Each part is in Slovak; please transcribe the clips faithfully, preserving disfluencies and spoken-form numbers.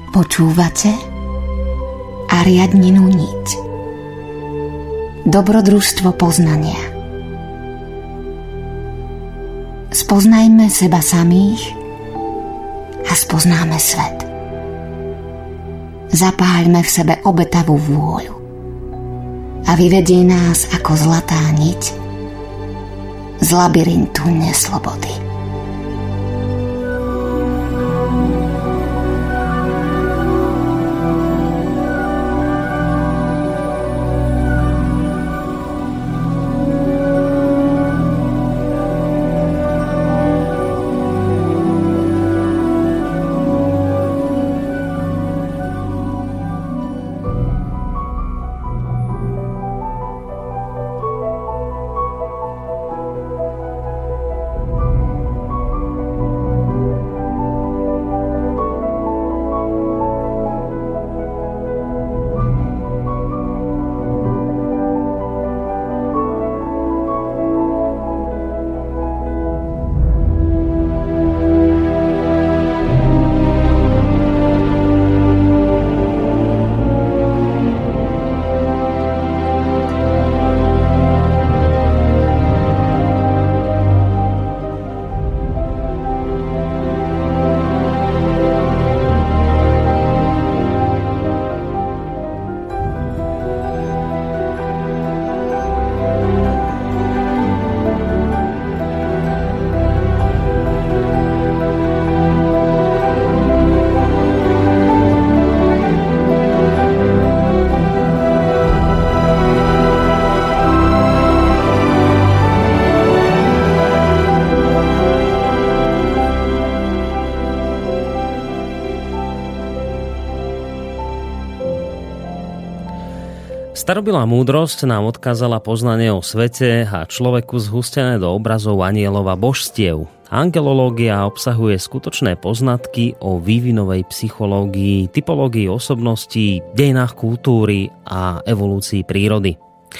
Počúvate Ariadninu niť. Dobrodružstvo poznania. Spoznajme seba samých a spoznáme svet. Zapáľme v sebe obetavú vôľu a vyvedie nás ako zlatá niť z labyrintu neslobody. Starobilá múdrosť nám odkázala poznanie o svete a človeku zhustené do obrazov anielov a božstiev. Angelológia obsahuje skutočné poznatky o vývinovej psychológii, typológii osobností, dejinách kultúry a evolúcii prírody.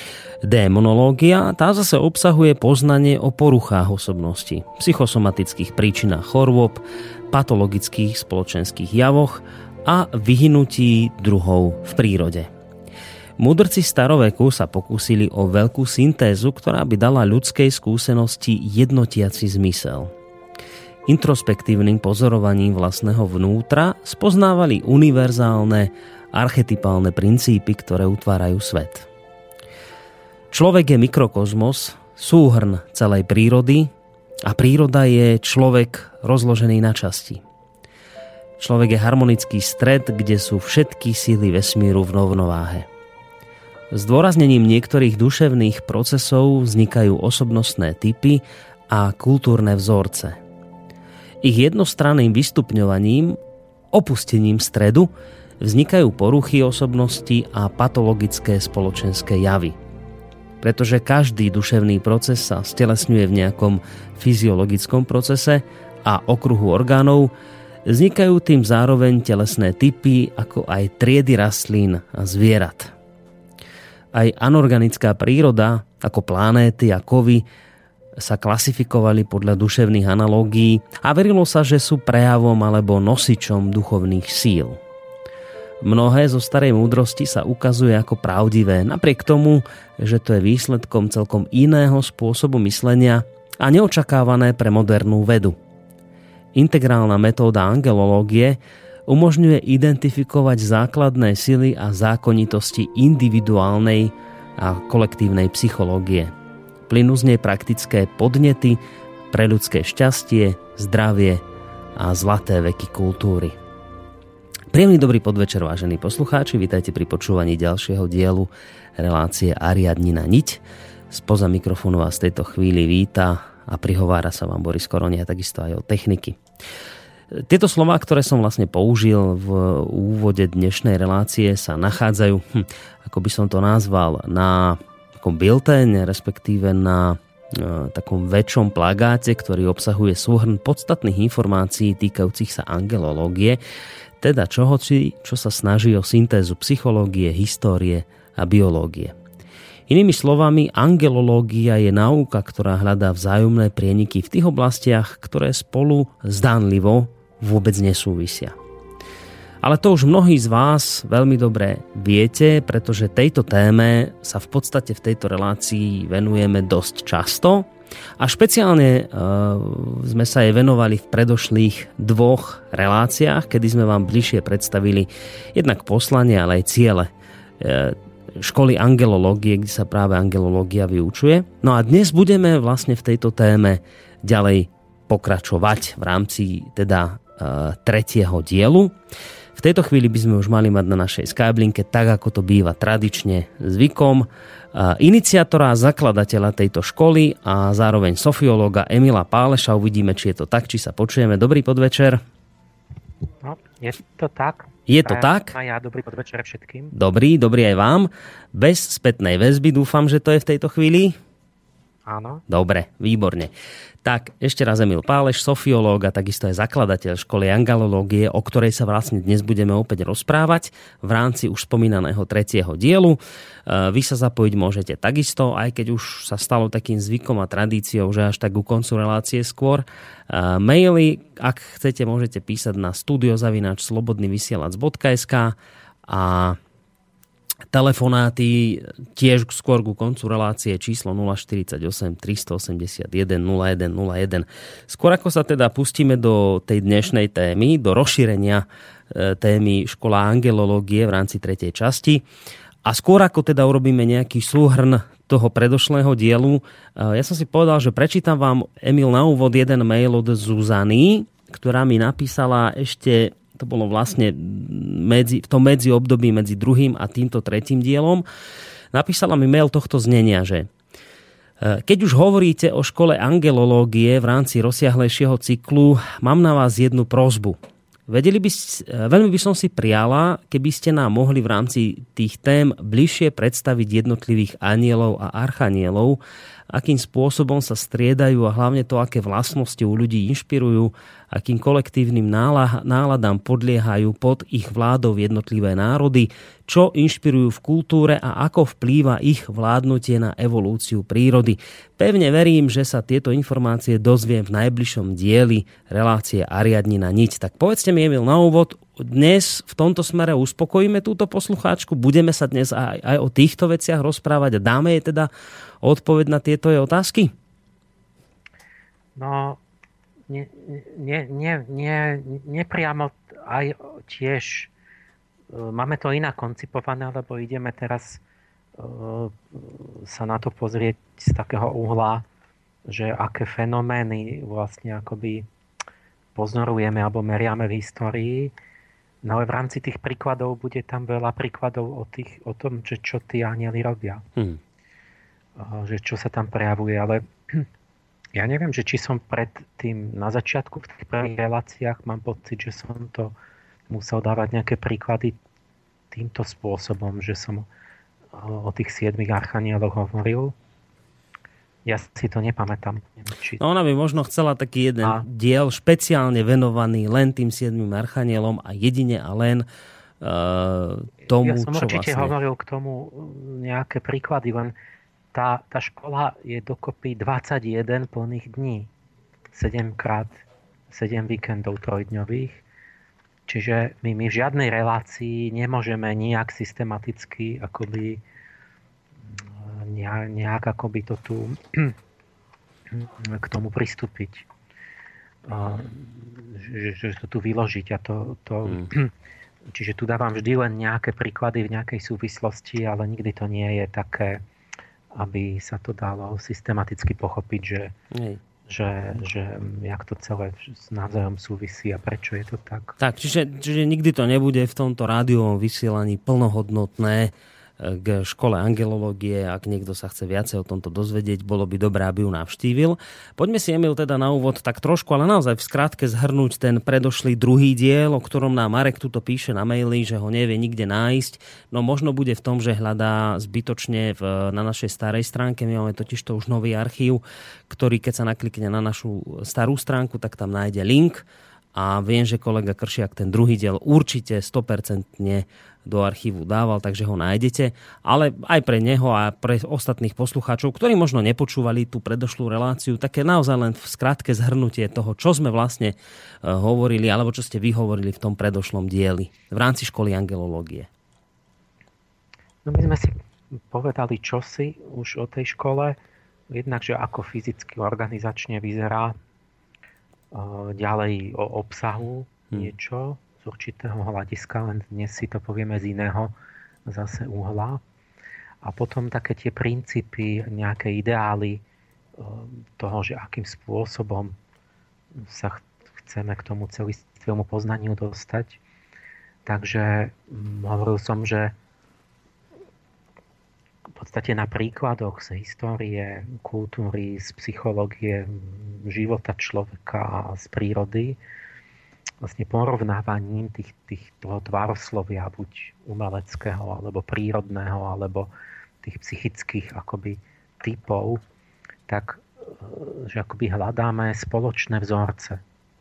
Démonológia tá zase obsahuje poznanie o poruchách osobnosti, psychosomatických príčinách chorôb, patologických spoločenských javoch a vyhynutí druhov v prírode. Múdrci staroveku sa pokúsili o veľkú syntézu, ktorá by dala ľudskej skúsenosti jednotiaci zmysel. Introspektívnym pozorovaním vlastného vnútra spoznávali univerzálne, archetypálne princípy, ktoré utvárajú svet. Človek je mikrokozmos, súhrn celej prírody a príroda je človek rozložený na časti. Človek je harmonický stred, kde sú všetky síly vesmíru v rovnováhe. Zdôraznením niektorých duševných procesov vznikajú osobnostné typy a kultúrne vzorce. Ich jednostranným vystupňovaním, opustením stredu, vznikajú poruchy osobnosti a patologické spoločenské javy. Pretože každý duševný proces sa stelesňuje v nejakom fyziologickom procese a okruhu orgánov, vznikajú tým zároveň telesné typy, ako aj triedy rastlín a zvierat. Aj anorganická príroda, ako planéty a kovy, sa klasifikovali podľa duševných analógií a verilo sa, že sú prejavom alebo nosičom duchovných síl. Mnohé zo starej múdrosti sa ukazuje ako pravdivé, napriek tomu, že to je výsledkom celkom iného spôsobu myslenia a neočakávané pre modernú vedu. Integrálna metóda angelológie umožňuje identifikovať základné sily a zákonitosti individuálnej a kolektívnej psychológie. Plynú z nej praktické podnety pre ľudské šťastie, zdravie a zlaté veky kultúry. Príjemný dobrý podvečer, vážení poslucháči, vítajte pri počúvaní ďalšieho dielu relácie Ariadnina niť. Spoza mikrofónu vás v tejto chvíli víta a prihovára sa vám Boris Koronia, takisto aj o techniky. Tieto slová, ktoré som vlastne použil v úvode dnešnej relácie, sa nachádzajú, hm, ako by som to nazval, na takom bilténe, respektíve na e, takom väčšom plagáte, ktorý obsahuje súhrn podstatných informácií týkajúcich sa angelológie, teda čohoci, čo sa snaží o syntézu psychológie, histórie a biológie. Inými slovami, angelológia je náuka, ktorá hľadá vzájomné prieniky v tých oblastiach, ktoré spolu zdánlivo vôbec nesúvisia. Ale to už mnohí z vás veľmi dobre viete, pretože tejto téme sa v podstate v tejto relácii venujeme dosť často. A špeciálne e, sme sa jej venovali v predošlých dvoch reláciách, kedy sme vám bližšie predstavili jednak poslanie, ale aj ciele e, školy angelológie, kde sa práve angelológia vyučuje. No a dnes budeme vlastne v tejto téme ďalej pokračovať v rámci teda e, tretieho dielu. V tejto chvíli by sme už mali mať na našej Skyblinke, tak ako to býva tradične zvykom, iniciátora a zakladateľa tejto školy a zároveň sofiológa Emila Páleša. Uvidíme, či je to tak, či sa počujeme. Dobrý podvečer. No, je to tak. Je to a tak? A ja dobrý podvečer všetkým. Dobrý, dobrý aj vám. Bez spätnej väzby, dúfam, že to je v tejto chvíli. Áno. Dobre, výborne. Tak, ešte raz Emil Páleš, sofiológ a takisto aj zakladateľ školy angelológie, o ktorej sa vlastne dnes budeme opäť rozprávať v rámci už spomínaného tretieho dielu. Vy sa zapojiť môžete takisto, aj keď už sa stalo takým zvykom a tradíciou, že až tak ku koncu relácie skôr. Maily, ak chcete, môžete písať na studio zavináč slobodný vysielač bodka es ká a telefonáty tiež skôr ku koncu relácie číslo nula štyridsaťosem tristoosemdesiatjeden nula jeden nula jeden. Skôr ako sa teda pustíme do tej dnešnej témy, do rozšírenia témy škola angelológie v rámci tretej časti a skôr ako teda urobíme nejaký súhrn toho predošlého dielu, ja som si povedal, že prečítam vám, Emil, na úvod jeden mail od Zuzany, ktorá mi napísala ešte, to bolo vlastne medzi, v tom medzi období medzi druhým a týmto tretím dielom. Napísala mi mail tohto znenia, že keď už hovoríte o škole angelológie v rámci rozsiahlejšieho cyklu, mám na vás jednu prosbu. Vedeli by, veľmi by som si priala, keby ste nám mohli v rámci tých tém bližšie predstaviť jednotlivých anielov a archanielov, akým spôsobom sa striedajú a hlavne to, aké vlastnosti u ľudí inšpirujú, akým kolektívnym náladám podliehajú pod ich vládou jednotlivé národy, čo inšpirujú v kultúre a ako vplýva ich vládnutie na evolúciu prírody. Pevne verím, že sa tieto informácie dozviem v najbližšom dieli relácie Ariadnina niť. Tak povedzte mi, Emil, na úvod, dnes v tomto smere uspokojíme túto poslucháčku, budeme sa dnes aj, aj o týchto veciach rozprávať a dáme jej teda odpoveď na tieto jej otázky? No, nie, nie, nie, nie, nepriamo aj tiež máme to inak koncipované, lebo ideme teraz sa na to pozrieť z takého uhla, že aké fenomény vlastne akoby pozorujeme alebo meriame v histórii. No ale v rámci tých príkladov bude tam veľa príkladov o, tých, o tom, že čo tí anjeli robia. Hmm. Že čo sa tam prejavuje. Ale ja neviem, že či som pred tým na začiatku v tých prvých reláciách mám pocit, že som to musel dávať nejaké príklady týmto spôsobom, že som o tých siedmých archanieloch hovoril. Ja si to nepamätám. Či... No ona by možno chcela taký jeden a... diel špeciálne venovaný len tým siedmým archanielom a jedine a len uh, tomu, čo vlastne... Ja som určite vlastne... hovoril k tomu nejaké príklady, len tá, tá škola je dokopy dvadsaťjeden plných dní. sedem krát sedem víkendov trojdňových. Čiže my, my v žiadnej relácii nemôžeme nejak systematicky akoby nejak akoby to tu k tomu pristúpiť. Že, že to tu vyložiť. A to, to, mm. Čiže tu dávam vždy len nejaké príklady v nejakej súvislosti, ale nikdy to nie je také, aby sa to dalo systematicky pochopiť, že, že, že jak to celé s navzájom súvisí a prečo je to tak. Tak, čiže, čiže nikdy to nebude v tomto rádiovom vysielaní plnohodnotné k škole angelológie. Ak niekto sa chce viacej o tomto dozvedieť, bolo by dobré, aby ju navštívil. Poďme si, Emil, teda na úvod tak trošku, ale naozaj v skratke zhrnúť ten predošlý druhý diel, o ktorom nám Marek tuto píše na maili, že ho nevie nikde nájsť. No možno bude v tom, že hľadá zbytočne v, na našej starej stránke. My máme totiž to už nový archív, ktorý keď sa naklikne na našu starú stránku, tak tam nájde link. A viem, že kolega Kršiak ten druhý diel určite sto percent do archívu dával, takže ho nájdete. Ale aj pre neho a pre ostatných poslucháčov, ktorí možno nepočúvali tú predošlú reláciu, také naozaj len v skratke zhrnutie toho, čo sme vlastne hovorili, alebo čo ste vy hovorili v tom predošlom dieli v rámci školy angelológie. No my sme si povedali čosi už o tej škole, jednak, že ako fyzicky, organizačne vyzerá, ďalej o obsahu niečo z určitého hľadiska, len dnes si to povieme z iného zase uhla. A potom také tie princípy, nejaké ideály toho, že akým spôsobom sa chceme k tomu celistvému poznaniu dostať. Takže hovoril som, že v podstate na príkladoch z histórie, kultúry, z psychológie, života človeka a z prírody, vlastne porovnávaním tých, tých, toho tvároslovia, buď umeleckého, alebo prírodného, alebo tých psychických akoby typov, tak že akoby hľadáme spoločné vzorce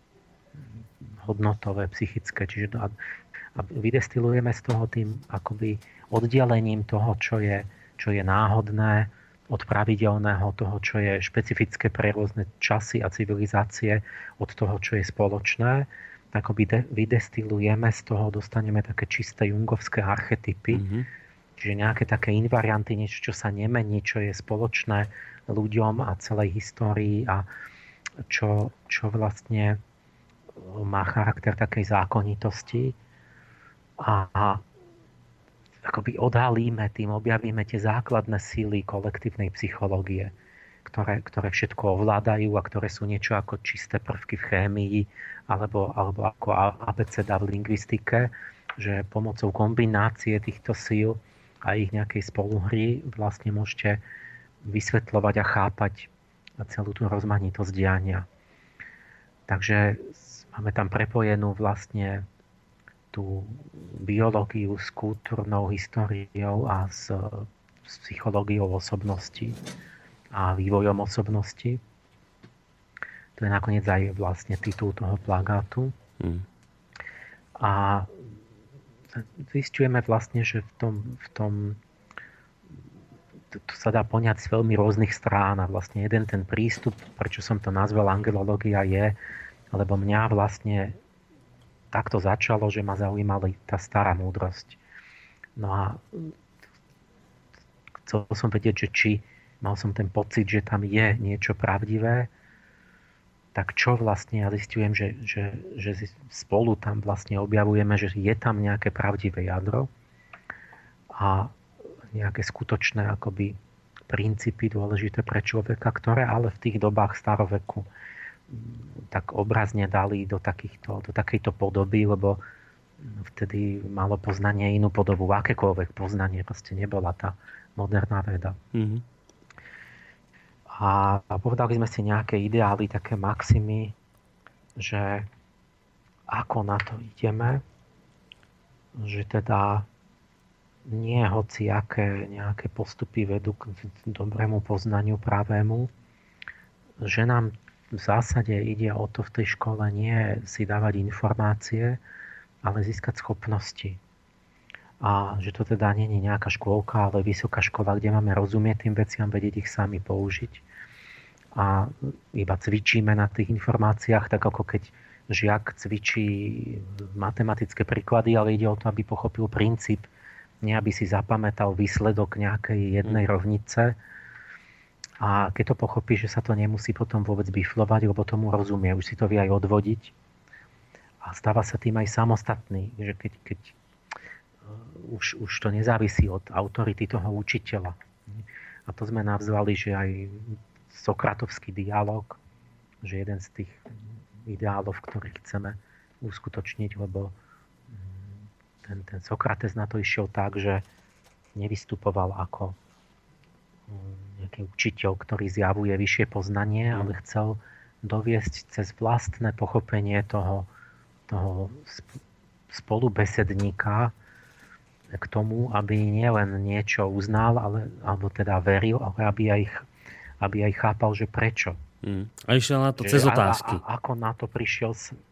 hodnotové, psychické, čiže a, a vydestilujeme z toho tým akoby oddelením toho, čo je čo je náhodné od pravidelného, toho, čo je špecifické pre rôzne časy a civilizácie, od toho, čo je spoločné, tak vydestilujeme z toho, dostaneme také čisté jungovské archetypy, mm-hmm. čiže nejaké také invarianty, niečo, čo sa nemení, čo je spoločné ľuďom a celej histórii a čo, čo vlastne má charakter takej zákonitosti a, a akoby odhalíme tým, objavíme tie základné síly kolektívnej psychológie, ktoré, ktoré všetko ovládajú a ktoré sú niečo ako čisté prvky v chémii alebo, alebo ako abeceda v lingvistike, že pomocou kombinácie týchto síl a ich nejakej spoluhry vlastne môžete vysvetľovať a chápať celú tú rozmanitosť diania. Takže máme tam prepojenú vlastne tú biológiu s kultúrnou históriou a s, s psychológiou osobnosti a vývojom osobnosti. To je nakoniec aj vlastne titul toho plagátu. Mm. A zisťujeme vlastne, že v tom, v tom to, to sa dá poňať z veľmi rôznych strán a vlastne jeden ten prístup, prečo som to nazval angelológia je, lebo mňa vlastne takto začalo, že ma zaujímala tá stará múdrosť. No a chcel som vedieť, že či mal som ten pocit, že tam je niečo pravdivé, tak čo vlastne ja zistujem, že, že, že spolu tam vlastne objavujeme, že je tam nejaké pravdivé jadro a nejaké skutočné akoby princípy dôležité pre človeka, ktoré ale v tých dobách staroveku tak obrazne dali do, takýchto, do takejto podoby, lebo vtedy malo poznanie inú podobu, akékoľvek poznanie, proste nebola tá moderná veda. Mm-hmm. A, a povedali sme si nejaké ideály, také maximy, že ako na to ideme, že teda nie hoci aké nejaké postupy vedú k dobrému poznaniu pravému, že nám v zásade ide o to v tej škole nie si dávať informácie, ale získať schopnosti. A že to teda nie je nejaká škôlka, ale vysoká škola, kde máme rozumieť tým veciam, vedieť ich sami použiť. A iba cvičíme na tých informáciách, tak ako keď žiak cvičí matematické príklady, ale ide o to, aby pochopil princíp, nie aby si zapamätal výsledok nejakej jednej rovnice. A keď to pochopí, že sa to nemusí potom vôbec biflovať, lebo tomu rozumie, už si to vie aj odvodiť. A stáva sa tým aj samostatný, že keď, keď už, už to nezávisí od autority toho učiteľa. A to sme nazvali, že aj sokratovský dialog, že jeden z tých ideálov, ktorých chceme uskutočniť, lebo ten, ten Sokrates na to išiel tak, že nevystupoval ako nejaký učiteľ, ktorý zjavuje vyššie poznanie, ale chcel doviesť cez vlastné pochopenie toho, toho spolubesedníka k tomu, aby nielen niečo uznal, ale, alebo teda veril, ale aby aj, aby aj chápal, že prečo. Mm. A išiel na to že cez otázky. A, a, ako na to prišiel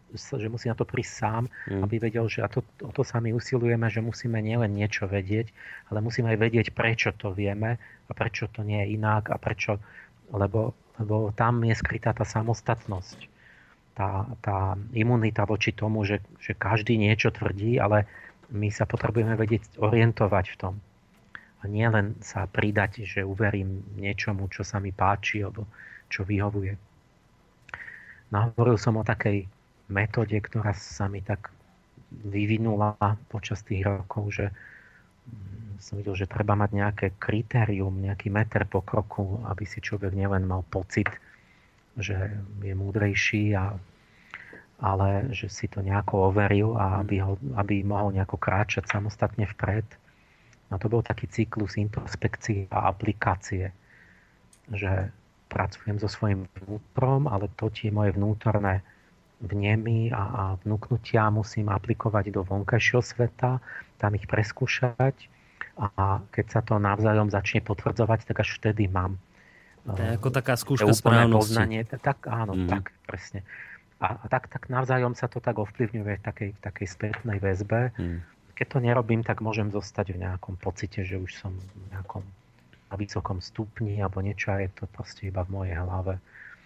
že musí na to prísť sám, mm. aby vedel, že a to, o to sa my usilujeme, že musíme nielen niečo vedieť, ale musíme aj vedieť, prečo to vieme a prečo to nie je inak a prečo, lebo, lebo tam je skrytá tá samostatnosť, tá, tá imunita voči tomu, že, že každý niečo tvrdí, ale my sa potrebujeme vedieť orientovať v tom. A nie len sa pridať, že uverím niečomu, čo sa mi páči, alebo čo vyhovuje. No, hovoril som o takej metóde, ktorá sa mi tak vyvinula počas tých rokov, že som videl, že treba mať nejaké kritérium, nejaký meter pokroku, aby si človek nielen mal pocit, že je múdrejší, a, ale že si to nejako overil a aby, ho, aby mohol nejako kráčať samostatne vpred. No to bol taký cyklus introspekcie a aplikácie, že pracujem so svojím vnútrom, ale to tie moje vnútorné vnemy a, a vnúknutia musím aplikovať do vonkajšieho sveta, tam ich preskúšať a keď sa to navzájom začne potvrdzovať, tak až vtedy mám to je ako taká skúška správnosti. Poznanie. Tak áno, mm. tak presne. A, a tak, tak navzájom sa to tak ovplyvňuje v takej, v takej spätnej väzbe. Mm. Keď to nerobím, tak môžem zostať v nejakom pocite, že už som v nejakom na vysokom stupni alebo niečo a je to proste iba v mojej hlave.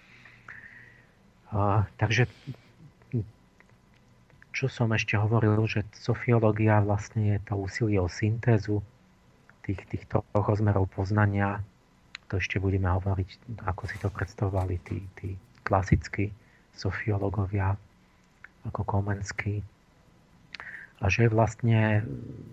A, takže čo som ešte hovoril, že sofiológia vlastne je to úsilie o syntézu tých, tých troch rozmerov poznania. To ešte budeme hovoriť, ako si to predstavovali tí, tí klasickí sofiológovia ako Komenský. A že vlastne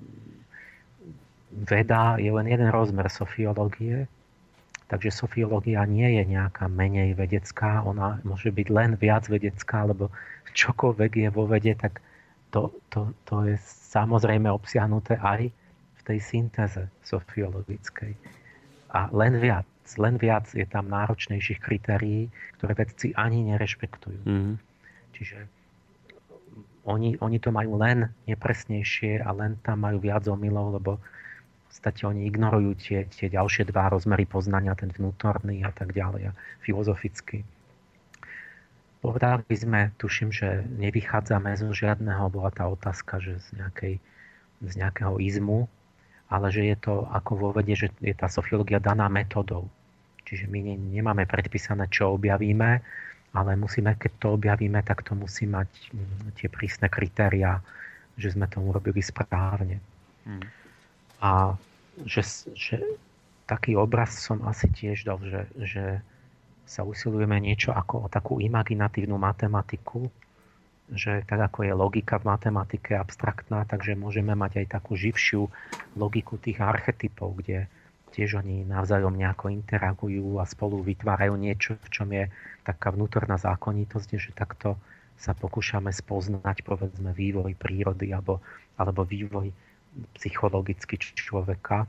veda je len jeden rozmer sofiológie, takže sofiológia nie je nejaká menej vedecká, ona môže byť len viac vedecká, lebo čokoľvek je vo vede, tak to, to, to je samozrejme obsiahnuté aj v tej syntéze sofiologickej. A len viac, len viac je tam náročnejších kritérií, ktoré vedci ani nerešpektujú. Mm-hmm. Čiže Oni, oni to majú len nepresnejšie a len tam majú viac omylov, lebo v podstate oni ignorujú tie, tie ďalšie dva rozmery poznania, ten vnútorný a tak ďalej, a filozofický. Povedali sme, tuším, že nevychádzame zo žiadneho, bola tá otázka, že z, nejakej, z nejakého izmu, ale že je to ako vo vede, že je tá sofiológia daná metodou. Čiže my ne, nemáme predpísané, čo objavíme, ale musíme, keď to objavíme, tak to musí mať tie prísne kritériá, že sme to urobili správne. Hmm. A že, že taký obraz som asi tiež dal, že, že sa usilujeme niečo ako o takú imaginatívnu matematiku, že tak ako je logika v matematike abstraktná, takže môžeme mať aj takú živšiu logiku tých archetypov, kde tiež oni navzájom nejako interagujú a spolu vytvárajú niečo, v čom je taká vnútorná zákonitosť, že takto sa pokúšame spoznať, povedzme, vývoj prírody alebo, alebo vývoj psychologický človeka.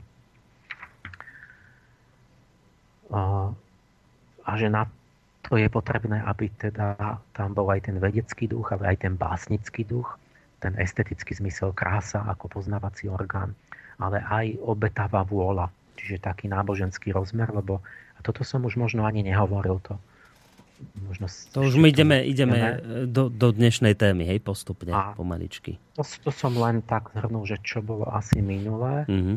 A, a že na to je potrebné, aby teda tam bol aj ten vedecký duch, ale aj ten básnický duch, ten estetický zmysel, krása ako poznávací orgán, ale aj obetavá vôľa. Čiže taký náboženský rozmer, lebo a toto som už možno ani nehovoril. To, možno to už my ideme, ideme do, do dnešnej témy, hej, postupne, a pomaličky. To, to som len tak zhrnul, že čo bolo asi minulé. Mm-hmm.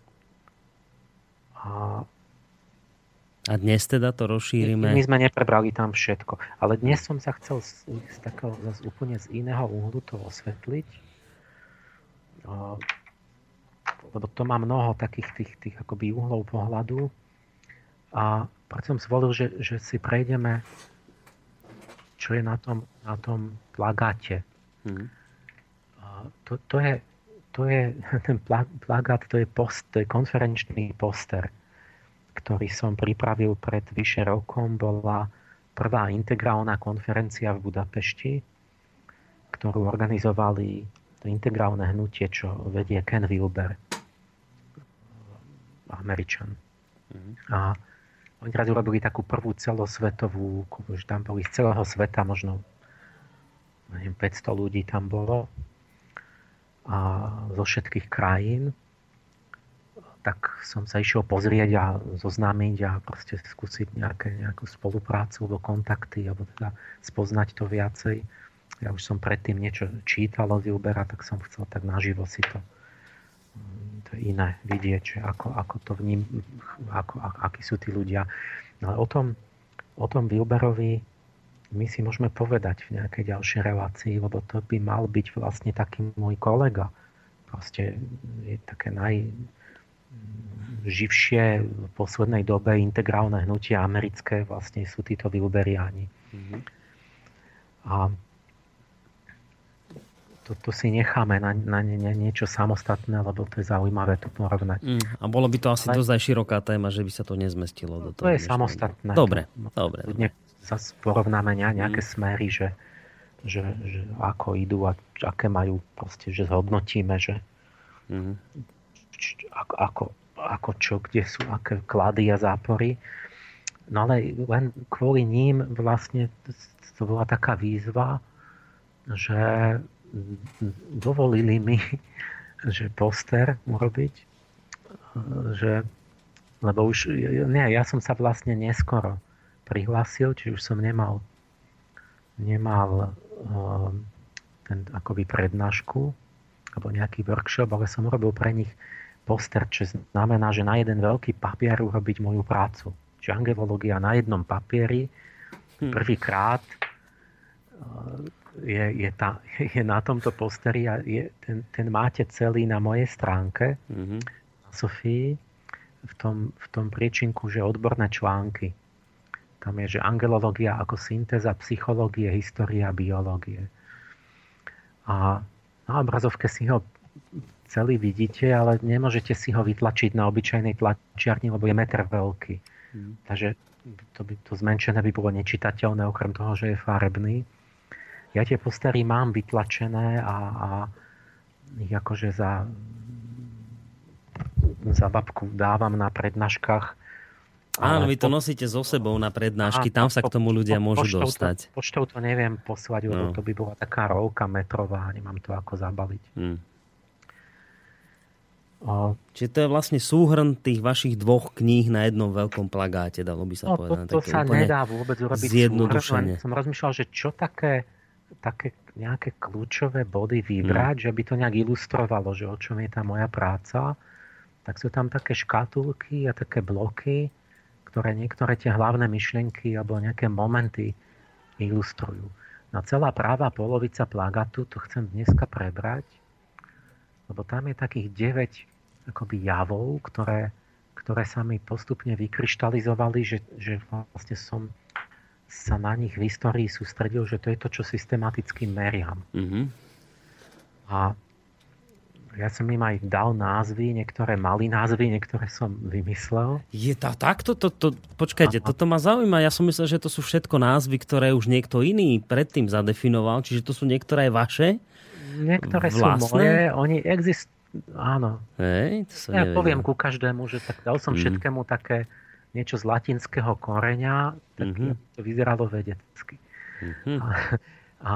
A, a dnes teda to rozšírime? My sme neprebrali tam všetko. Ale dnes som sa chcel z, z takého, z úplne z iného uhlu to osvetliť. A, lebo to má mnoho takých tých, tých akoby uhlov pohľadu a preto som zvolil, že, že si prejdeme, čo je na tom, na tom plagáte. Hmm. A to, to, je, to je, ten plagát, to je, post, to je konferenčný poster, ktorý som pripravil pred vyše rokom. Bola prvá integrálna konferencia v Budapešti, ktorú organizovali to integrálne hnutie, čo vedie Ken Wilber, Američan. Mm. A oni raz urobili takú prvú celosvetovú, že tam boli z celého sveta, možno neviem, päťsto ľudí tam bolo a zo všetkých krajín. Tak som sa išiel pozrieť a zoznámiť a proste skúsiť nejaké, nejakú spoluprácu alebo kontakty, alebo teda spoznať to viacej. ja už som predtým niečo čítal od Wilbera, tak som chcel tak naživo si to, to iné vidieť, že ako, ako to vním, ako, akí sú tí ľudia. Ale o tom, o tom Wilberovi my si môžeme povedať v nejakej ďalšej relácii, lebo to by mal byť vlastne taký môj kolega. Proste je také najživšie v poslednej dobe integrálne hnutie americké, vlastne sú títo Wilberiáni. Mm-hmm. A to, to si necháme na, na nie, niečo samostatné, lebo to je zaujímavé to porovnať. Mm, a bolo by to asi Ale... dosť aj široká téma, že by sa to nezmestilo do toho. To je samostatné. Dobre, to, dobre. dobre. Zase porovnáme nejaké mm. smery, že, že, že ako idú a aké majú proste, že zhodnotíme, že mm. č, ako, ako, ako čo, kde sú, aké klady a zápory. No ale len kvôli ním vlastne to bola taká výzva, že dovolili mi, že poster urobiť, že, lebo už, nie, ja som sa vlastne neskoro prihlásil, čiže už som nemal nemal ten akoby prednášku alebo nejaký workshop, ale som urobil pre nich poster, čo znamená, že na jeden veľký papier urobiť moju prácu. Čiže angelológia na jednom papieri prvýkrát je, je, tá, je na tomto posteri a je, ten, ten máte celý na mojej stránke mm-hmm. na Sofii v tom, v tom priečinku, že odborné články. Tam je, že angelológia ako syntéza psychológie, história, biológie. A na obrazovke si ho celý vidíte, ale nemôžete si ho vytlačiť na obyčajnej tlačiarni, lebo je meter veľký. Hmm. Takže to, by, to zmenšené by bolo nečitateľné, okrem toho, že je farebný. Ja tie postery mám vytlačené a, a ich akože za, za babku dávam na prednáškach. Áno, vy to po... nosíte so sebou na prednášky, tam sa k tomu ľudia po, môžu poštou dostať. To, poštou to neviem poslať, lebo no. to by bola taká rolka metrová, nemám to ako zabaliť. Hmm. O... Čiže to je vlastne súhrn tých vašich dvoch kníh na jednom veľkom plagáte, dalo by sa no, povedať. To, to sa nedá vôbec urobiť zjednodušene. Som rozmýšľal, že čo také, také nejaké kľúčové body vybrať, hmm. že by to nejak ilustrovalo, že o čom je tá moja práca. Tak sú tam také škatulky a také bloky, ktoré niektoré tie hlavné myšlienky alebo nejaké momenty ilustrujú. No celá práva polovica plagátu to chcem dneska prebrať, lebo tam je takých deväť akoby javov, ktoré, ktoré sa mi postupne vykryštalizovali, že, že vlastne som sa na nich v histórii sústredil, že to je to, čo systematicky meriam. Mm-hmm. A ja som im aj dal názvy, niektoré mali názvy, niektoré som vymyslel. Je to takto? To, to, počkajte, Aha. toto ma zaujíma. Ja som myslel, že to sú všetko názvy, ktoré už niekto iný predtým zadefinoval, čiže to sú niektoré vaše? Niektoré vlastné? Sú moje, oni existujú, áno. Hej, to som ja nevedel. Poviem ku každému, že tak dal som mm. všetkému také niečo z latinského koreňa, tak mm-hmm. to vyzeralo vedecky. Mm-hmm. A, a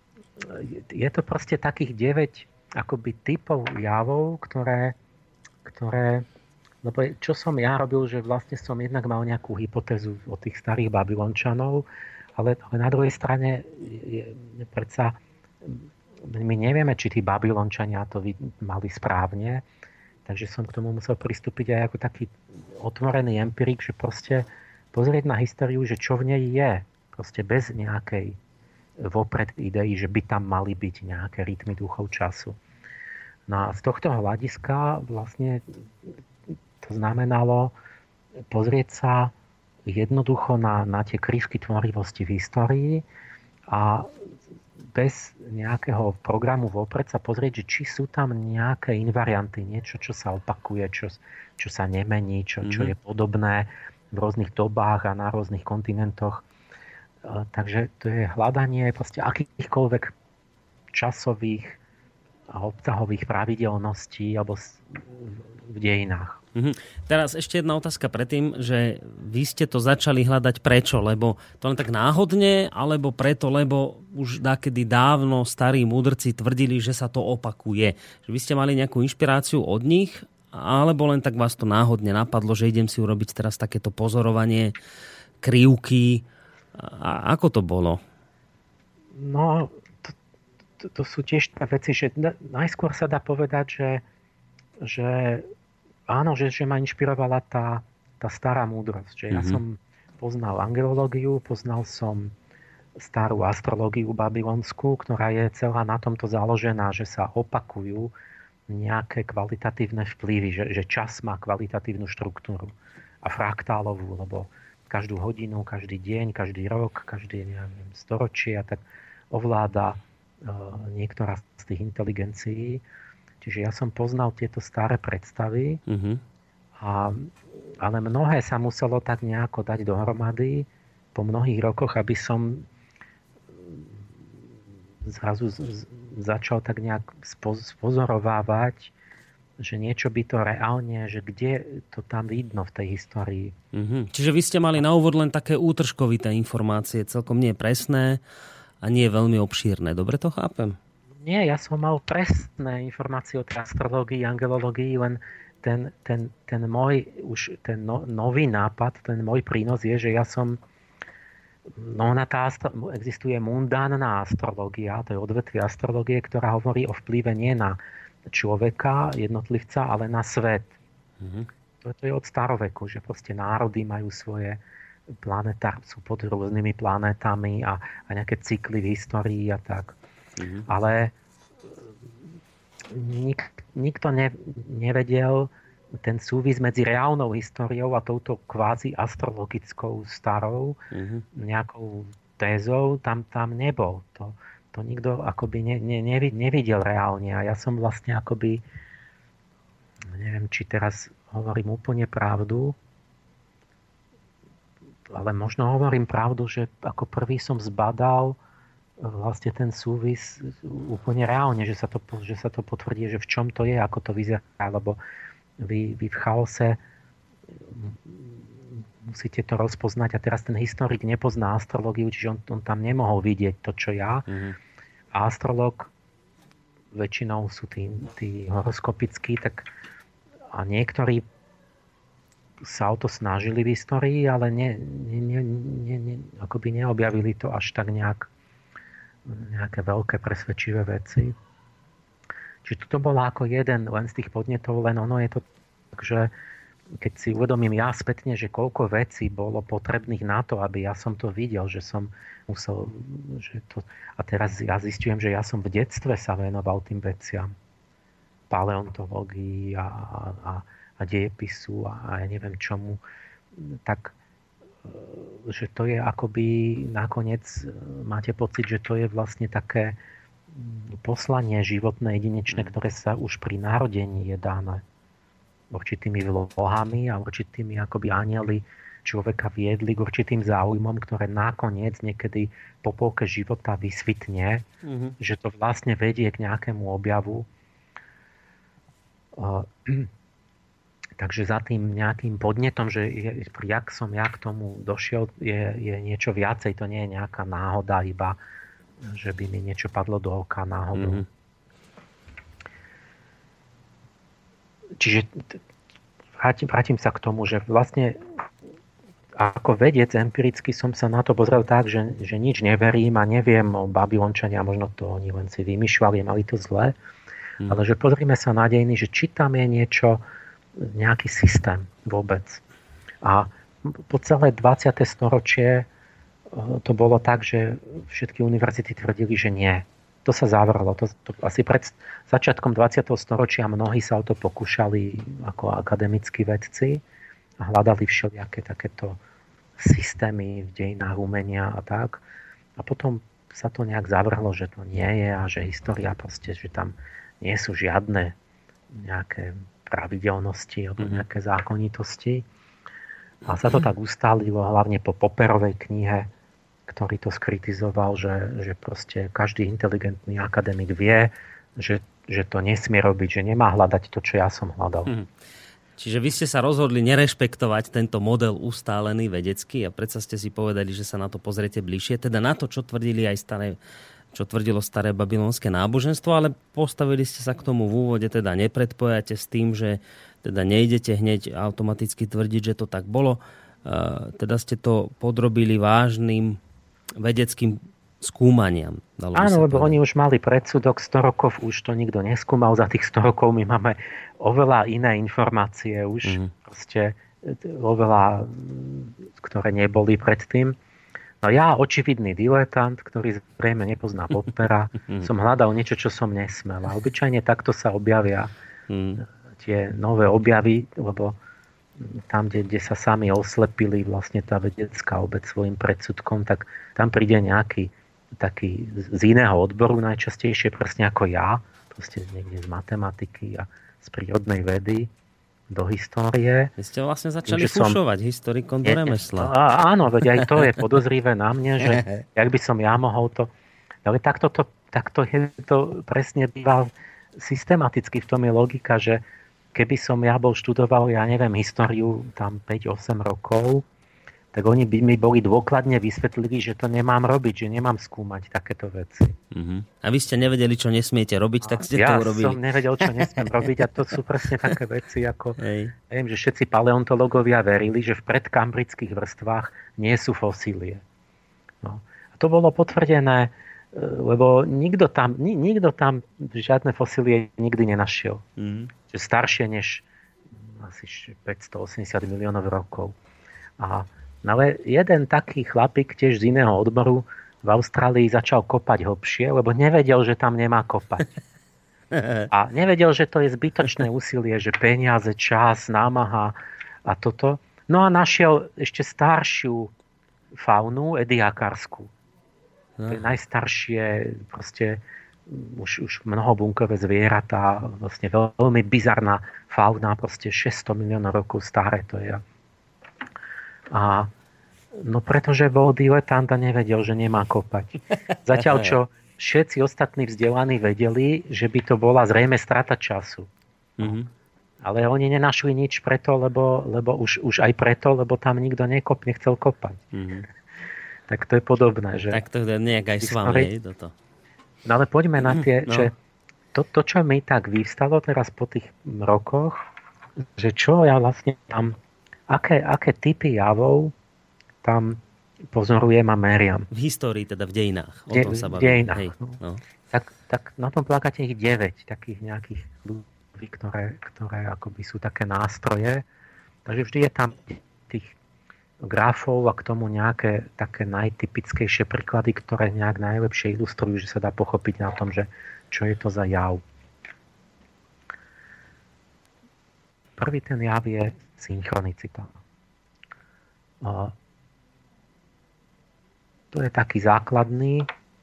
je to proste takých deväť akoby typov javov, ktoré, ktoré, lebo čo som ja robil, že vlastne som jednak mal nejakú hypotézu od tých starých Babylončanov, ale, ale na druhej strane je, je predsa, my nevieme, či tí Babylončania to mali správne, takže som k tomu musel pristúpiť aj ako taký otvorený empirik, že proste pozrieť na históriu, že čo v nej je, proste bez nejakej vopred idei, že by tam mali byť nejaké rytmy duchov času. No a z tohto hľadiska vlastne to znamenalo pozrieť sa jednoducho na, na tie krivky tvorivosti v histórii a bez nejakého programu vopred sa pozrieť, že či sú tam nejaké invarianty, niečo, čo sa opakuje, čo, čo sa nemení, čo, čo je podobné v rôznych dobách a na rôznych kontinentoch. Takže to je hľadanie proste akýchkoľvek časových a obsahových pravidelností alebo v dejinách. Mhm. Teraz ešte jedna otázka predtým, že vy ste to začali hľadať prečo? Lebo to len tak náhodne, alebo preto, lebo už dakedy dávno starí múdrci tvrdili, že sa to opakuje. Že vy ste mali nejakú inšpiráciu od nich, alebo len tak vás to náhodne napadlo, že idem si urobiť teraz takéto pozorovanie krivky. A ako to bolo? No, to, to, to sú tiež veci, že najskôr sa dá povedať, že, že áno, že, že ma inšpirovala tá, tá stará múdrosť. Že ja mm-hmm. som poznal angelológiu, poznal som starú astrológiu babylonskú, ktorá je celá na tomto založená, že sa opakujú nejaké kvalitatívne vplyvy, že, že čas má kvalitatívnu štruktúru a fraktálovú, lebo každú hodinu, každý deň, každý rok, každý neviem, storočie a tak ovláda e, niektorá z tých inteligencií. Čiže ja som poznal tieto staré predstavy, mm-hmm. a, ale mnohé sa muselo tak nejako dať dohromady po mnohých rokoch, aby som zrazu z, z, začal tak nejak spoz, spozorovávať, že niečo by to reálne, že kde to tam vidno v tej histórii. Mm-hmm. Čiže vy ste mali na úvod len také útržkovité informácie, celkom nie presné a nie veľmi obšírne. Dobre to chápem? Nie, ja som mal presné informácie o tej astrológii, angelológii, len ten, ten, ten môj, už ten no, nový nápad, ten môj prínos je, že ja som No, na tá astro- existuje mundánna astrológia, to je odvetvie astrológie, ktorá hovorí o vplyve nie na človeka, jednotlivca, ale na svet. Mm-hmm. To, to je od staroveku, že proste národy majú svoje planetár, sú pod rôznymi planétami a, a nejaké cykly v histórii a tak. Mm-hmm. Ale nik, nikto ne, nevedel ten súvis medzi reálnou históriou a touto kvázi astrologickou starou mm-hmm. nejakou tézou tam, tam nebol. To, to nikto akoby ne, ne, nevidel reálne. A ja som vlastne akoby, neviem, či teraz hovorím úplne pravdu, ale možno hovorím pravdu, že ako prvý som zbadal vlastne ten súvis úplne reálne, že sa to, že sa to potvrdí, že v čom to je, ako to vyzerá, lebo Vy, vy v chaose musíte to rozpoznať a teraz ten historik nepozná astrológiu, čiže on, on tam nemohol vidieť to, čo ja. Mm-hmm. A astrológ väčšinou sú tí, tí horoskopickí, tak a niektorí sa o to snažili v histórii, ale ne, ne, ne, ne, ne, akoby neobjavili to až tak nejak nejaké veľké presvedčivé veci. Čiže toto bolo ako jeden len z tých podnetov, len ono je to tak, že keď si uvedomím ja spätne, že koľko vecí bolo potrebných na to, aby ja som to videl, že som musel, že to, a teraz ja zistujem, že ja som v detstve sa venoval tým veciam. Paleontológii a, a, a dejepisu a, a ja neviem čomu. Tak, že to je akoby nakoniec máte pocit, že to je vlastne také poslanie životné, jedinečné, ktoré sa už pri narodení je dané určitými vlohami a určitými akoby anjeli človeka viedli k určitým záujmom, ktoré nakoniec niekedy po polke života vysvitne, mm-hmm. že to vlastne vedie k nejakému objavu. Takže za tým nejakým podnetom, že je, jak som ja k tomu došiel, je, je niečo viacej, to nie je nejaká náhoda iba, že by mi niečo padlo do oka náhodou. Mm-hmm. Čiže vrátim, vrátim sa k tomu, že vlastne ako vedec empiricky som sa na to pozrel tak, že, že nič neverím a neviem o Babylončania, možno to oni len si vymýšľali, mali to zlé, mm. ale že pozrime sa na dejiny, že či tam je niečo, nejaký systém vôbec. A po celé dvadsiate storočie to bolo tak, že všetky univerzity tvrdili, že nie. To sa zavrelo. To, to asi pred začiatkom dvadsiateho storočia mnohí sa o to pokúšali ako akademickí vedci a hľadali všelijaké takéto systémy v dejinách umenia a tak. A potom sa to nejak zavrhlo, že to nie je a že história proste, že tam nie sú žiadne nejaké pravidelnosti alebo nejaké zákonitosti. A sa to tak ustálilo hlavne po Popperovej knihe, ktorý to skritizoval, že, že proste každý inteligentný akademik vie, že, že to nesmie robiť, že nemá hľadať to, čo ja som hľadal. Hmm. Čiže vy ste sa rozhodli nerešpektovať tento model ustálený vedecký a predsa ste si povedali, že sa na to pozriete bližšie, teda na to, čo tvrdili aj staré, čo tvrdilo staré babylonské náboženstvo, ale postavili ste sa k tomu v úvode, teda nepredpojate s tým, že teda nejdete hneď automaticky tvrdiť, že to tak bolo. Teda ste to podrobili vážnym vedeckým skúmaniam. Áno, lebo povedať. Oni už mali predsudok sto rokov, už to nikto neskúmal. Za tých sto rokov my máme oveľa iné informácie už, mm. proste oveľa, ktoré neboli predtým. No ja, očividný diletant, ktorý zrejme nepozná Poppera, som hľadal niečo, čo som nesmel. A obyčajne takto sa objavia mm. tie nové objavy, lebo tam, kde, kde sa sami oslepili vlastne tá vedecká obec svojim predsudkom, tak tam príde nejaký taký z iného odboru, najčastejšie presne ako ja, proste niekde z matematiky a z prírodnej vedy do histórie. Vy ste vlastne začali fušovať som... historikom do remesla. Áno, veď aj to je podozrivé na mne, že jak by som ja mohol to... Ale takto to, takto je to presne býval systematicky, v tom je logika, že keby som ja bol študoval, ja neviem, históriu tam päť osem rokov, tak oni by mi boli dôkladne vysvetlili, že to nemám robiť, že nemám skúmať takéto veci. Uh-huh. A vy ste nevedeli, čo nesmiete robiť, tak ste ja to urobili. Ja som nevedel, čo nesmiem robiť a to sú presne také veci, ako Hej. Viem, že všetci paleontológovia verili, že v predkambrických vrstvách nie sú fosílie. No. A to bolo potvrdené, lebo nikto tam, nikto tam žiadne fosílie nikdy nenašiel. Uh-huh. Že staršie než asi päťstoosemdesiat miliónov rokov. A ale jeden taký chlapík tiež z iného odboru v Austrálii začal kopať hlbšie, lebo nevedel, že tam nemá kopať. A nevedel, že to je zbytočné úsilie, že peniaze, čas, námaha a toto. No a našiel ešte staršiu faunu, ediakarskú. To je najstaršie, proste už, už mnohobunkové zvieratá, vlastne veľmi bizarná fauna, proste šesťsto miliónov rokov staré to je. A no pretože bol diletant a nevedel, že nemá kopať. Zatiaľ čo všetci ostatní vzdelaní vedeli, že by to bola zrejme strata času. Mm-hmm. Ale oni nenašli nič preto, lebo, lebo už, už aj preto, lebo tam nikto nekop, nechcel kopať. Mm-hmm. Tak to je podobné. Že tak to je nejak aj s vami. To. No ale poďme na tie, no. že to, to, čo mi tak vyvstalo teraz po tých rokoch, že čo ja vlastne tam Aké, aké typy javov tam pozorujem a meriam. V histórii, teda v dejinách. O tom sa bavím. V dejinách. Hej, no. tak, tak na tom plakáte ich deväť takých nejakých ľudí, ktoré, ktoré akoby sú také nástroje. Takže vždy je tam tých grafov a k tomu nejaké také najtypickejšie príklady, ktoré nejak najlepšie ilustrujú, že sa dá pochopiť na tom, že čo je to za jav. Prvý ten jav je synchronicita. To je taký základný.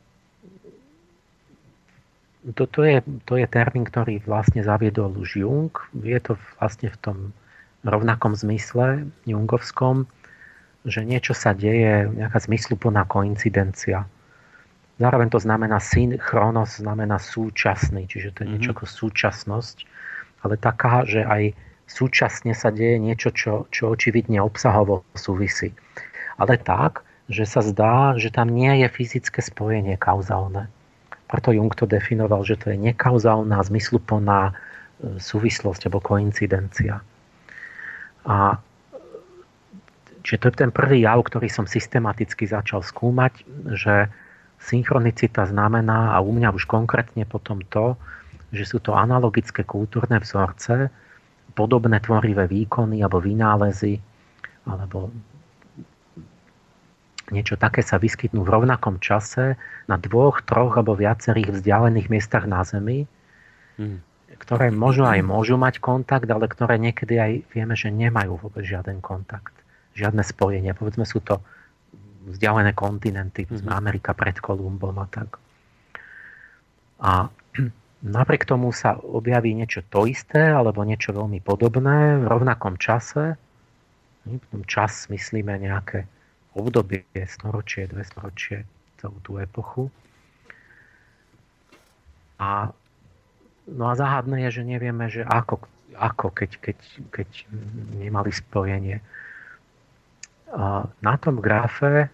To, to, je, to je termín, ktorý vlastne zaviedol už Jung. Je to vlastne v tom rovnakom zmysle jungovskom, že niečo sa deje, nejaká zmysluplná koincidencia. Zároveň to znamená synchronos, znamená súčasný, čiže to je niečo ako súčasnosť, ale taká, že aj súčasne sa deje niečo, čo, čo očividne obsahovo súvisí. Ale tak, že sa zdá, že tam nie je fyzické spojenie kauzálne. Preto Jung to definoval, že to je nekauzálna, zmysluplná súvislosť alebo koincidencia. A čiže to je ten prvý jav, ktorý som systematicky začal skúmať, že synchronicita znamená, a u mňa už konkrétne potom to, že sú to analogické kultúrne vzorce, podobné tvorivé výkony alebo vynálezy alebo niečo také sa vyskytnú v rovnakom čase na dvoch, troch alebo viacerých vzdialených miestach na Zemi, mm. ktoré možno aj môžu mať kontakt, ale ktoré niekedy aj vieme, že nemajú vôbec žiaden kontakt, žiadne spojenie. Povedzme, sú to vzdialené kontinenty, mm. Amerika pred Kolumbom a tak. A napriek tomu sa objaví niečo to isté alebo niečo veľmi podobné v rovnakom čase. V tom čas myslíme nejaké obdobie, storočie, dve storočie, celú tú epochu. A, no a záhadné je, že nevieme, že ako, ako keď, keď, keď nemali spojenie. A na tom grafe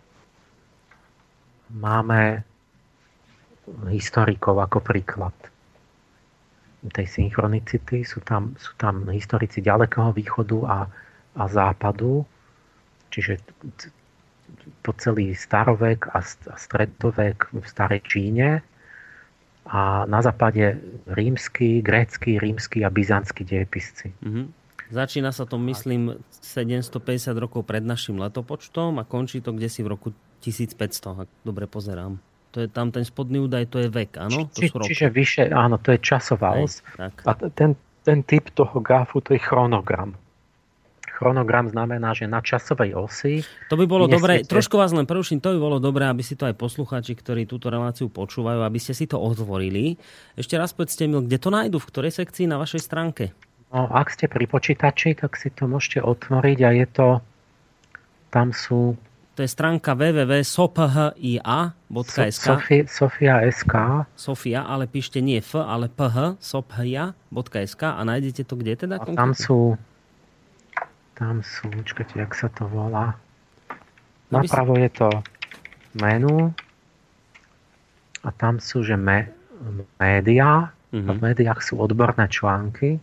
máme historikov ako príklad tej synchronicity. Sú tam, sú tam historici ďalekého východu a, a západu. Čiže po celý starovek a stredovek v starej Číne a na západe rímsky, grécky, rímsky a byzantskí dejepisci. Mm-hmm. Začína sa to, myslím, sedemstopäťdesiat rokov pred našim letopočtom a končí to kdesi v roku tisícpäťsto, ak dobre pozerám. To je tam ten spodný údaj, to je vek, áno? Či, či, čiže vyššie, áno, to je časová os. A ten, ten typ toho grafu, to je chronogram. Chronogram znamená, že na časovej osi... To by bolo dobré, trošku vás len preruším, to by bolo dobré, aby si to aj poslucháči, ktorí túto reláciu počúvajú, aby ste si to otvorili. Ešte raz povedzte mi, kde to nájdu, v ktorej sekcii na vašej stránke? No, ak ste pri počítači, tak si to môžete otvoriť a je to... Tam sú... To je stránka w w w bodka sofia bodka es ka. Sofia bodka es ka. Sofia, ale píšte nie F, ale ph, sofia bodka es ka a nájdete to kde teda? A tam sú, tam sú, počkajte, jak sa to volá. Napravo je to menu a tam sú, že me, médiá. Uh-huh. V médiách sú odborné články.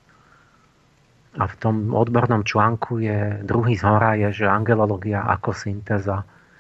A v tom odbornom článku je, druhý zhora je, že angelológia ako syntéza.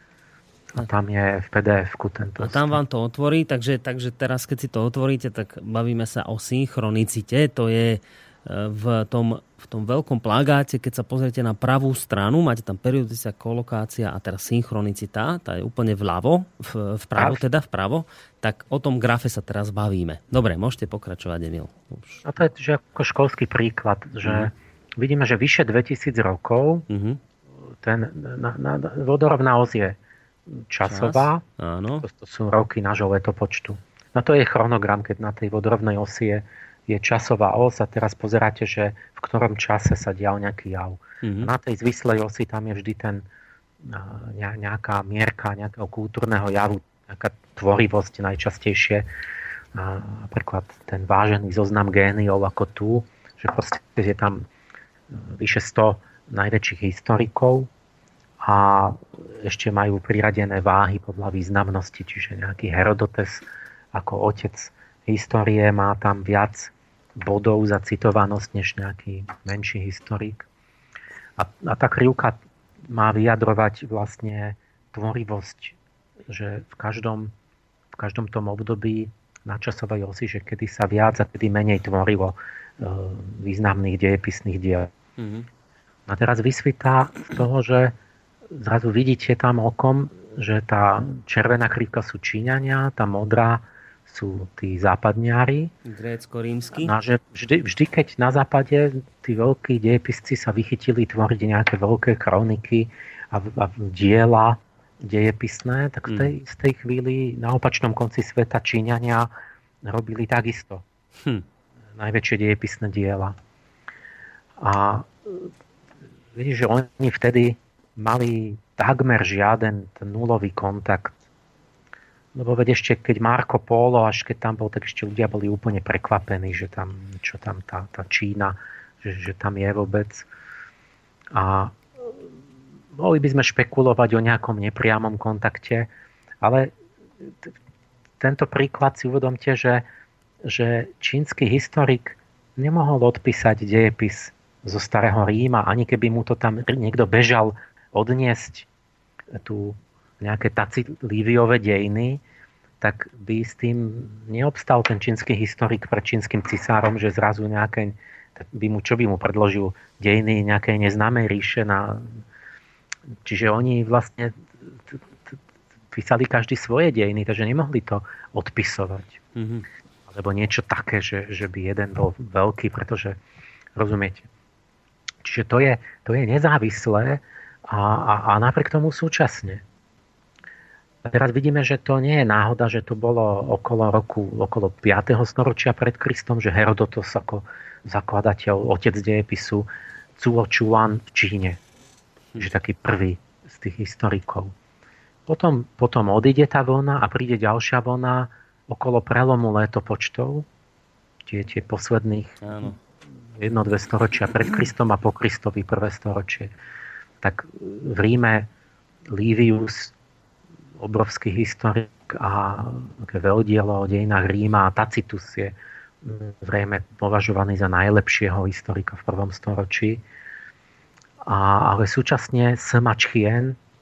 A tam je v pé dé efku tento. A tam vám to otvorí, takže, takže teraz, keď si to otvoríte, tak bavíme sa o synchronicite. To je v tom, v tom veľkom plagáte, keď sa pozriete na pravú stranu, máte tam periodická kolokácia a teraz synchronicita, tá je úplne vľavo, v, vpravo teda, vpravo, tak o tom grafe sa teraz bavíme. Dobre, môžete pokračovať, Emil. Už. A to je že ako školský príklad, že mm. vidíme, že vyše dvetisíc rokov mm-hmm. ten na, na, vodorovná os je časová, Čas. Áno. To, to sú roky nášho letopočtu. No to je chronogram, keď na tej vodorovnej osi je je časová os a teraz pozeráte, že v ktorom čase sa dial nejaký jav. Mm-hmm. Na tej zvislej osi tam je vždy ten nejaká mierka nejakého kultúrneho javu, nejaká tvorivosť najčastejšie. Napríklad ten vážený zoznam géniov ako tu, že proste je tam vyše sto najväčších historikov a ešte majú priradené váhy podľa významnosti, čiže nejaký Herodotes ako otec histórie má tam viac bodov za citovanosť než nejaký menší historik. A, a tá krivka má vyjadrovať vlastne tvorivosť, že v každom, v každom tom období na časovej osi, že kedy sa viac a kedy menej tvorilo e, významných dejepisných diel. Mm-hmm. A teraz vysvitá z toho, že zrazu vidíte tam okom, že tá červená krivka sú Číňania, tá modrá sú tí západňári. Grécko-rímsky. No, že vždy, vždy, keď na západe tí veľkí dejepisci sa vychytili tvoriť nejaké veľké kroniky a, a diela dejepisné, tak v tej, mm. z tej chvíli na opačnom konci sveta Číňania robili takisto. Hm. Najväčšie dejepisné diela. A vidíš, že oni vtedy mali takmer žiaden ten nulový kontakt. Lebo veď ešte, keď Marco Polo, až keď tam bol, tak ešte ľudia boli úplne prekvapení, že tam, čo tam tá, tá Čína, že, že tam je vôbec. A mohli by sme špekulovať o nejakom nepriamom kontakte, ale t- tento príklad si uvedomte, že, že čínsky historik nemohol odpísať dejepis zo starého Ríma, ani keby mu to tam niekto bežal odniesť tú nejaké Tacit-Liviové dejiny, tak by s tým neobstal ten čínsky historik pred čínskym cisárom, že zrazu nejaké, by mu, čo by mu predložil dejiny nejakej neznámej ríše. Na... Čiže oni vlastne písali každý svoje dejiny, takže nemohli to odpisovať. Mm-hmm. Alebo niečo také, že, že by jeden bol veľký, pretože rozumiete. Čiže to je, to je nezávislé a, a, a napriek tomu súčasne. Teraz vidíme, že to nie je náhoda, že to bolo okolo roku, okolo piateho storočia pred Kristom, že Herodotos ako zakladateľ, otec dejepisu, Cuo Chuan v Číne. Že taký prvý z tých historikov. Potom, potom odíde tá vlna a príde ďalšia vlna okolo prelomu letopočtov, tie, tie posledných Áno. jedno, dve storočia pred Kristom a po Kristovi prvé storočie. Tak v Ríme Livius, obrovský historik a veľdielo o dejinách Ríma, a Tacitus je zrejme považovaný za najlepšieho historika v prvom storočí. A, ale súčasne Sima Chien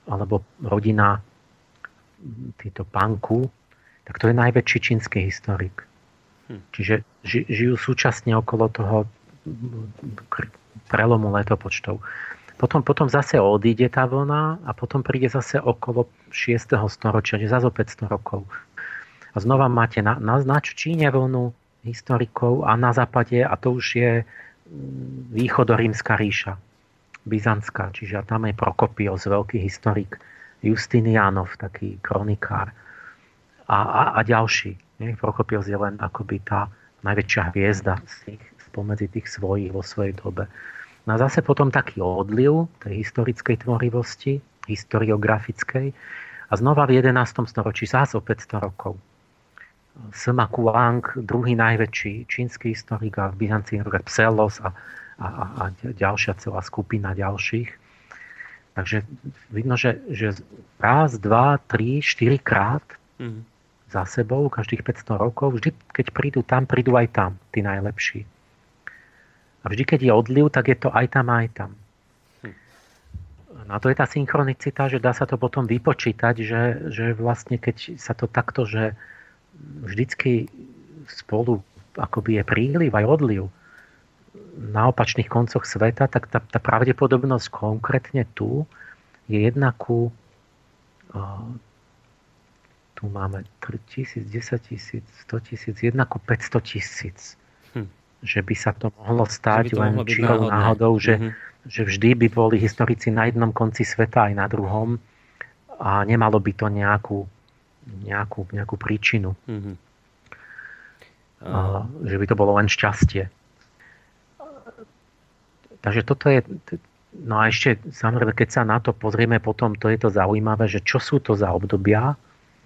alebo rodina týto Panku, tak to je najväčší čínsky historik. Hm. Čiže ži, žijú súčasne okolo toho prelomu letopočtov. Potom, potom zase odíde tá vlna a potom príde zase okolo šiesteho storočia, že zase o päťsto rokov. A znova máte na, na, na Číne vlnu historikov a na západe, a to už je východorímska ríša, byzantská, čiže tam je Prokopios, veľký historik, Justinianov, taký kronikár a, a, a ďalší. Nie? Prokopios je len akoby tá najväčšia hviezda z tých, spomedzi tých svojich vo svojej dobe. No a zase potom taký odliv tej historickej tvorivosti, historiografickej, a znova v jedenástom storočí, zás o päťsto rokov. Sima Kuang, druhý najväčší čínsky historik, a v Byzancii Psellos a, a, a ďalšia celá skupina ďalších. Takže vidno, že, že raz, dva, tri, štyri krát mm. za sebou, každých päťsto rokov, vždy, keď prídu tam, prídu aj tam, tí najlepší. A vždy, keď je odliv, tak je to aj tam, aj tam. No a to je tá synchronicita, že dá sa to potom vypočítať, že, že vlastne keď sa to takto, že vždycky spolu akoby je príliv aj odliv na opačných koncoch sveta, tak tá, tá pravdepodobnosť konkrétne tu je jedna ku uh, tu máme tri tisíc, desať tisíc, sto tisíc, jedna ku päťsto tisíc. Hm. Že by sa to mohlo stať to len čirou náhodou, že, mm-hmm. že vždy by boli historici na jednom konci sveta aj na druhom a nemalo by to nejakú Nejakú, nejakú príčinu. Mm-hmm. Uh, že by to bolo len šťastie. Takže toto je... No a ešte, samozrejme, keď sa na to pozrieme potom, to je to zaujímavé, že čo sú to za obdobia,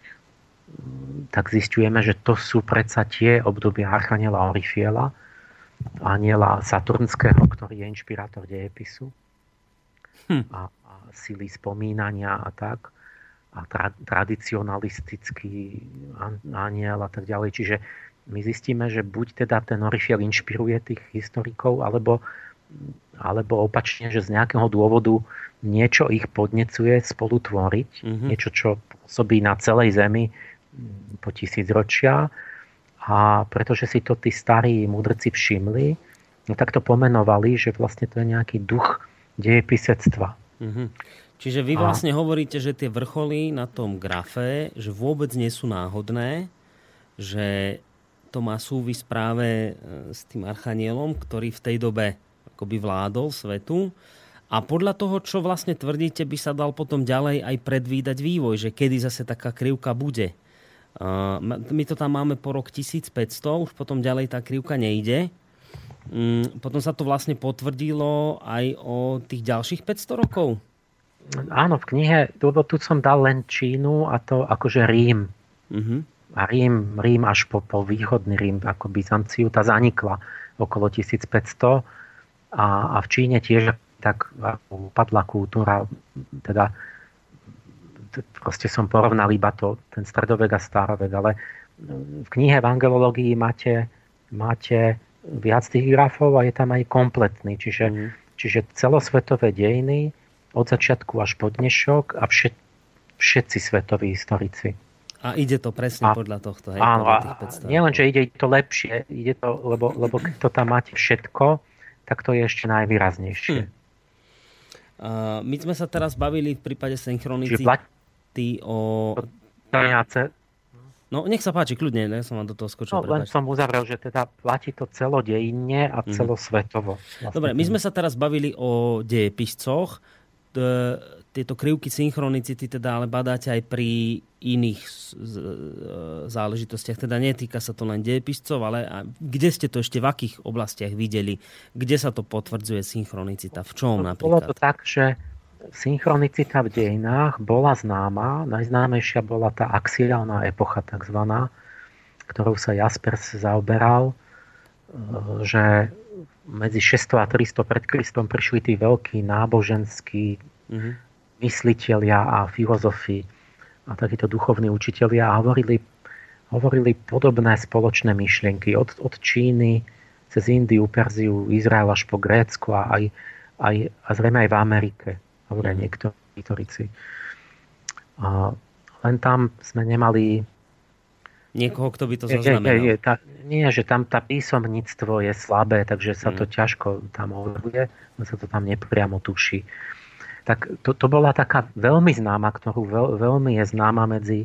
tak zisťujeme, že to sú predsa tie obdobia Archaniela Orifiela, aniela Saturnského, ktorý je inšpirátor dejepisu hm. a, a sily spomínania a tak, a tra- tradicionalistický aniel a tak ďalej. Čiže my zistíme, že buď teda ten Orifiel inšpiruje tých historikov, alebo, alebo opačne, že z nejakého dôvodu niečo ich podnecuje spolu tvoriť, mm-hmm. niečo, čo pôsobí na celej Zemi po tisícročia, a pretože si to tí starí mudrci všimli, no tak to pomenovali, že vlastne to je nejaký duch dejepisectva. Mm-hmm. Čiže vy vlastne a... hovoríte, že tie vrcholy na tom grafe, že vôbec nie sú náhodné, že to má súvis práve s tým archanielom, ktorý v tej dobe akoby vládol svetu. A podľa toho, čo vlastne tvrdíte, by sa dal potom ďalej aj predvídať vývoj, že kedy zase taká krivka bude. Uh, my to tam máme po rok tisícpäťsto, už potom ďalej tá krivka nejde. Um, potom sa to vlastne potvrdilo aj o tých ďalších päťsto rokov. Áno, v knihe, lebo tu som dal len Čínu a to akože Rím. Uh-huh. A Rím, Rím až po, po východný Rím, ako Byzanciu, tá zanikla okolo tisícpäťsto a, a v Číne tiež tak upadla kultúra, teda proste som porovnal iba to, ten stredovek a starovek, ale v knihe v angelológii máte, máte viac tých grafov a je tam aj kompletný, čiže, uh-huh. čiže celosvetové dejiny od začiatku až po dnešok a všet, všetci svetoví historici. A ide to presne a, podľa tohto. Hej, áno, a nie len, že ide to lepšie, ide to, lebo, lebo keď to tam máte všetko, tak to je ešte najvýraznejšie. Hm. Uh, my sme sa teraz bavili v prípade synchronicity platí... o... No, nech sa páči, kľudne, ja som vám do toho skočil. No, len som uzavrel, že teda platí to celodejinne a celosvetovo. Vlastne. Dobre, my sme sa teraz bavili o dejepiscoch. Tieto krivky synchronicity teda ale badáte aj pri iných záležitostiach. Teda netýka sa to len dejepiscov, ale kde ste to ešte v akých oblastiach videli? Kde sa to potvrdzuje synchronicita? V čom napríklad? Bolo to tak, že synchronicita v dejinách bola známa. Najznámejšia bola tá axiálna epocha takzvaná, ktorou sa Jaspers zaoberal, že medzi šesťsto a tristo pred Kristom prišli tí veľkí náboženskí mm-hmm. myslitelia a filozofi a takíto duchovní učitelia a hovorili, hovorili podobné spoločné myšlienky od, od Číny cez Indiu, Perziu, Izrael až po Grécko a, aj, aj, a zrejme aj v Amerike, hovoria mm-hmm. niektorí historici. A len tam sme nemali niekoho, kto by to je, zaznamenal. Je, je, tá, nie, že tam tá písomníctvo je slabé, takže sa mm. to ťažko tam objavuje, sa to tam nepriamo tuší. Tak to, to bola taká veľmi známa, ktorú veľ, veľmi je známa medzi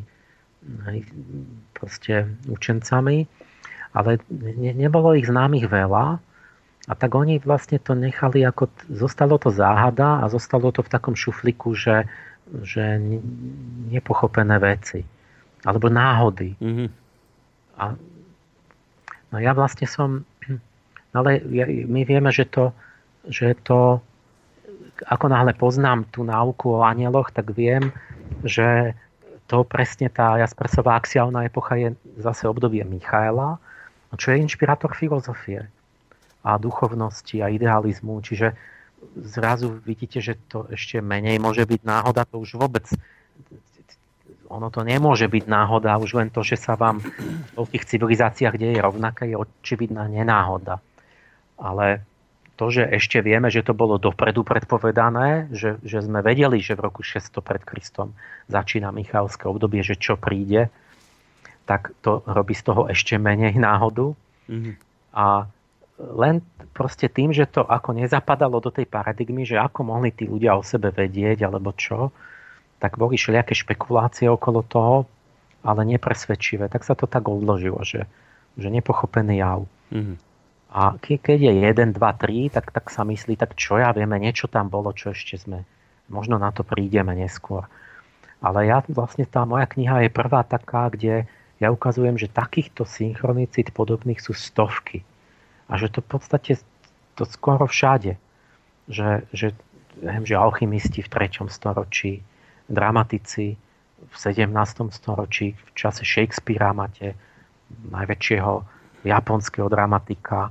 proste učencami, ale ne, nebolo ich známych veľa a tak oni vlastne to nechali ako, zostalo to záhada a zostalo to v takom šufliku, že, že nepochopené veci alebo náhody. Mm-hmm. A, no ja vlastne som, ale ja, my vieme, že to, že to, ako náhle poznám tú náuku o anieloch, tak viem, že to presne tá Jaspersová axiálna epocha je zase obdobie Michaela, čo je inšpirátor filozofie a duchovnosti a idealizmu. Čiže zrazu vidíte, že to ešte menej môže byť náhoda, to už vôbec ono to nemôže byť náhoda, už len to, že sa vám v tých civilizáciách deje rovnaké, je očividná nenáhoda. Ale to, že ešte vieme, že to bolo dopredu predpovedané, že, že sme vedeli, že v roku šesťsto pred Kristom začína Michaelské obdobie, že čo príde, tak to robí z toho ešte menej náhodu. Mm-hmm. A len proste tým, že to ako nezapadalo do tej paradigmy, že ako mohli tí ľudia o sebe vedieť, alebo čo, tak boli všelijaké špekulácie okolo toho, ale nepresvedčivé. Tak sa to tak odložilo, že, že nepochopený jav. Mm-hmm. A keď je jeden, dva, tri, tak, tak sa myslí, tak čo ja vieme, niečo tam bolo, čo ešte sme, možno na to prídeme neskôr. Ale ja vlastne tá moja kniha je prvá taká, kde ja ukazujem, že takýchto synchronicít podobných sú stovky. A že to v podstate to skoro všade. Že, že, neviem, že alchymisti v treťom storočí, dramatici v sedemnástom storočí, v čase Shakespearea máte najväčšieho japonského dramatika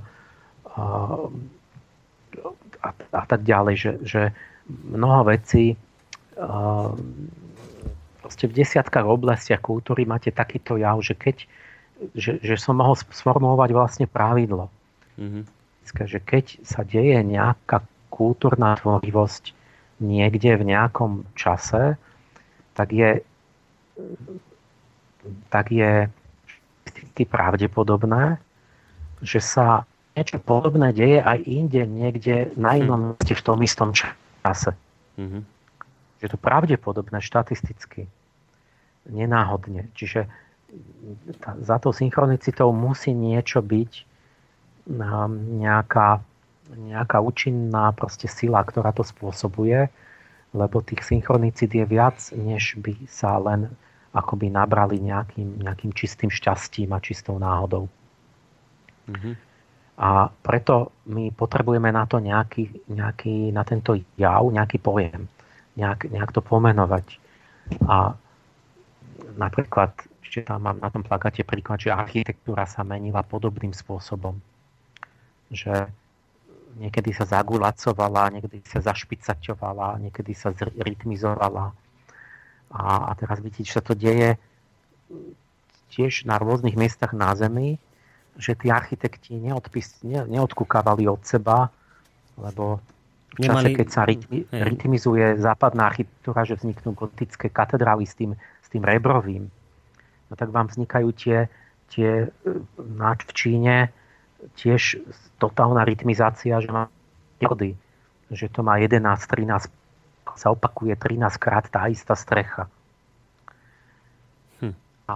a, a tak ďalej, že, že mnoho vecí proste v desiatkách oblastiach kultúry máte takýto jav, že keď že, že som mohol sformulovať vlastne pravidlo. Mm-hmm. Že keď sa deje nejaká kultúrna tvorivosť niekde v nejakom čase, tak je tak je pravdepodobné, že sa niečo podobné deje aj inde, niekde na inom mieste v tom istom čase. Mm-hmm. Je to pravdepodobné štatisticky, nenáhodne. Čiže tá, za tou synchronicitou musí niečo byť, nejaká, nejaká účinná proste sila, ktorá to spôsobuje, lebo tých synchronicít je viac, než by sa len akoby nabrali nejakým, nejakým čistým šťastím a čistou náhodou. Mm-hmm. A preto my potrebujeme na to nejaký, nejaký na tento jav, nejaký pojem. Nejak, nejak to pomenovať. A napríklad, ešte tam mám na tom plakáte príklad, že architektúra sa menila podobným spôsobom. Že niekedy sa zagulacovala, niekedy sa zašpicaťovala, niekedy sa zrytmizovala. A, a teraz vidíte, že sa to deje tiež na rôznych miestach na Zemi, že tí architekti neodpis, ne, neodkúkávali od seba, lebo v čase, keď sa rytmi, rytmizuje západná architektúra, že vzniknú gotické katedrály s tým, s tým rebrovým, no tak vám vznikajú tie, tie v Číne tiež totálna rytmizácia, že má jody, že to má jedenásť, trinásť, sa opakuje trinásť krát tá istá strecha. Hm. A,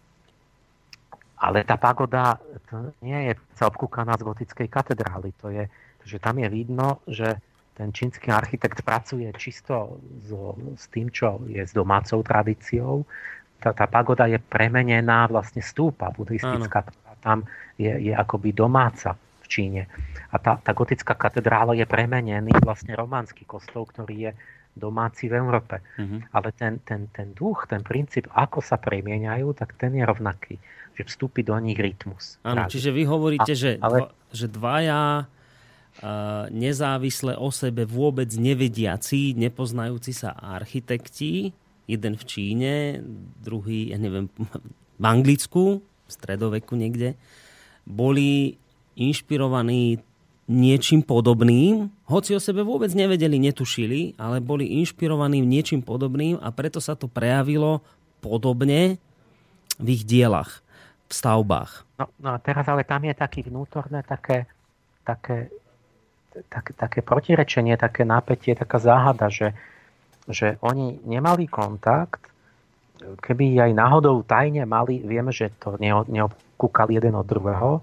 ale tá pagoda to nie je sa obkúkaná z gotickej katedrály. To je, že tam je vidno, že ten čínsky architekt pracuje čisto so, s tým, čo je s domácou tradíciou. Tá, tá pagoda je premenená, vlastne stúpa buddhistická. Tam je, je akoby domáca v Číne. A tá, tá gotická katedrála je premenený vlastne románsky kostol, ktorý je domáci v Európe. Mm-hmm. Ale ten, ten, ten duch, ten princíp, ako sa premieňajú, tak ten je rovnaký. Že vstúpi do nich rytmus. Áno, práve. Čiže vy hovoríte, a, že, ale... dva, že dvaja uh, nezávisle o sebe vôbec nevediaci, nepoznajúci sa architekti, jeden v Číne, druhý, ja neviem, v Anglicku, v stredoveku niekde, boli inšpirovaní niečím podobným, hoci o sebe vôbec nevedeli, netušili, ale boli inšpirovaní niečím podobným a preto sa to prejavilo podobne v ich dielach, v stavbách. No, no a teraz ale tam je taký vnútorné také, také, také, také protirečenie, také napätie, taká záhada, že, že oni nemali kontakt, keby aj náhodou tajne mali, vieme, že to neobkúkali jeden od druhého.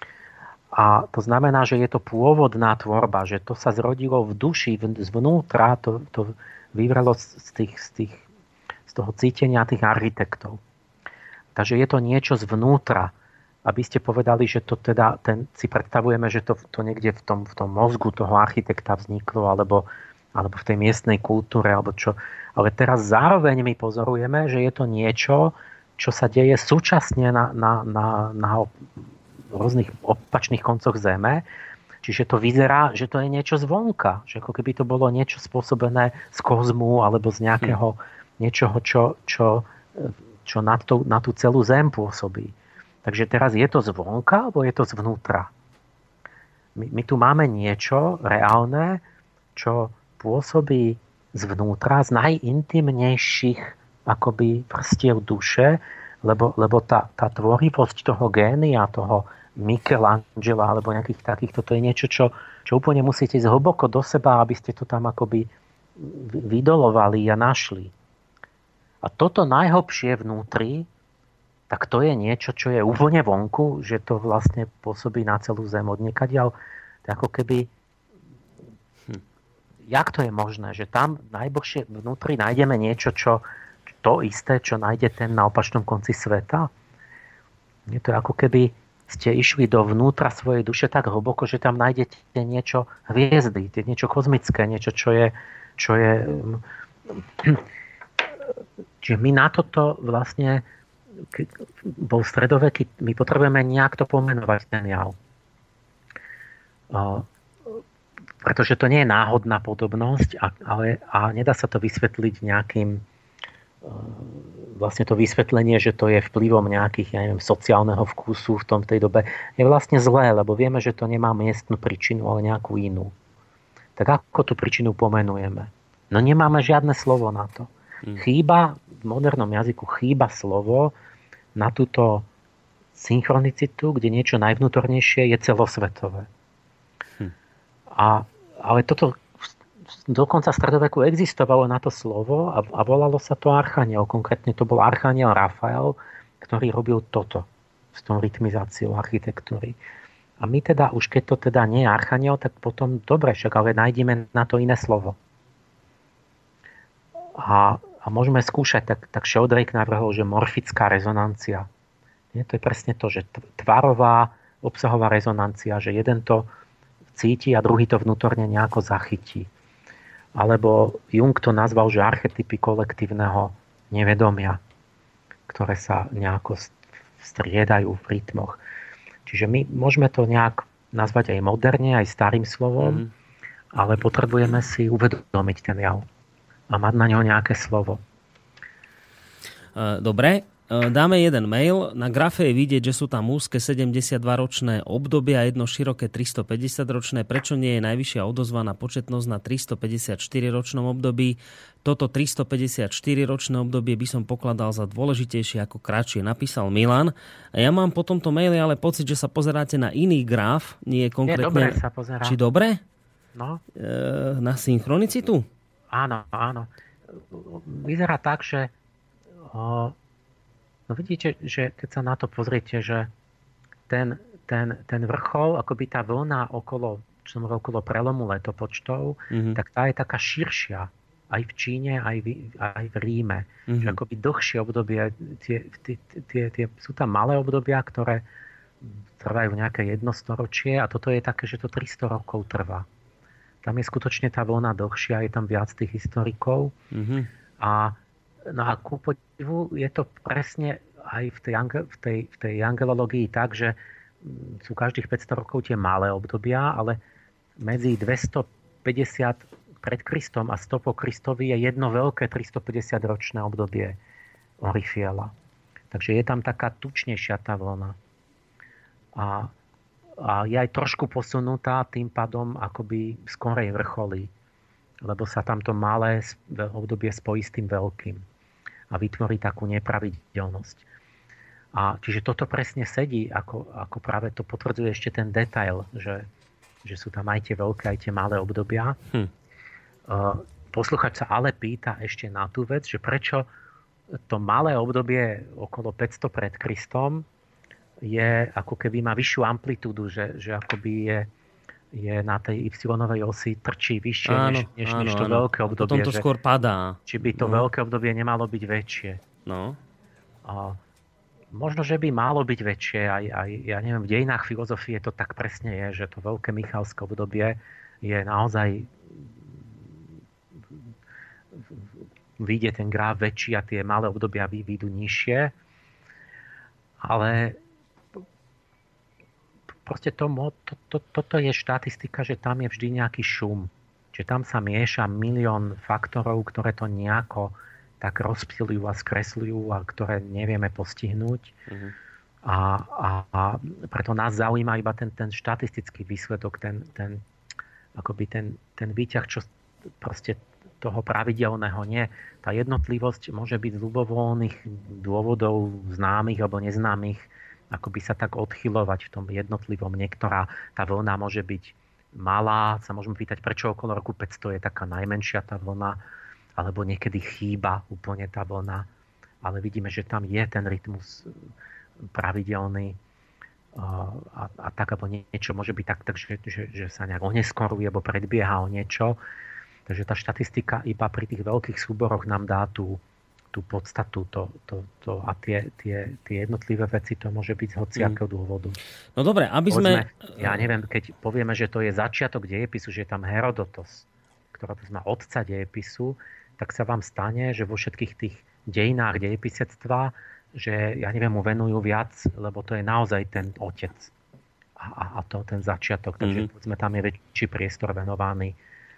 A to znamená, že je to pôvodná tvorba, že to sa zrodilo v duši, zvnútra, to, to vyvrelo z, tých, z, tých, z toho cítenia tých architektov. Takže je to niečo zvnútra. Aby ste povedali, že to teda, ten, si predstavujeme, že to, to niekde v tom, v tom mozgu toho architekta vzniklo, alebo, alebo v tej miestnej kultúre, alebo čo. Ale teraz zároveň my pozorujeme, že je to niečo, čo sa deje súčasne na, na, na, na rôznych opačných koncoch Zeme. Čiže to vyzerá, že to je niečo zvonka. Že ako keby to bolo niečo spôsobené z kozmu alebo z nejakého hmm. niečoho, čo, čo, čo na, tú, na tú celú Zem pôsobí. Takže teraz je to zvonka alebo je to zvnútra? My, my tu máme niečo reálne, čo pôsobí zvnútra, z najintimnejších akoby vrstiev duše, lebo, lebo tá, tá tvorivosť toho génia, toho Michelangela alebo nejakých takýchto, to je niečo, čo, čo úplne musíte ísť hlboko do seba, aby ste to tam akoby vydolovali a našli. A toto najhlbšie vnútri, tak to je niečo, čo je úplne vonku, že to vlastne pôsobí na celú Zem odniekadiaľ. To ako keby... Hm. Jak to je možné, že tam najbližšie vnútri nájdeme niečo, čo to isté, čo nájde ten na opačnom konci sveta? Je to ako keby ste išli dovnútra svojej duše tak hlboko, že tam nájdete niečo hviezdy, niečo kozmické, niečo, čo je... Čo je čiže my na toto vlastne bol stredoveký, my potrebujeme nejak to pomenovať, ten jav. Pretože to nie je náhodná podobnosť, ale a nedá sa to vysvetliť nejakým vlastne to vysvetlenie, že to je vplyvom nejakých, ja neviem, sociálneho vkusu v tom tej dobe, je vlastne zlé, lebo vieme, že to nemá miestnu príčinu, ale nejakú inú. Tak ako tú príčinu pomenujeme? No nemáme žiadne slovo na to. Hmm. Chýba, v modernom jazyku chýba slovo na túto synchronicitu, kde niečo najvnútornejšie je celosvetové. Hmm. A, ale toto dokonca v stredoveku existovalo na to slovo a, a volalo sa to archaniel. Konkrétne to bol archaniel Rafael, ktorý robil toto s tou rytmizáciou architektúry. A my teda, už keď to teda nie je archaniel, tak potom dobre, však ale nájdeme na to iné slovo. A, a môžeme skúšať, tak, tak Sheldrake navrhol, že morfická rezonancia. Nie, to je presne to, že tvarová obsahová rezonancia, že jeden to cíti a druhý to vnútorne nejako zachytí. Alebo Jung to nazval, že archetypy kolektívneho nevedomia, ktoré sa nejako striedajú v rytmoch. Čiže my môžeme to nejak nazvať aj moderne, aj starým slovom, mm. ale potrebujeme si uvedomiť ten jav a mať na ňo nejaké slovo. Dobre. Dáme jeden mail. Na grafe je vidieť, že sú tam úzke sedemdesiatdvaročné obdobie a jedno široké tristopäťdesiatročné. Prečo nie je najvyššia odozvaná početnosť na tristopäťdesiatštyriročnom období? Toto tristopäťdesiatštyriročné obdobie by som pokladal za dôležitejšie ako kratšie, napísal Milan. A ja mám po tomto maili ale pocit, že sa pozeráte na iný graf, nie konkrétne... Je dobre sa pozerá. Či dobre? No. E, na synchronicitu? Áno, áno. Vyzerá tak, že... O... No vidíte, že keď sa na to pozriete, že ten, ten, ten vrchol, akoby tá vlna okolo, čo som okolo prelomu letopočtov, mm-hmm. tak tá je taká širšia. Aj v Číne, aj v, aj v Ríme. Mm-hmm. Že akoby dlhšie obdobie, tie, tie, tie, tie, sú tam malé obdobia, ktoré trvajú nejaké jedno storočie a toto je také, že to tristo rokov trvá. Tam je skutočne tá vlna dlhšia, je tam viac tých historikov. Mm-hmm. A no a ku podivu je to presne aj v tej, v tej, v tej angelológii tak, že sú každých päťsto rokov tie malé obdobia, ale medzi dvestopäťdesiat pred Kristom a sto po Kristovi je jedno veľké tristopäťdesiatročné obdobie Orifiela. Takže je tam taká tučnejšia tá vlna. A, a je aj trošku posunutá, tým pádom akoby skorej vrcholí, lebo sa tamto malé obdobie spojí s tým veľkým a vytvorí takú nepravidelnosť. A čiže toto presne sedí, ako, ako práve to potvrdzuje ešte ten detail, že, že sú tam aj tie veľké, aj tie malé obdobia. Hm. Posluchač sa ale pýta ešte na tú vec, že prečo to malé obdobie okolo päťsto pred Kristom je ako keby má vyššiu amplitúdu, že, že akoby je, je na tej y-ovej osi trčí vyššie áno, než, než, áno, než to áno. veľké obdobie. Potom to že, skôr padá. Či by to no. veľké obdobie nemalo byť väčšie. No. A možno, že by malo byť väčšie. Aj, aj, ja neviem, v dejinách filozofie to tak presne je, že to veľké Michalské obdobie je naozaj vyjde ten graf väčší a tie malé obdobia vyjdú nižšie. Ale proste to, to, to, toto je štatistika, že tam je vždy nejaký šum. Že tam sa mieša milión faktorov, ktoré to nejako tak rozptýľujú a skresľujú a ktoré nevieme postihnúť. Uh-huh. A, a, a preto nás zaujíma iba ten, ten štatistický výsledok, ten, ten, akoby ten, ten výťah, čo proste toho pravidelného nie. Tá jednotlivosť môže byť z ľubovoľných dôvodov známych alebo neznámych akoby sa tak odchylovať v tom jednotlivom. Niektorá tá vlna môže byť malá, sa môžeme pýtať, prečo okolo roku päťsto je taká najmenšia tá vlna, alebo niekedy chýba úplne tá vlna, ale vidíme, že tam je ten rytmus pravidelný a, a tak, alebo niečo môže byť tak, tak že, že, že sa nejak oneskoruje, alebo predbieha o niečo. Takže tá štatistika iba pri tých veľkých súboroch nám dá tú tú podstatu to, to, to, a tie, tie, tie jednotlivé veci to môže byť z hociakého dôvodu. No dobre, aby sme... Poďme, ja neviem, keď povieme, že to je začiatok dejepisu, že je tam Herodotos, ktorá to má otca dejepisu, tak sa vám stane, že vo všetkých tých dejinách dejepisectva, že ja neviem, mu venujú viac, lebo to je naozaj ten otec a, a to ten začiatok. Takže mm-hmm. povedzme, tam je väčší priestor venovaný,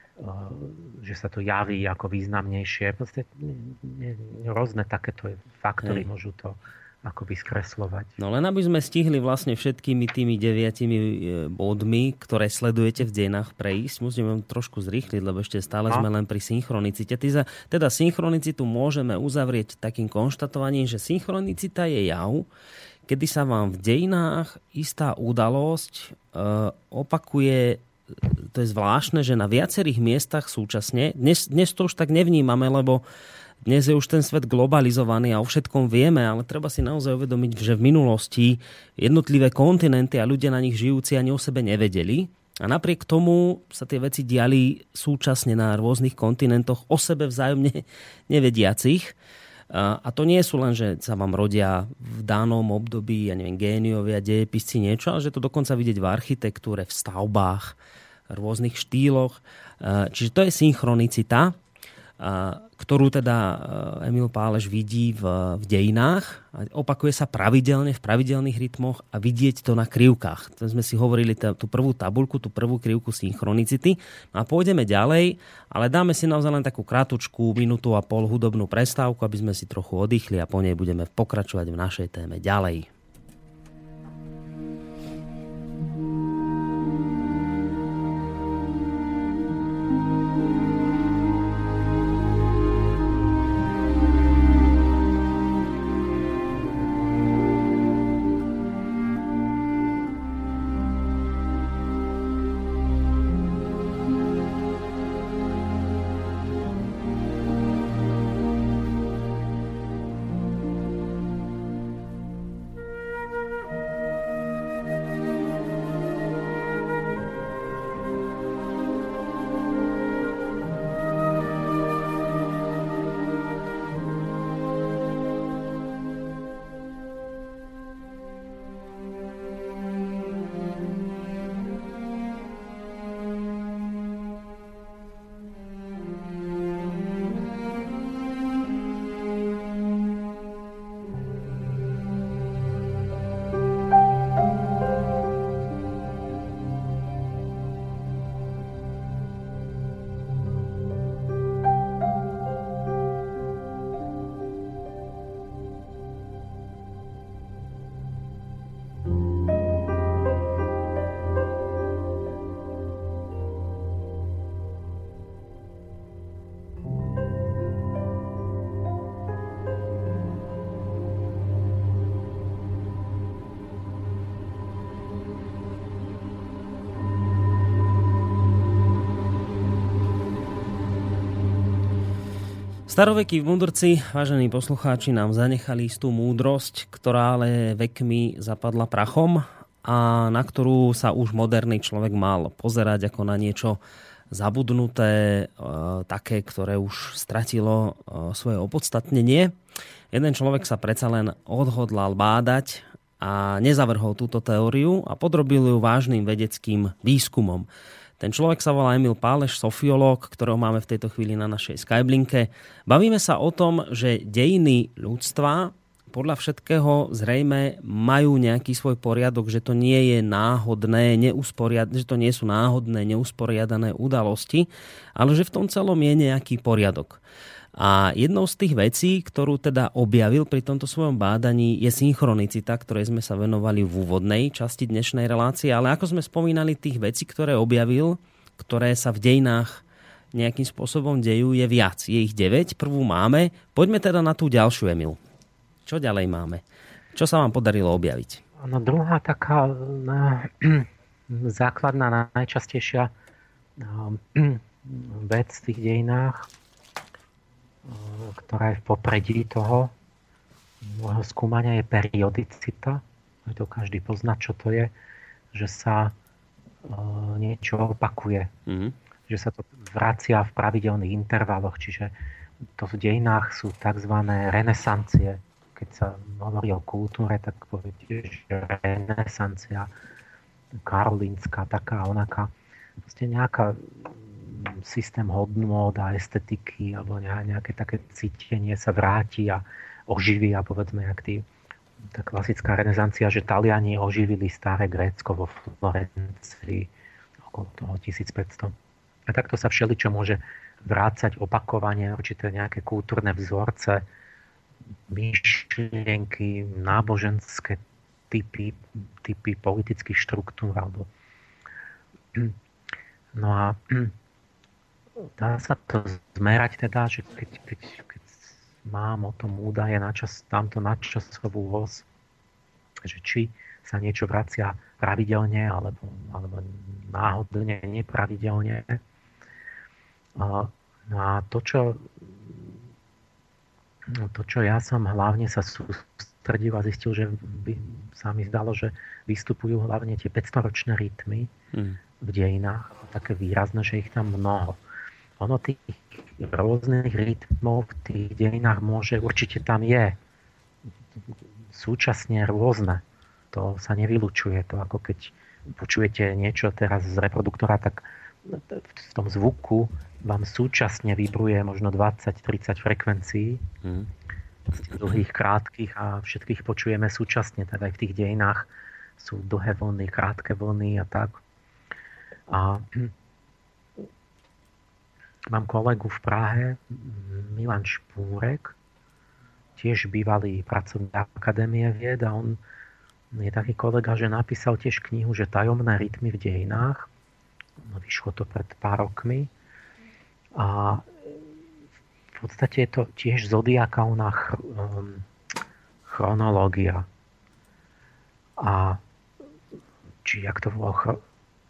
že sa to javí ako významnejšie. Proste rôzne takéto faktory Hej. môžu to akoby skresľovať. No len aby sme stihli vlastne všetkými tými deviatimi bodmi, ktoré sledujete v dejinách prejsť, musíme trošku zrýchliť, lebo ešte stále no. sme len pri synchronicite. Teda synchronicitu môžeme uzavrieť takým konštatovaním, že synchronicita je jav, kedy sa vám v dejinách istá udalosť e, opakuje. To je zvláštne, že na viacerých miestach súčasne, dnes, dnes to už tak nevnímame, lebo dnes je už ten svet globalizovaný a o všetkom vieme, ale treba si naozaj uvedomiť, že v minulosti jednotlivé kontinenty a ľudia na nich žijúci ani o sebe nevedeli. A napriek tomu sa tie veci diali súčasne na rôznych kontinentoch o sebe vzájomne nevediacich. A to nie sú len, že sa vám rodia v danom období, ja neviem, géniovia, dejepisci, niečo, ale že to dokonca vidieť v architektúre, v stavbách, rôznych štýloch. Čiže to je synchronicita, ktorú teda Emil Páleš vidí v, v dejinách. Opakuje sa pravidelne, v pravidelných rytmoch a vidieť to na krivkách. To sme si hovorili t- tú prvú tabuľku, tú prvú krivku synchronicity. No a pôjdeme ďalej, ale dáme si naozaj len takú krátučku, minútu a pol hudobnú prestávku, aby sme si trochu oddychli a po nej budeme pokračovať v našej téme ďalej. Starovekí múdrci, vážení poslucháči, nám zanechali istú múdrosť, ktorá ale vekmi zapadla prachom a na ktorú sa už moderný človek mal pozerať ako na niečo zabudnuté, e, také, ktoré už stratilo e, svoje opodstatnenie. Jeden človek sa predsa len odhodlal bádať a nezavrhol túto teóriu a podrobil ju vážnym vedeckým výskumom. Ten človek sa volá Emil Páleš, sofiológ, ktorého máme v tejto chvíli na našej Skyblinke. Bavíme sa o tom, že dejiny ľudstva podľa všetkého zrejme majú nejaký svoj poriadok, že to nie je náhodné, neusporiad- že to nie sú náhodné, neusporiadané udalosti, ale že v tom celom je nejaký poriadok. A jednou z tých vecí, ktorú teda objavil pri tomto svojom bádaní, je synchronicita, ktorej sme sa venovali v úvodnej časti dnešnej relácie. Ale ako sme spomínali, tých vecí, ktoré objavil, ktoré sa v dejinách nejakým spôsobom dejú, je viac. Je ich deväť, prvú máme. Poďme teda na tú ďalšiu, Emil. Čo ďalej máme? Čo sa vám podarilo objaviť? No, druhá taká na, základná, najčastejšia no, vec v tých dejinách, ktorá je v popredí toho môjho skúmania, je periodicita. To každý pozná, čo to je, že sa uh, niečo opakuje. Mm-hmm. Že sa to vracia v pravidelných intervaloch, čiže to v dejinách sú tzv. Renesancie. Keď sa hovorí o kultúre, tak poviete, že renesancia karolínska, taká, onaká. Proste nejaká systém hodnôt a estetiky alebo nejaké také cítenie sa vráti a oživí a povedzme, jak tí, tá klasická renesancia, že Taliani oživili staré Grécko vo Florencii okolo toho tisícpäťsto. A takto sa všeličo môže vrácať opakovane, určité nejaké kultúrne vzorce, myšlienky, náboženské typy, typy politických štruktúr alebo no a dá sa to zmerať teda, že keď, keď, keď mám o tom údaje na čas, tamto nadčasovú os, že či sa niečo vracia pravidelne alebo, alebo náhodne, nepravidelne. No a to, čo to, čo ja som hlavne sa sústredil a zistil, že by sa mi zdalo, že vystupujú hlavne tie päťstoročné rytmy hmm. v dejinách, také výrazné, že ich tam mnoho. Ono tých rôznych rytmov v tých dejinách môže, určite tam je súčasne rôzne. To sa nevylučuje. To ako keď počujete niečo teraz z reproduktora, tak v tom zvuku vám súčasne vibruje možno dvadsať tridsať frekvencií. Mm. Dlhých, krátkych a všetkých počujeme súčasne. Tak aj v tých dejinách sú dlhé vlny, krátke vlny a tak. A mám kolegu v Prahe, Milan Špúrek, tiež bývalý pracovník Akadémie vied a on je taký kolega, že napísal tiež knihu, že Tajomné rytmy v dejinách. No, vyšlo to pred pár rokmi. A v podstate je to tiež zodiakálna ch- um, chronológia. A či jak to bolo chro-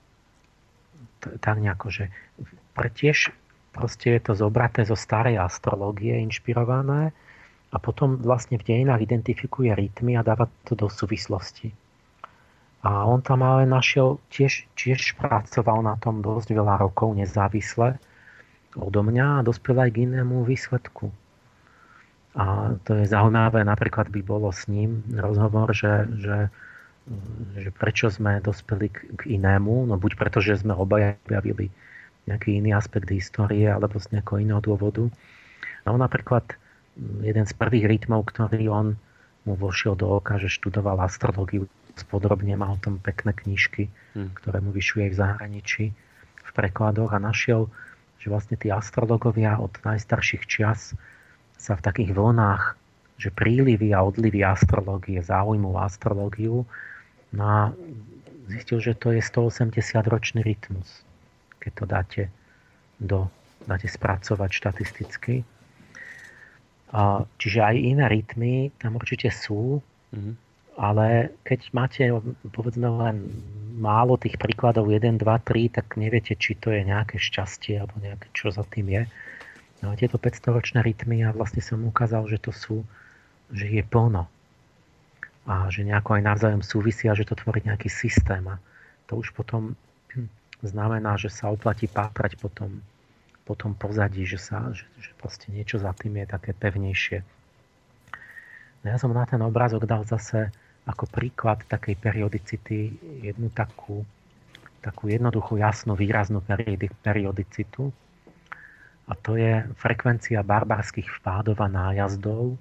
tak nejako, že pre tiež proste je to zobraté zo starej astrológie, inšpirované a potom vlastne v dejinách identifikuje rytmy a dáva to do súvislosti. A on tam ale našiel, tiež, tiež pracoval na tom dosť veľa rokov nezávisle odo mňa a dospel aj k inému výsledku. A to je zaujímavé, napríklad by bolo s ním rozhovor, že, že, že prečo sme dospeli k, k inému, no buď preto, že sme obaja objavili nejaký iný aspekt histórie, alebo z nejakého iného dôvodu. No napríklad jeden z prvých rytmov, ktorý on mu vošiel do oka, že študoval astrológiu spodrobne, má o tom pekné knižky, hmm. ktoré mu vyšuje aj v zahraničí v prekladoch a našiel, že vlastne tí astrológovia od najstarších čias sa v takých vlnách, že prílivy a odlivy astrológie, záujmu astrológiu, no a zistil, že to je stoosemdesiatročný rytmus, keď to dáte, do, dáte spracovať štatisticky. A, čiže aj iné rytmy tam určite sú, mm-hmm. ale keď máte povedzme len málo tých príkladov jeden, dva, tri, tak neviete, či to je nejaké šťastie alebo nejaké, čo za tým je. No, tieto päťstoročné rytmy a vlastne som ukázal, že to sú, že je plno. A že nejako aj navzájom súvisia, že to tvorí nejaký systém. A to už potom znamená, že sa oplatí pátrať potom, potom pozadí, že, sa, že, že proste niečo za tým je také pevnejšie. No ja som na ten obrázok dal zase ako príklad takej periodicity jednu takú, takú jednoduchú, jasnú, výraznú periodicitu. A to je frekvencia barbarských vpádov a nájazdov,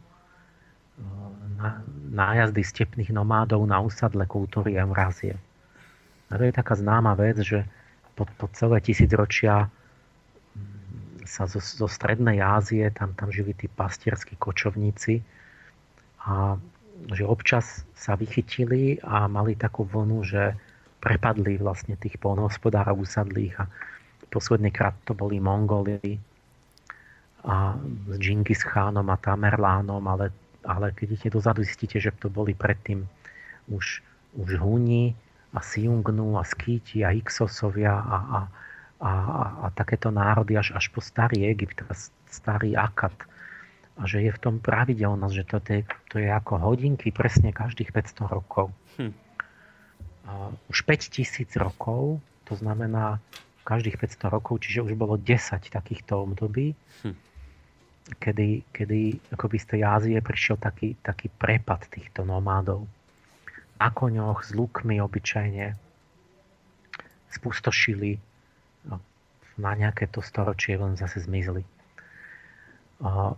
nájazdy stepných nomádov na úsadle kultúry Eurázie. A to je taká známa vec, že po, po celé tisícročia sa zo, zo strednej Ázie, tam, tam žili tí pastierskí kočovníci a že občas sa vychytili a mali takú vlnu, že prepadli vlastne tých poľnohospodárov usadlých a posledný krát to boli Mongoli a s Džingis Chánom a Tamerlánom, ale, ale keď idete dozadu, zistíte, že to boli predtým už, už Huni a Siungnu a Skíti a Iksosovia a, a, a, a, a takéto národy až, až po starý Egypt, starý Akad. A že je v tom pravidelnosť, že to je, to je ako hodinky presne každých päťsto rokov. Hm. A už päťtisíc rokov, to znamená každých päťsto rokov, čiže už bolo desať takýchto období, hm. kedy, kedy akoby z tej Ázie prišiel taký, taký prepad týchto nomádov. Na koňoch, s lukmi obyčajne, spustošili, no, na nejaké to storočie len zase zmizli. A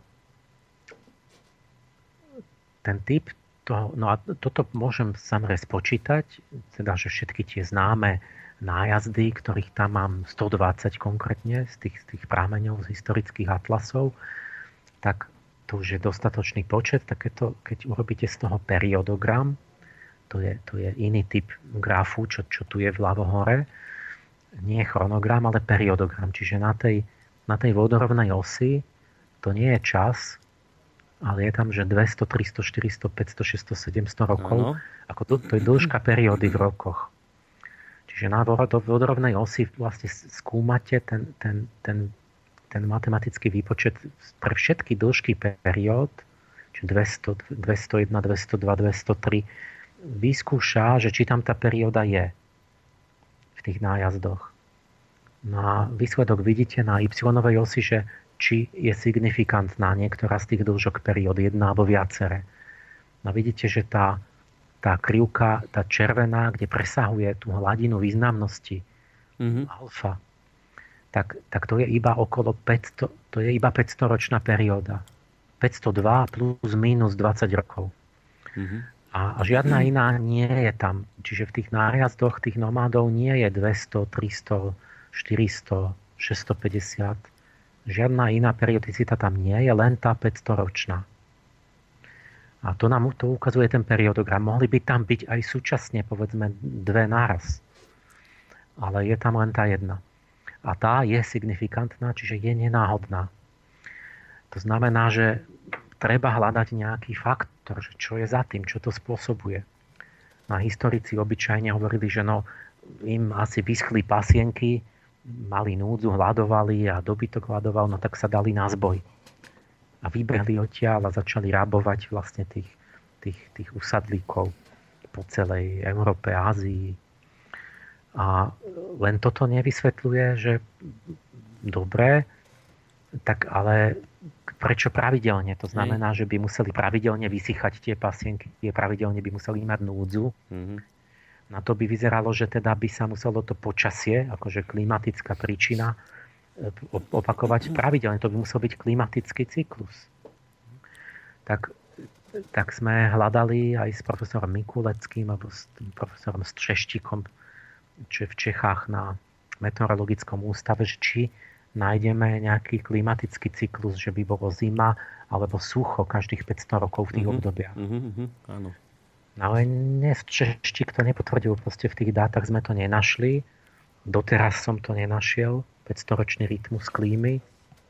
ten typ, to, no a toto môžem samozrejme spočítať, teda, že všetky tie známe nájazdy, ktorých tam mám stodvadsať konkrétne z tých, z tých prámeňov, z historických atlasov, tak to už je dostatočný počet. Takéto, keď urobíte z toho periodogram, to je, to je iný typ grafu, čo, čo tu je vľavo hore, nie je chronogram, ale periodogram. Čiže na tej, na tej vodorovnej osi to nie je čas, ale je tam, že dvesto, tristo, štyristo, päťsto, šesťsto, sedemsto rokov. Ano. Ako to, to je dĺžka periódy v rokoch. Čiže na vodorovnej osi vlastne skúmate ten, ten, ten, ten matematický výpočet pre všetky dĺžky periód, čiže dvesto, dvestojeden, dvestodva, dvestotri, vyskúša, že či tam tá perióda je v tých nájazdoch. Na výsledok vidíte na y-ovej osi, že či je signifikantná niektorá z tých dĺžok periód, jedna alebo viaceré. No vidíte, že tá, tá krivka, tá červená, kde presahuje tú hladinu významnosti mm-hmm. alfa, tak, tak to je iba okolo päťsto, to je iba päťstoročná perióda. päťstodva plus minus dvadsať rokov. Mm-hmm. A, a žiadna iná nie je tam. Čiže v tých nájazdoch tých nomádov nie je dvesto, tristo, štyristo, šesťstopäťdesiat. Žiadna iná periodicita tam nie je, len tá päťstoročná. A to nám to ukazuje ten periodogram. Mohli by tam byť aj súčasne, povedzme, dve naraz. Ale je tam len tá jedna. A tá je signifikantná, čiže je nenáhodná. To znamená, že treba hľadať nejaký faktor, že čo je za tým, čo to spôsobuje. A historici obyčajne hovorili, že no, im asi vyschli pasienky, mali núdzu, hľadovali a dobytok hľadoval, no tak sa dali na zboj. A vybehli odtiaľ a začali rabovať vlastne tých, tých, tých usadlíkov po celej Európe, Ázii. A len toto nevysvetľuje, že dobre, tak ale prečo pravidelne? To znamená, že by museli pravidelne vysychať tie pasienky, tie pravidelne by museli mať núdzu. Mm-hmm. Na to by vyzeralo, že teda by sa muselo to počasie, akože klimatická príčina, opakovať pravidelne. To by musel byť klimatický cyklus. Tak, tak sme hľadali aj s profesorom Mikuleckým alebo s profesorom Střeštíkom, čo je v Čechách na meteorologickom ústave, či nájdeme nejaký klimatický cyklus, že by bolo zima alebo sucho každých päťsto rokov v tých mm-hmm. obdobiach. Mm-hmm, áno. Ale nie, Češtík to nepotvrdil, proste v tých dátach sme to nenašli. Doteraz som to nenašiel, päťstoročný rytmus klímy.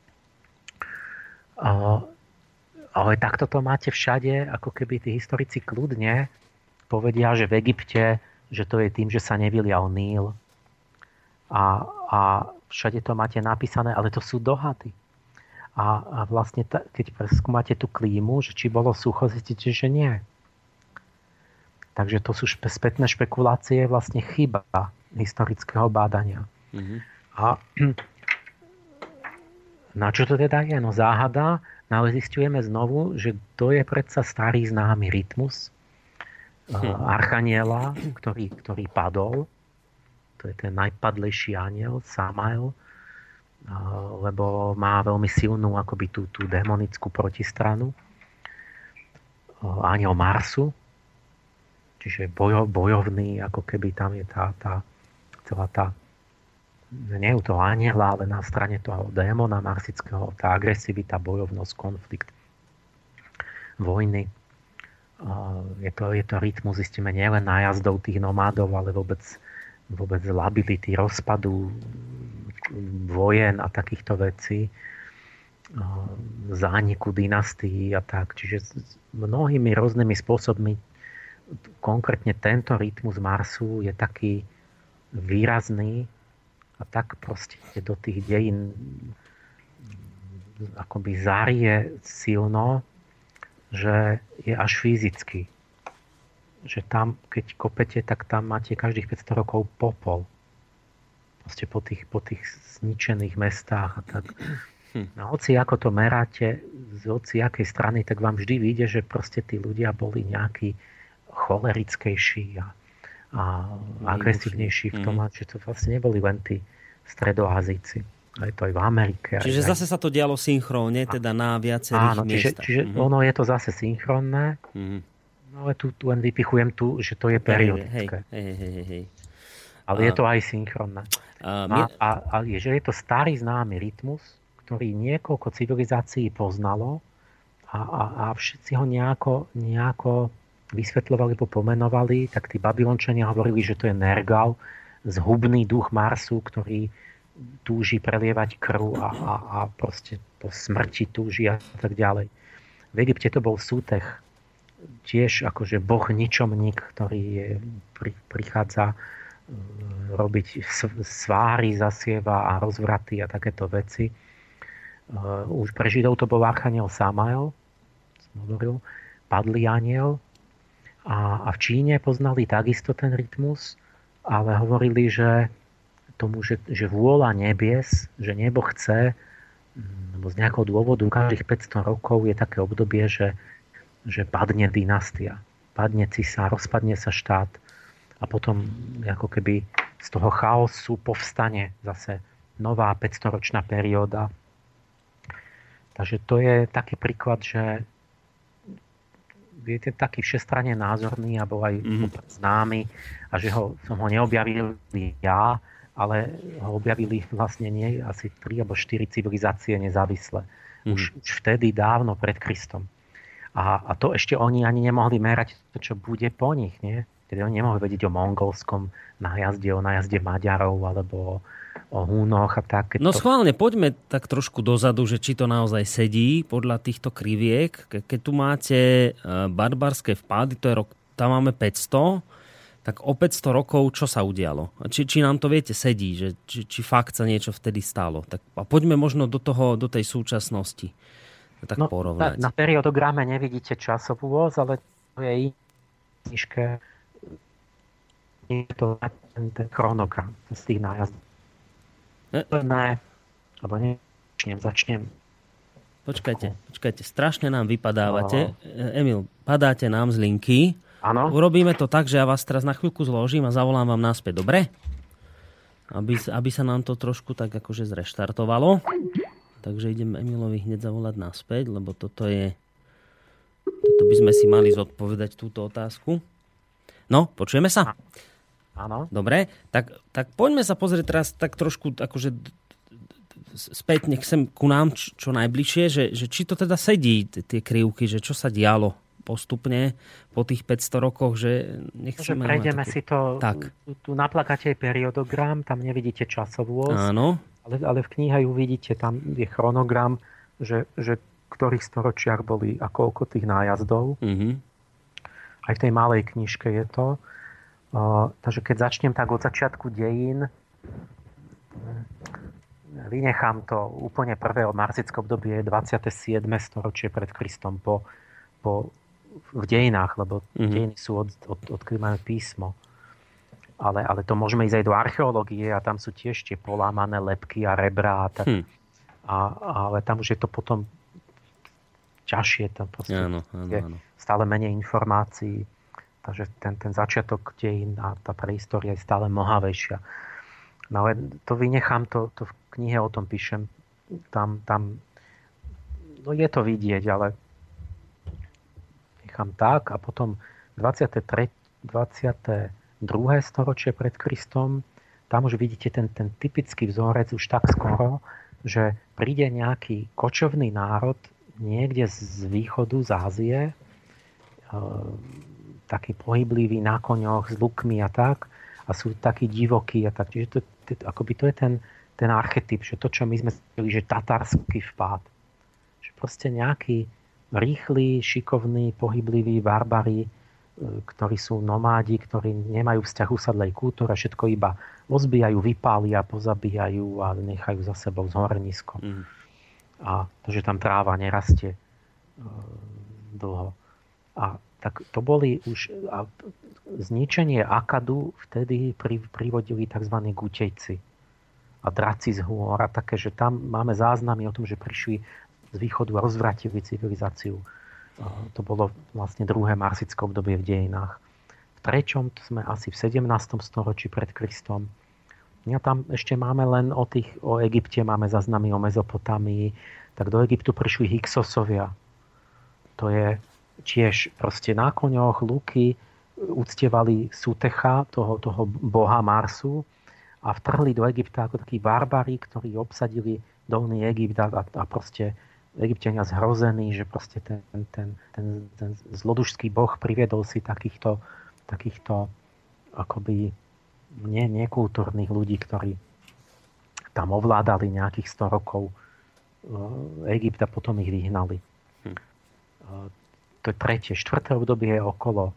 Ale takto to máte všade, ako keby tí historici kľudne povedia, že v Egypte, že to je tým, že sa nevylial Níl. A, a všade to máte napísané, ale to sú dohady. A, a vlastne, ta, keď preskúmate tú klímu, že či bolo sucho, zistíte, že nie. Takže to sú špe, spätné špekulácie, vlastne chyba historického bádania. Mm-hmm. A na čo to teda je? No záhada, no ale zistujeme znovu, že to je predsa starý známy rytmus hm. Archaniela, ktorý, ktorý padol. To je ten najpadlejší aniel, Samael, lebo má veľmi silnú akoby tú, tú démonickú protistranu. Aniel Marsu, čiže bojo, bojovný, ako keby tam je tá, tá celá tá, nie je to aniela, ale na strane toho démona marsického, tá agresivita, bojovnosť, konflikt, vojny. Je to, je to rytmus, zistíme, nielen nájazdov tých nomádov, ale vôbec, vôbec lability, rozpadu, vojen a takýchto vecí, zániku dynastií a tak. Čiže mnohými rôznymi spôsobmi konkrétne tento rytmus Marsu je taký výrazný a tak proste do tých dejín akoby zarie silno, že je až fyzicky. Že tam, keď kopete, tak tam máte každých päťsto rokov popol. Proste po tých, po tých zničených mestách a tak. No, hoci ako to meráte, z hoci akej strany, tak vám vždy vyjde, že proste tí ľudia boli nejakí cholerickejší a, a agresívnejší v tom, mm. že to vlastne neboli len tí stredoazíci. Aj to aj v Amerike. Čiže aj, zase sa to dialo synchrónne, teda na viacerých áno, miestach. Čiže, čiže mm-hmm. ono je to zase synchronné, mm-hmm. no ale tu, tu len vypichujem tu, že to je periodické. Hej, hej, hej, hej. Ale a... je to aj synchronné. A, a, a, a je, že je to starý známy rytmus, ktorý niekoľko civilizácií poznalo a, a, a všetci ho nejako, nejako vysvetľovali, pomenovali, tak tí Babylončania hovorili, že to je Nergal, zhubný duch Marsu, ktorý túži prelievať krv a, a, a proste po smrti túži a tak ďalej. V Egypte to bol Sútech, tiež akože boh ničomník, ktorý je, pri, prichádza robiť sváry, zasieva a rozvraty a takéto veci. Už pre Židov to bol archaniel Samael, som hovoril, padlý aniel. A, a v Číne poznali takisto ten rytmus, ale hovorili, že tomu, že, že vôľa nebies, že nebo chce, lebo z nejakého dôvodu každých päťsto rokov je také obdobie, že, že padne dynastia, padne cisár, rozpadne sa štát a potom ako keby z toho chaosu povstane zase nová päťstoročná perióda. Takže to je taký príklad, že viete, taký všestranne názorný a bol aj mm. známy a že ho, som ho neobjavil ja, ale ho objavili vlastne nie asi tri alebo štyri civilizácie nezávislé. Mm. Už, už vtedy dávno pred Kristom. A, a to ešte oni ani nemohli merať to, čo bude po nich, nie? Tedy oni nemohli vedieť o mongolskom nájazde, o nájazde Maďarov alebo o Húnoch a tak. No schválne, poďme tak trošku dozadu, že či to naozaj sedí podľa týchto kriviek. Ke, keď tu máte barbarské vpády, to je rok, tam máme päťsto, tak o päťsto rokov čo sa udialo? Či, či nám to viete sedí, že, či, či fakt sa niečo vtedy stalo? Tak a poďme možno do toho, do tej súčasnosti. Tak no, porovnať. Na, na periodograme nevidíte časovú os, ale to je knižke je to ten, ten chronogram z tých nájazdov. Ne, alebo ne, začnem, začnem. Počkajte, počkajte, strašne nám vypadávate. No. Emil, padáte nám z linky. Áno. Urobíme to tak, že ja vás teraz na chvíľku zložím a zavolám vám naspäť, dobre? Aby, aby sa nám to trošku tak akože zreštartovalo. Takže idem Emilovi hneď zavolať naspäť, lebo toto je... Toto by sme si mali zodpovedať túto otázku. No, počujeme sa? Áno. Dobre, tak, tak poďme sa pozrieť teraz tak trošku akože späť sem ku nám čo, čo najbližšie, že, že či to teda sedí, tie krivky, že čo sa dialo postupne po tých päťsto rokoch, že nechceme... Prejdeme takú... si to, tak. Tu, tu na plakate je periodogram, tam nevidíte časovú os, áno. Ale, ale v knihe ju vidíte, tam je chronogram, že, že v ktorých storočiach boli a koľko tých nájazdov. Mm-hmm. Aj v tej malej knižke je to. Uh, takže keď začnem tak od začiatku dejín, vynechám to úplne prvé marsické obdobie, dvadsiate siedme storočie pred Kristom po, po, v dejinách, lebo mm-hmm. dejiny sú od, od, odkedy máme písmo. Ale, ale to môžeme ísť aj do archeológie a tam sú tiež tie polámané lebky a rebra. A tak, hm. a, ale tam už je to potom ťažšie. Tam áno, áno, je áno. stále menej informácií. Takže ten, ten začiatok dejín a tá prehistória je stále mohavejšia. No ale to vynechám, to, to v knihe o tom píšem. Tam, tam no je to vidieť, ale nechám tak. A potom dvadsiate druhé storočie pred Kristom, tam už vidíte ten, ten typický vzorec už tak skoro, že príde nejaký kočovný národ niekde z východu, z Ázie, e, taký pohyblivý na koňoch s lukmi a tak, a sú takí divokí a tak. Čiže to, to, akoby to je ten, ten archetyp, že to, čo my sme speli, že tatarský vpád. Že proste nejaký rýchly, šikovný, pohyblivý barbari, ktorí sú nomádi, ktorí nemajú vzťah usadlej kultúre, všetko iba ozbijajú, vypália, pozabíjajú a nechajú za sebou zhorenisko. Mm. A to, že tam tráva nerastie e, dlho. A tak to boli už... A zničenie Akadu vtedy pri, privodili tzv. Gutejci a draci z hôr a také, že tam máme záznamy o tom, že prišli z východu a rozvratili civilizáciu. To bolo vlastne druhé marsické obdobie v dejinách. V treťom sme asi v sedemnástom storočí pred Kristom. A tam ešte máme len o, tých, o Egypte, máme záznamy o Mezopotámii. Tak do Egyptu prišli Hyksosovia. To je tiež proste na koňoch, luky, uctievali Sutecha, toho, toho boha Marsu, a vtrhli do Egypta ako takí barbari, ktorí obsadili dolný Egypt a, a proste Egypťania zhrození, že proste ten, ten, ten, ten zlodušský boh priviedol si takýchto, takýchto akoby nie, nekultúrnych ľudí, ktorí tam ovládali nejakých sto rokov Egypt a potom ich vyhnali. Hm. To je tretie. Štvrté obdobie je okolo,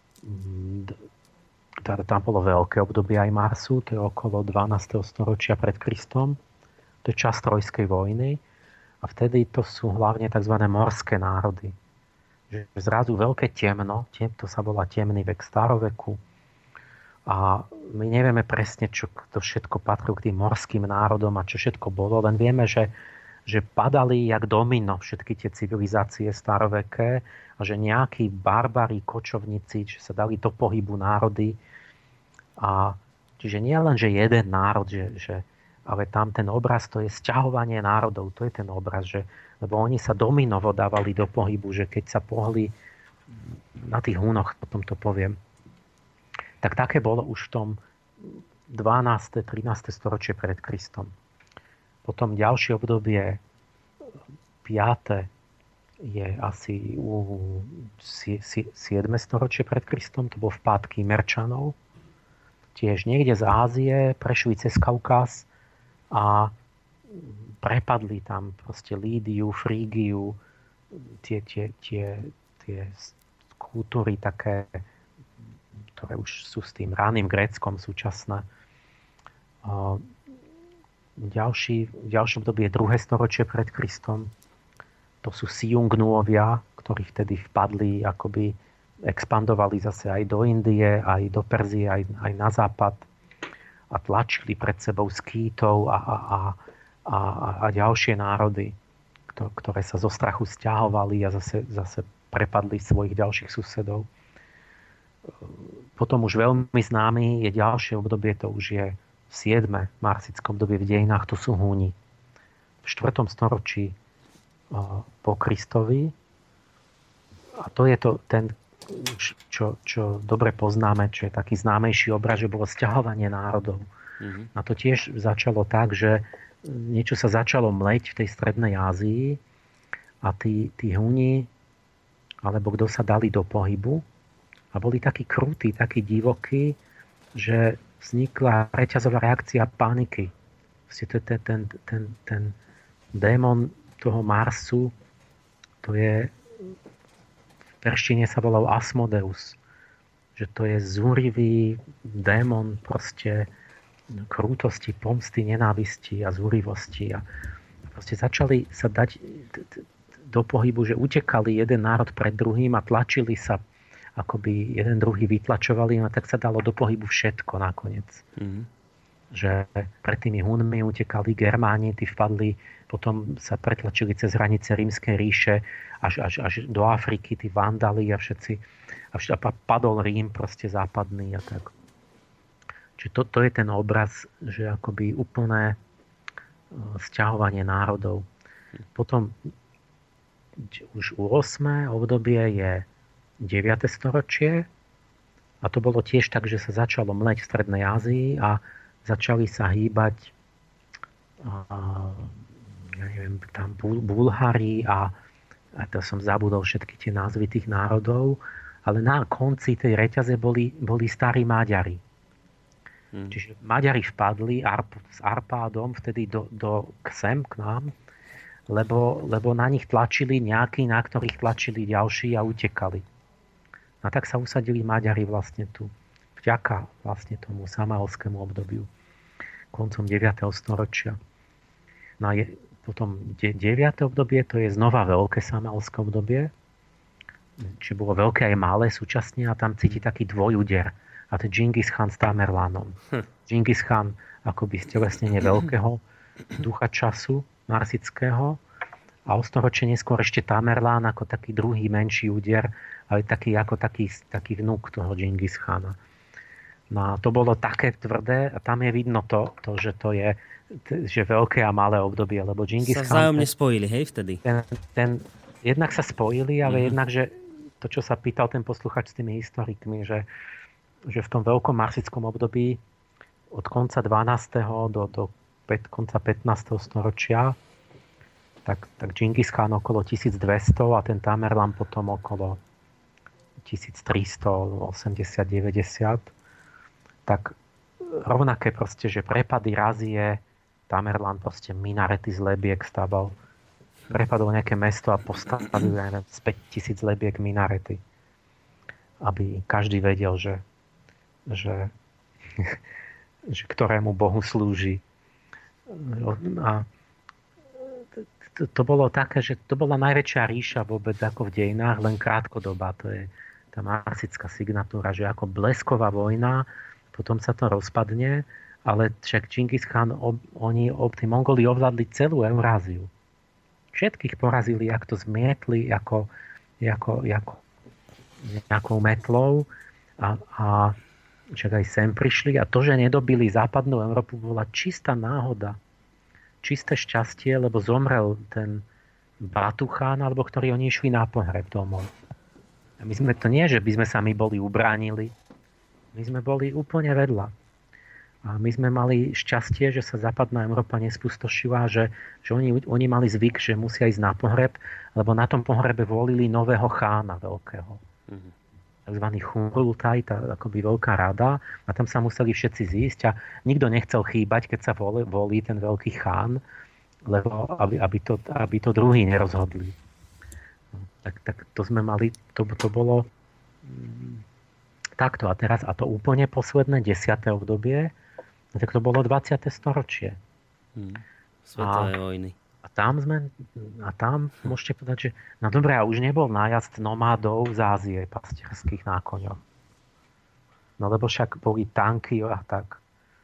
tam bolo veľké obdobie aj Marsu, to je okolo dvanásteho storočia pred Kristom. To je čas Trojskej vojny. A vtedy to sú hlavne tzv. Morské národy. Že zrazu veľké temno, to sa volá temný vek staroveku. A my nevieme presne, čo to všetko patrilo k tým morským národom a čo všetko bolo, len vieme, že, že padali jak domino všetky tie civilizácie staroveké a že nejakí barbari, kočovníci, že sa dali do pohybu národy. A čiže nie len, že jeden národ, že, že ale tam ten obraz, to je sťahovanie národov, to je ten obraz, že, lebo oni sa dominovo dávali do pohybu, že keď sa pohli na tých húnoch, potom to poviem, tak také bolo už v tom dvanáste trináste storočie pred Kristom. Potom ďalšie obdobie, piate je asi u siedme storočie pred Kristom, to bol vpád Kymerčanov, tiež niekde z Ázie, prešli cez Kaukaz a prepadli tam proste Lídiu, Frígiu, tie, tie, tie, tie kultúry také, ktoré už sú s tým raným Gréckom súčasné. Ďalší, ďalšie obdobie je druhé storočie pred Kristom. To sú Siungnuovia, ktorí vtedy vpadli, akoby expandovali zase aj do Indie, aj do Perzie, aj, aj na západ. A tlačili pred sebou Skýtov a, a, a, a, a ďalšie národy, ktoré sa zo strachu sťahovali a zase, zase prepadli svojich ďalších susedov. Potom už veľmi známy je ďalšie obdobie, to už je siedme marsické obdobie v dejinách, to sú Húni. V štvrtom storočí po Kristovi. A to je to ten, čo, čo dobre poznáme, čo je taký známejší obraz, že bolo sťahovanie národov. Mm-hmm. A to tiež začalo tak, že niečo sa začalo mleť v tej strednej Ázii a tí, tí Huni, alebo kto sa dali do pohybu a boli takí krutí, takí divokí, že vznikla reťazová reakcia paniky. Vlastne to je ten, ten, ten, ten démon toho Marsu, to je v perštine sa volal Asmodeus. Že to je zúrivý démon proste krútosti, pomsty, nenávisti a zúrivosti. A proste začali sa dať do pohybu, že utekali jeden národ pred druhým a tlačili sa, akoby jeden druhý vytlačovali, a tak sa dalo do pohybu všetko nakoniec. Mm. Že pred tými Hunmi utekali Germáni, tí vpadli, potom sa pretlačili cez hranice Rímskej ríše až, až, až do Afriky, tí Vandali a všetci. A padol Rím proste západný a tak. Čiže to, to je ten obraz, že akoby úplné sťahovanie národov. Potom už u ôsme obdobie je deviate storočie a to bolo tiež tak, že sa začalo mleť v Strednej Ázii a začali sa hýbať ja neviem, tam Bulhári a, a to som zabudol všetky tie názvy tých národov, ale na konci tej reťaze boli, boli starí Maďari. Hmm. Čiže Maďari vpadli Arp, s Arpádom vtedy do, do sem k nám, lebo, lebo na nich tlačili nejakí, na ktorých tlačili ďalší a utekali. A tak sa usadili Maďari vlastne tu. Vďaka vlastne tomu samaelskému obdobiu. Koncom deviateho storočia. No a je, potom deviate obdobie, to je znova veľké samaelské obdobie. Čiže bolo veľké aj malé súčasne a tam cíti taký dvojúder. A to je Džingis Khan s Tamerlánom. Hm. Džingis Khan akoby stelesnenie veľkého ducha času marsického a o storočie neskôr ešte Tamerlán ako taký druhý menší úder, ale taký ako taký, taký vnúk toho Džingis Khana. No a to bolo také tvrdé a tam je vidno to, to že to je že veľké a malé obdobie, lebo Džingis Khan... Sa vzájomne spojili, hej, vtedy? Ten, ten, jednak sa spojili, ale mm-hmm. jednak, že to, čo sa pýtal ten posluchač s tými historikmi, že, že v tom veľkom marsickom období od konca dvanásteho do, do pet, konca pätnásteho storočia tak, tak Džingis Khan okolo tisícdvesto a ten Tamerlán potom okolo tisíctristoosemdesiat deväťdesiat. Tak rovnaké proste, že prepady razie, Tamerlán proste minarety z lebiek staval. Prepadol nejaké mesto a postavil aj z päťtisíc lebiek minarety. Aby každý vedel, že, že, že ktorému bohu slúži. A to, to bolo také, že to bola najväčšia ríša vôbec ako v dejinách, len krátkodobá. To je tá marsická signatúra, že ako blesková vojna, potom sa to rozpadne, ale však Džingis Khan, ob, oni, ob, tí Mongoli ovládli celú Euráziu. Všetkých porazili, jak to zmietli, ako, ako, ako nejakou metlou a, a však aj sem prišli a to, že nedobili západnú Európu, bola čistá náhoda. Čisté šťastie, lebo zomrel ten Batu Chán, alebo ktorý oni išli na pohreb domov. A my sme to nie, že by sme sa my boli ubránili. My sme boli úplne vedľa. A my sme mali šťastie, že sa západná Európa nespustošila, že, že oni, oni mali zvyk, že musia ísť na pohreb, lebo na tom pohrebe volili nového chána veľkého. Mm-hmm. Takzvaný Chunrultaj, tá akoby veľká rada. A tam sa museli všetci zísť a nikto nechcel chýbať, keď sa volí, volí ten veľký chán, lebo aby, aby, to, aby to druhý nerozhodli. Tak, tak to sme mali, to, to bolo mm, takto. A teraz, a to úplne posledné desiate obdobie, tak to bolo dvadsiate storočie. Hmm. Svetové vojny. A tam sme, a tam môžete povedať, že no dobré, a už nebol nájazd nomádov z Ázie, pastierských na koňoch. No lebo však boli tanky a tak.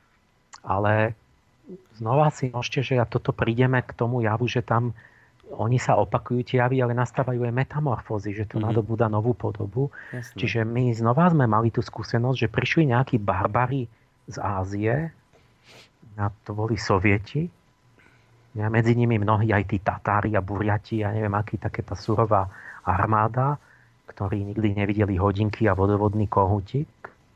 Ale znova si môžete, že a toto prídeme k tomu javu, že tam oni sa opakujú tie javy, ale nastávajú aj metamorfózy, že to mm-hmm. nadobúda novú podobu. Jasne. Čiže my znova sme mali tú skúsenosť, že prišli nejakí barbari z Ázie, a to boli Sovieti, a medzi nimi mnohí aj tí Tatári a Buriati, ja neviem, aký také tá surová armáda, ktorí nikdy nevideli hodinky a vodovodný kohútik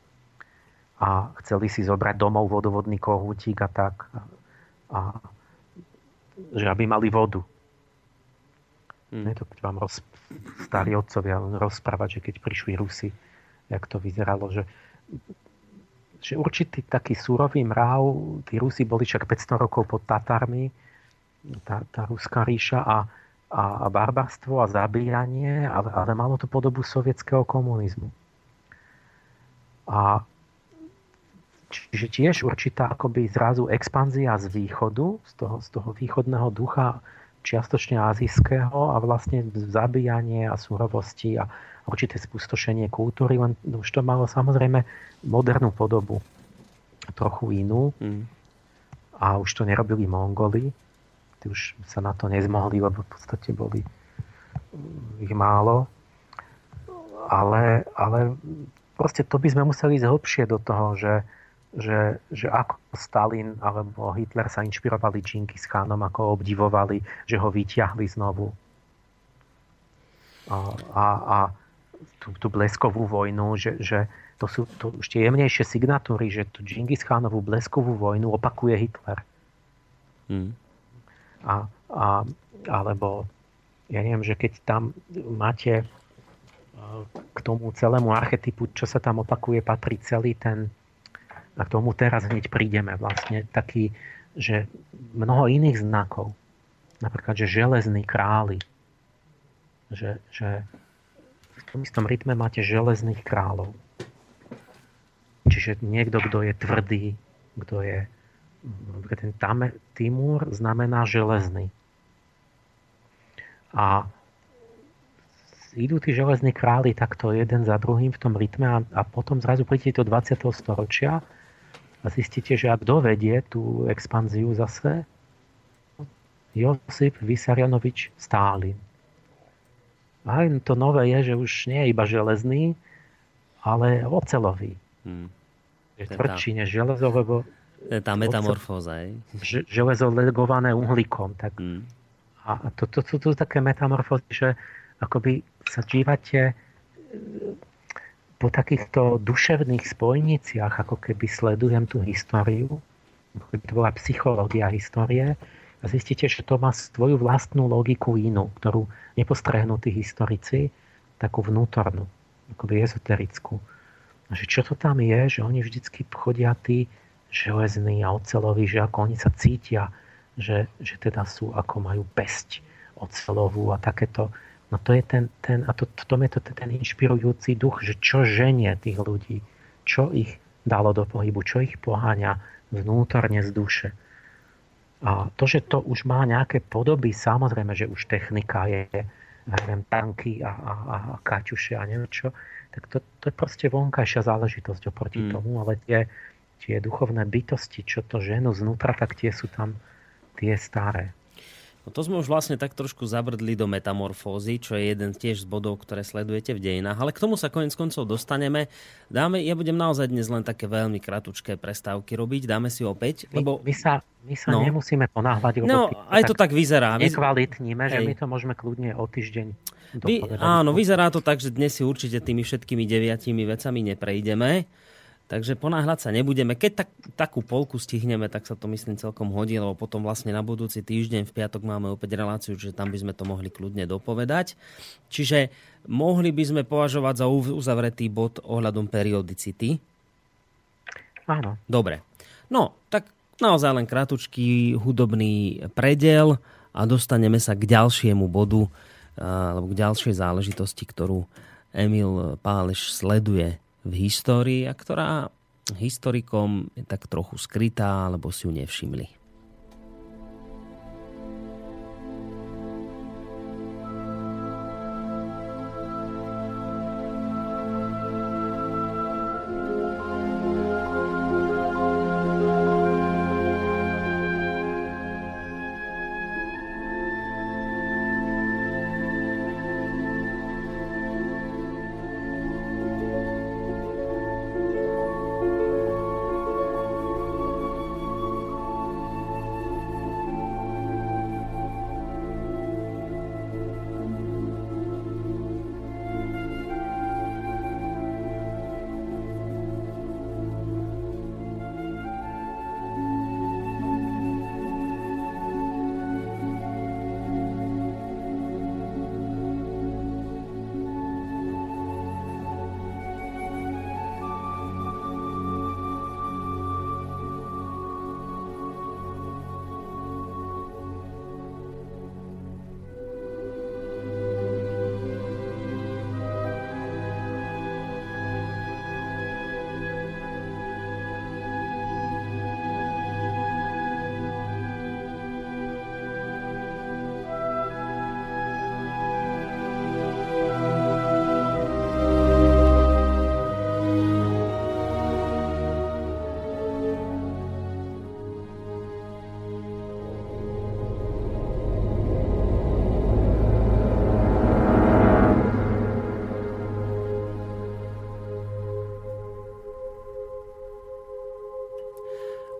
a chceli si zobrať domov vodovodný kohútik a tak, a, a že aby mali vodu. Hmm. Ne, to keď vám roz, starí otcovia rozprávať, že keď prišli Rusi, jak to vyzeralo, že že určitý taký súrový mrav, tí Rusi boli však päťsto rokov pod Tatármi, tá, tá ruská ríša a, a, a barbarstvo a zabíjanie, ale, ale malo to podobu sovietského komunizmu. A čiže tiež určitá akoby zrazu expanzia z východu, z toho, z toho východného ducha čiastočne azijského a vlastne zabíjanie a surovosti a určité spustošenie kultúry, len už to malo samozrejme modernú podobu, trochu inú. Mm. A už to nerobili Mongoli, tí už sa na to nezmohli, lebo v podstate boli ich málo. Ale, ale proste to by sme museli ísť hlbšie do toho, že, že, že ako Stalin alebo Hitler sa inšpirovali Džingis Chánom, ako obdivovali, že ho vyťahli znovu. A, a, a tú, tú bleskovú vojnu, že, že to sú to už tie jemnejšie signatúry, že tú Džingis Chánovú bleskovú vojnu opakuje Hitler. Hmm. A, a, alebo ja neviem, že keď tam máte k tomu celému archetypu, čo sa tam opakuje, patrí celý ten, a k tomu teraz hneď prídeme vlastne, taký, že mnoho iných znakov, napríklad, že železní králi, že, že v tom istom rytme máte železných kráľov. Čiže niekto, kto je tvrdý, kto je ten Tame, Timur znamená železný. A idú tí železní králi takto jeden za druhým v tom rytme a, a potom zrazu prídete do dvadsiateho storočia a zistíte, že a kto vedie tú expanziu zase? Josip Vysarionovič Stálin. A to nové je, že už nie je iba železný, ale oceľový. Hmm. Je tvrdší než železo, lebo tá metamorfóza, Ž- železo legované uhlíkom. Tak. Hmm. A to, to, to, to sú také metamorfózy, že akoby sa dívate po takýchto duševných spojniciach, ako keby sledujem tú históriu, ako keby to bola psychológia histórie, a zistíte, že to má svoju vlastnú logiku inú, ktorú nepostrehnú tí historici, takú vnútornú, akoby ezoterickú. A že čo to tam je, že oni vždycky chodia tí železní a oceľoví, že ako oni sa cítia, že, že teda sú, ako majú pesť oceľovú a takéto. No to je ten, ten a to, to, to je to, ten inšpirujúci duch, že čo ženie tých ľudí, čo ich dalo do pohybu, čo ich poháňa vnútorne z duše. A to, že to už má nejaké podoby, samozrejme, že už technika je, neviem, tanky a, a, a kaťuše a neviem čo, tak to, to je proste vonkajšia záležitosť oproti mm. tomu, ale tie, tie duchovné bytosti, čo to ženú znútra, tak tie sú tam tie staré. No to sme už vlastne tak trošku zabrdli do metamorfózy, čo je jeden tiež z bodov, ktoré sledujete v dejinách. Ale k tomu sa koniec koncov dostaneme. Dáme, ja budem naozaj dnes len také veľmi kratučké prestávky robiť. Dáme si opäť, lebo... My, my sa, my sa no. nemusíme ponáhľať. No, aj to tak, tak vyzerá. Nekvalitníme, že my to môžeme kľudne o týždeň Vy, áno, vyzerá to tak, že dnes si určite tými všetkými deviatimi vecami neprejdeme. Takže ponáhľať sa nebudeme. Keď tak, takú polku stihneme, tak sa to myslím celkom hodí, lebo potom vlastne na budúci týždeň v piatok máme opäť reláciu, čiže tam by sme to mohli kľudne dopovedať. Čiže mohli by sme považovať za uzavretý bod ohľadom periodicity. Áno. Dobre. No, tak naozaj len kratučký hudobný prediel a dostaneme sa k ďalšiemu bodu, alebo k ďalšej záležitosti, ktorú Emil Páleš sleduje v histórii a ktorá historikom je tak trochu skrytá, alebo si ju nevšimli.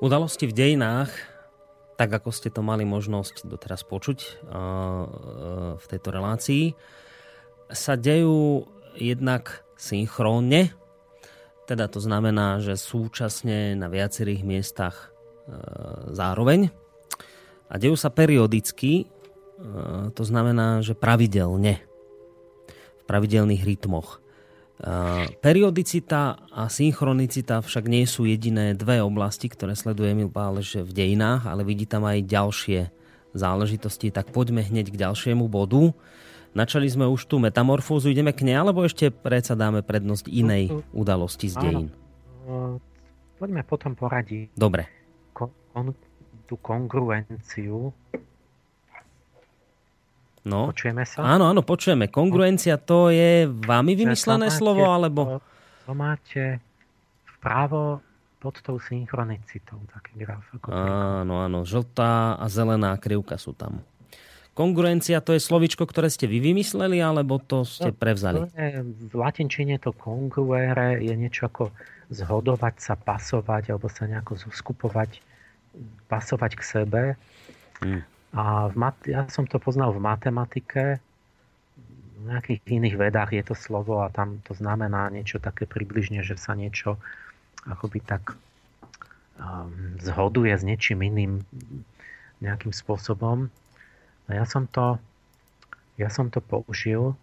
Udalosti v dejinách, tak ako ste to mali možnosť doteraz počuť v tejto relácii, sa dejú jednak synchrónne, teda to znamená, že súčasne na viacerých miestach zároveň, a dejú sa periodicky, to znamená, že pravidelne, v pravidelných rytmoch. Periodicita a synchronicita však nie sú jediné dve oblasti, ktoré sleduje Emil Pálež v dejinách, ale vidí tam aj ďalšie záležitosti. Tak poďme hneď k ďalšiemu bodu. Načali sme už tú metamorfózu, ideme k nej, alebo ešte predsa dáme prednosť inej udalosti z dejín? Áno, poďme potom poradiť. Dobre. Kon, tú kongruenciu. No. Počujeme sa? Áno, áno, počujeme. Kongruencia, to je vami vymyslené máte, slovo, alebo? To, to máte vpravo pod tou synchronicitou, taký graf. Ako áno, áno, žltá a zelená krivka sú tam. Kongruencia, to je slovičko, ktoré ste vy vymysleli, alebo to ste prevzali? To je, v latinčine to congruere je niečo ako zhodovať sa, pasovať, alebo sa nejako zoskupovať, pasovať k sebe. Hmm. A v mat- ja som to poznal v matematike, v nejakých iných vedách je to slovo a tam to znamená niečo také približne, že sa niečo akoby tak um, zhoduje s niečím iným nejakým spôsobom. A ja som to, ja som to použil,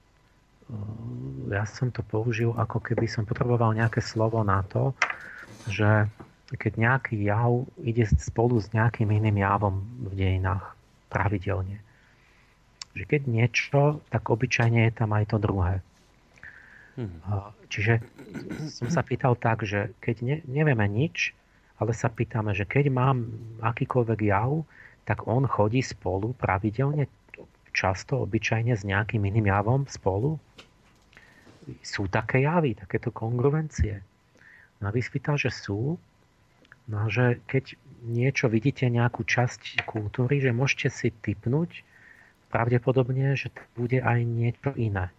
ja som to použil ako keby som potreboval nejaké slovo na to, že keď nejaký jav ide spolu s nejakým iným javom v dejinách pravidelne. Že keď niečo, tak obyčajne je tam aj to druhé. Hmm. Čiže som sa pýtal tak, že keď ne, nevieme nič, ale sa pýtame, že keď mám akýkoľvek jav, tak on chodí spolu pravidelne, často, obyčajne s nejakým iným javom spolu. Sú také javy, takéto kongruencie. No a vyspýtal, že sú. No že keď niečo vidíte, nejakú časť kultúry, že môžete si tipnúť pravdepodobne, že to bude aj niečo iné.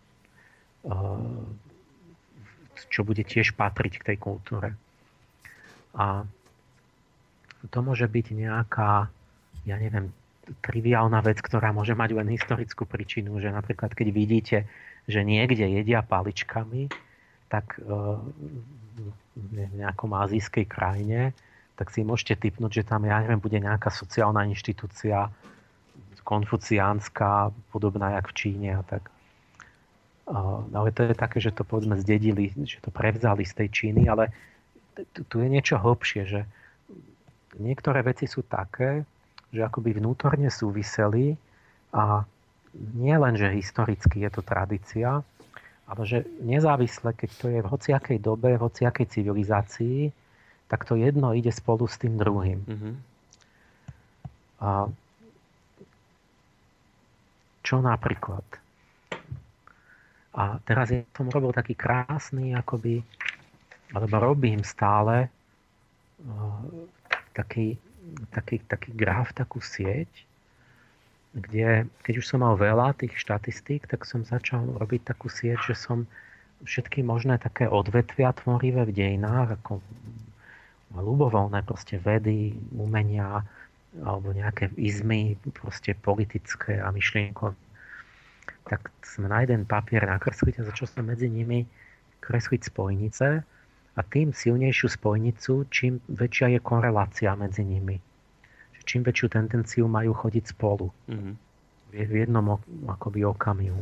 Čo bude tiež patriť k tej kultúre. A to môže byť nejaká, ja neviem, triviálna vec, ktorá môže mať len historickú príčinu, že napríklad keď vidíte, že niekde jedia paličkami, tak v nejakom azijskej krajine, tak si môžete tipnúť, že tam, ja neviem, bude nejaká sociálna inštitúcia konfuciánska, podobná jak v Číne a tak. No, ale to je také, že to povedzme zdedili, že to prevzali z tej Číny, ale tu je niečo hlbšie, že niektoré veci sú také, že akoby vnútorne súviseli a nie len, že historicky je to tradícia, ale že nezávisle, keď to je v hociakej dobe, v hociakej civilizácii, tak to jedno ide spolu s tým druhým. Mm-hmm. A čo napríklad? A teraz ja som robil taký krásny, akoby, alebo robím stále uh, taký, taký, taký graf, takú sieť, kde, keď už som mal veľa tých štatistík, tak som začal robiť takú sieť, že som všetky možné také odvetvia tvorivé v dejinách, ako ľubovoľné proste vedy, umenia, alebo nejaké izmy, proste politické a myšlienkové. Tak sme na jeden papier nakresliť a začal som medzi nimi kresliť spojnice a tým silnejšiu spojnicu, čím väčšia je korelácia medzi nimi. Čím väčšiu tendenciu majú chodiť spolu. Mm-hmm. V jednom akoby okamihu.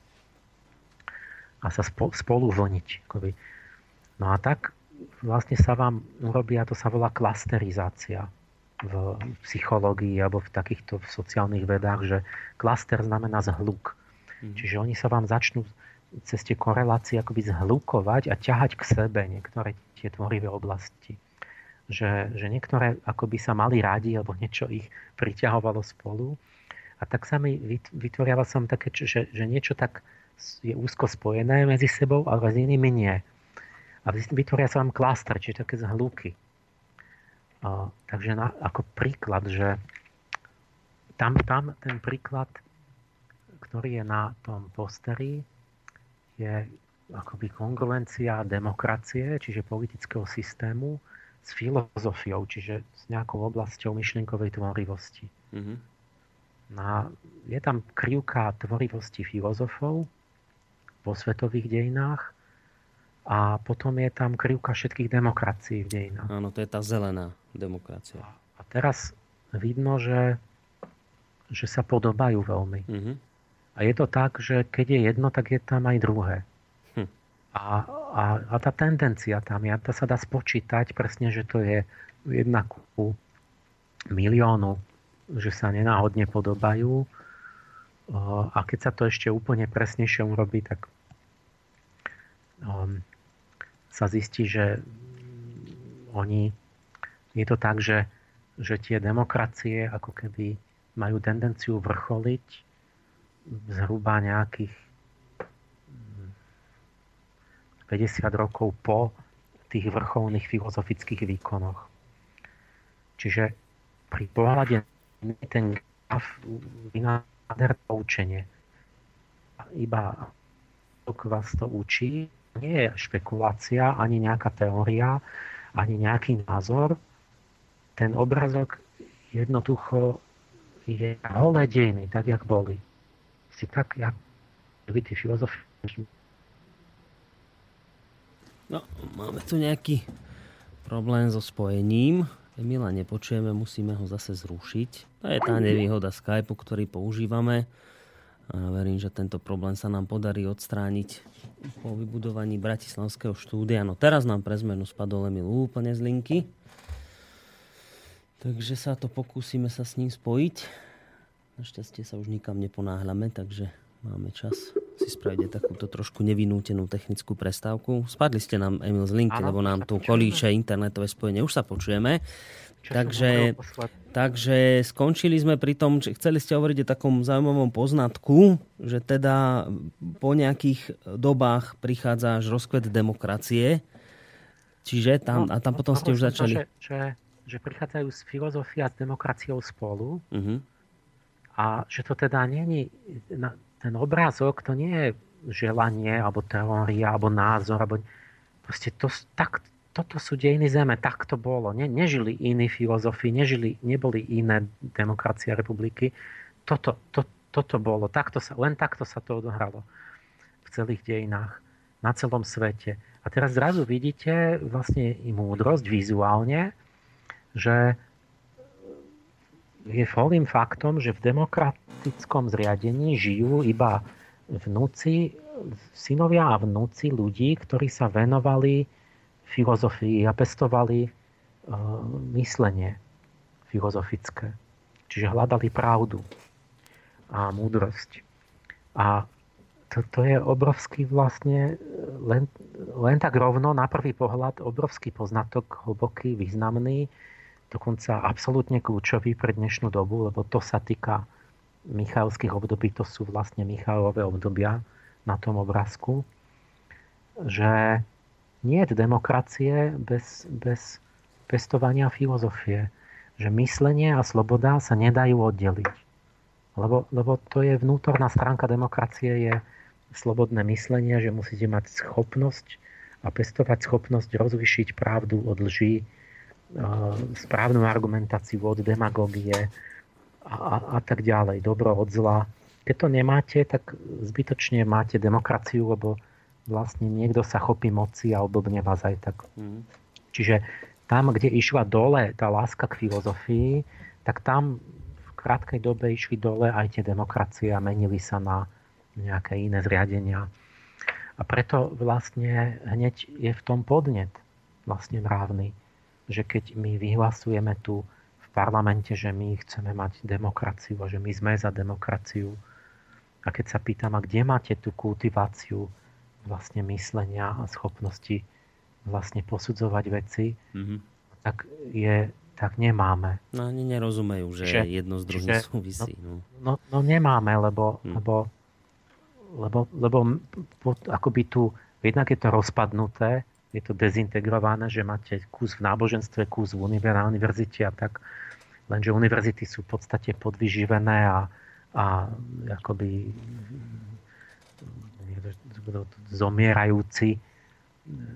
A sa spo, spolu vlniť. Akoby. No a tak vlastne sa vám urobí, a to sa volá klasterizácia v psychológii alebo v takýchto sociálnych vedách, že klaster znamená zhluk. Mm-hmm. Čiže oni sa vám začnú cez tie korelácie akoby zhlukovať a ťahať k sebe niektoré tie tvorivé oblasti. Že, že niektoré akoby sa mali rádi alebo niečo ich priťahovalo spolu. A tak sa mi vytvoriava som také, že, že niečo tak je úzko spojené medzi sebou, ale s inými nie. A vytvoria sa vám klastre, čiže také zhluky. A, takže na, ako príklad, že tam, tam ten príklad, ktorý je na tom posteri, je akoby kongruencia demokracie, čiže politického systému, s filozofiou, čiže s nejakou oblasťou myšlienkovej tvorivosti. Mm-hmm. No, je tam krivka tvorivosti filozofov vo svetových dejinách a potom je tam krivka všetkých demokracií v dejinách. Áno, to je tá zelená demokracia. A teraz vidno, že, že sa podobajú veľmi. Mm-hmm. A je to tak, že keď je jedno, tak je tam aj druhé. Hm. A, a, a tá tendencia tam je, to sa dá spočítať presne, že to je jedna ku miliónu, že sa nenáhodne podobajú. A keď sa to ešte úplne presnejšie urobí, tak um, sa zistí, že oni, je to tak, že, že tie demokracie ako keby majú tendenciu vrcholiť zhruba nejakých päťdesiat rokov po tých vrcholných filozofických výkonoch. Čiže pri pohľade ten graf vynáder poučenie. Iba vás to učí, nie je špekulácia, ani nejaká teória, ani nejaký názor. Ten obrazok jednoducho je holé dejiny, tak jak boli. Si tak, jak by tí filozofi. No, máme tu nejaký problém so spojením. Emila nepočujeme, musíme ho zase zrušiť. To je tá nevýhoda Skypeu, ktorý používame. A verím, že tento problém sa nám podarí odstrániť po vybudovaní bratislavského štúdia. No teraz nám pre zmenu spadol Emil úplne z linky. Takže sa to pokúsime sa s ním spojiť. Našťastie sa už nikam neponáhľame, takže máme čas si spraviť takúto trošku nevinútenú technickú prestávku. Spadli ste nám, Emil, z linky, ano, lebo nám tu kolíše internetové spojenie. Už sa počujeme. Takže, takže skončili sme pri tom, že chceli ste hovoriť o takom zaujímavom poznatku, že teda po nejakých dobách prichádza až rozkvet demokracie. Čiže tam, a tam potom ste už začali... Že, že, že prichádzajú z filozofia s demokraciou spolu. Uh-huh. A že to teda nie je... Ten obrázok, to nie je želanie, alebo teória, alebo názor, alebo proste to, tak, toto sú dejiny Zeme, tak to bolo. Ne, nežili iní filozofi, nežili, neboli iné demokracie a republiky. Toto, to, toto bolo, takto sa, len takto sa to odohralo v celých dejinách, na celom svete. A teraz zrazu vidíte vlastne i múdrosť vizuálne, že je holým faktom, že v demokratickom zriadení žijú iba vnúci, synovia a vnúci ľudí, ktorí sa venovali filozofii a pestovali uh, myslenie filozofické. Čiže hľadali pravdu a múdrosť. A to, to je obrovský vlastne, len, len tak rovno na prvý pohľad, obrovský poznatok, hlboký, významný, dokonca absolútne kľúčový pre dnešnú dobu, lebo to sa týka Michajlovských období, to sú vlastne Michajlové obdobia na tom obrázku, že nie je demokracie bez, bez pestovania filozofie, že myslenie a sloboda sa nedajú oddeliť. Lebo, lebo to je vnútorná stránka demokracie, je slobodné myslenie, že musíte mať schopnosť a pestovať schopnosť rozlišiť pravdu od lží, správnu argumentáciu od demagógie a, a, a tak ďalej, dobro od zla. Keď to nemáte, tak zbytočne máte demokraciu, lebo vlastne niekto sa chopí moci a oblbne vás aj tak. Mm. Čiže tam, kde išla dole tá láska k filozofii, tak tam v krátkej dobe išli dole aj tie demokracie a menili sa na nejaké iné zriadenia. A preto vlastne hneď je v tom podnet vlastne mravný, že keď my vyhlasujeme tu v parlamente, že my chceme mať demokraciu a že my sme za demokraciu, a keď sa pýtam, a kde máte tú kultiváciu vlastne myslenia a schopnosti vlastne posudzovať veci, mm-hmm. tak, je, tak nemáme. No ani nerozumejú, že, že jedno z druhým súvisí. No, no, no nemáme, lebo, mm. lebo, lebo, lebo akoby tu, jednak je to rozpadnuté, je to dezintegrované, že máte kus v náboženstve, kus v univer- na univerzite a tak. Lenže univerzity sú v podstate podvyživené a, a akoby zomierajúci,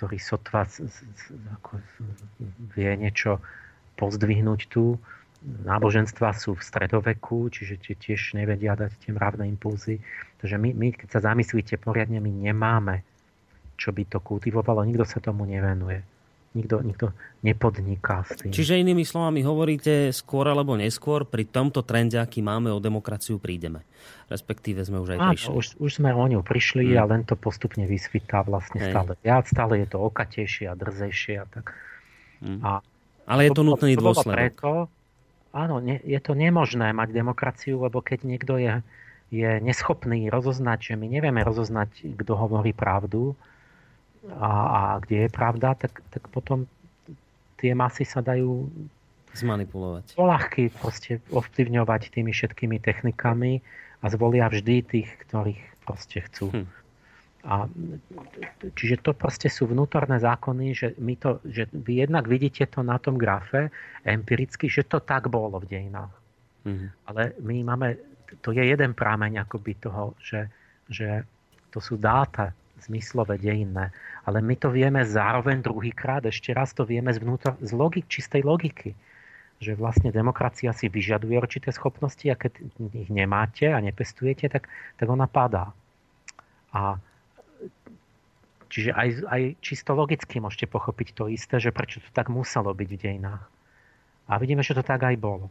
ktorý sotva z, z, ako vie niečo pozdvihnúť tu. Náboženstva sú v stredoveku, čiže tiež nevedia dať tie mravné impulzy. Takže my, my, keď sa zamyslíte poriadne, my nemáme, čo by to kultivovalo. Nikto sa tomu nevenuje. Nikto, nikto nepodniká s tým. Čiže inými slovami hovoríte, skôr alebo neskôr pri tomto trende, aký máme, o demokraciu prídeme. Respektíve sme už aj prišli. Áno, už, už sme o ňu prišli hmm. a len to postupne vysvitá vlastne Hej. stále viac. Stále je to okatejšie a drzejšie. A tak. Hmm. A Ale je to nutný dôsledok. Preto, áno, ne, je to nemožné mať demokraciu, lebo keď niekto je, je neschopný rozoznať, že my nevieme rozoznať, kto hovorí pravdu, A, a kde je pravda, tak, tak potom tie masy sa dajú zmanipulovať. Poľahky proste ovplyvňovať tými všetkými technikami a zvolia vždy tých, ktorých proste chcú. Hm. A, čiže to proste sú vnútorné zákony, že, my to, že vy jednak vidíte to na tom grafe empiricky, že to tak bolo v dejinách. Hm. Ale my máme, to je jeden prámeň akoby toho, že, že to sú dáta zmyslové, dejinné. Ale my to vieme zároveň druhýkrát, ešte raz to vieme z, vnútor, z logik, čistej logiky. Že vlastne demokracia si vyžaduje určité schopnosti a keď ich nemáte a nepestujete, tak, tak ona padá. A čiže aj, aj čisto logicky môžete pochopiť to isté, že prečo to tak muselo byť v dejinách. A vidíme, že to tak aj bolo.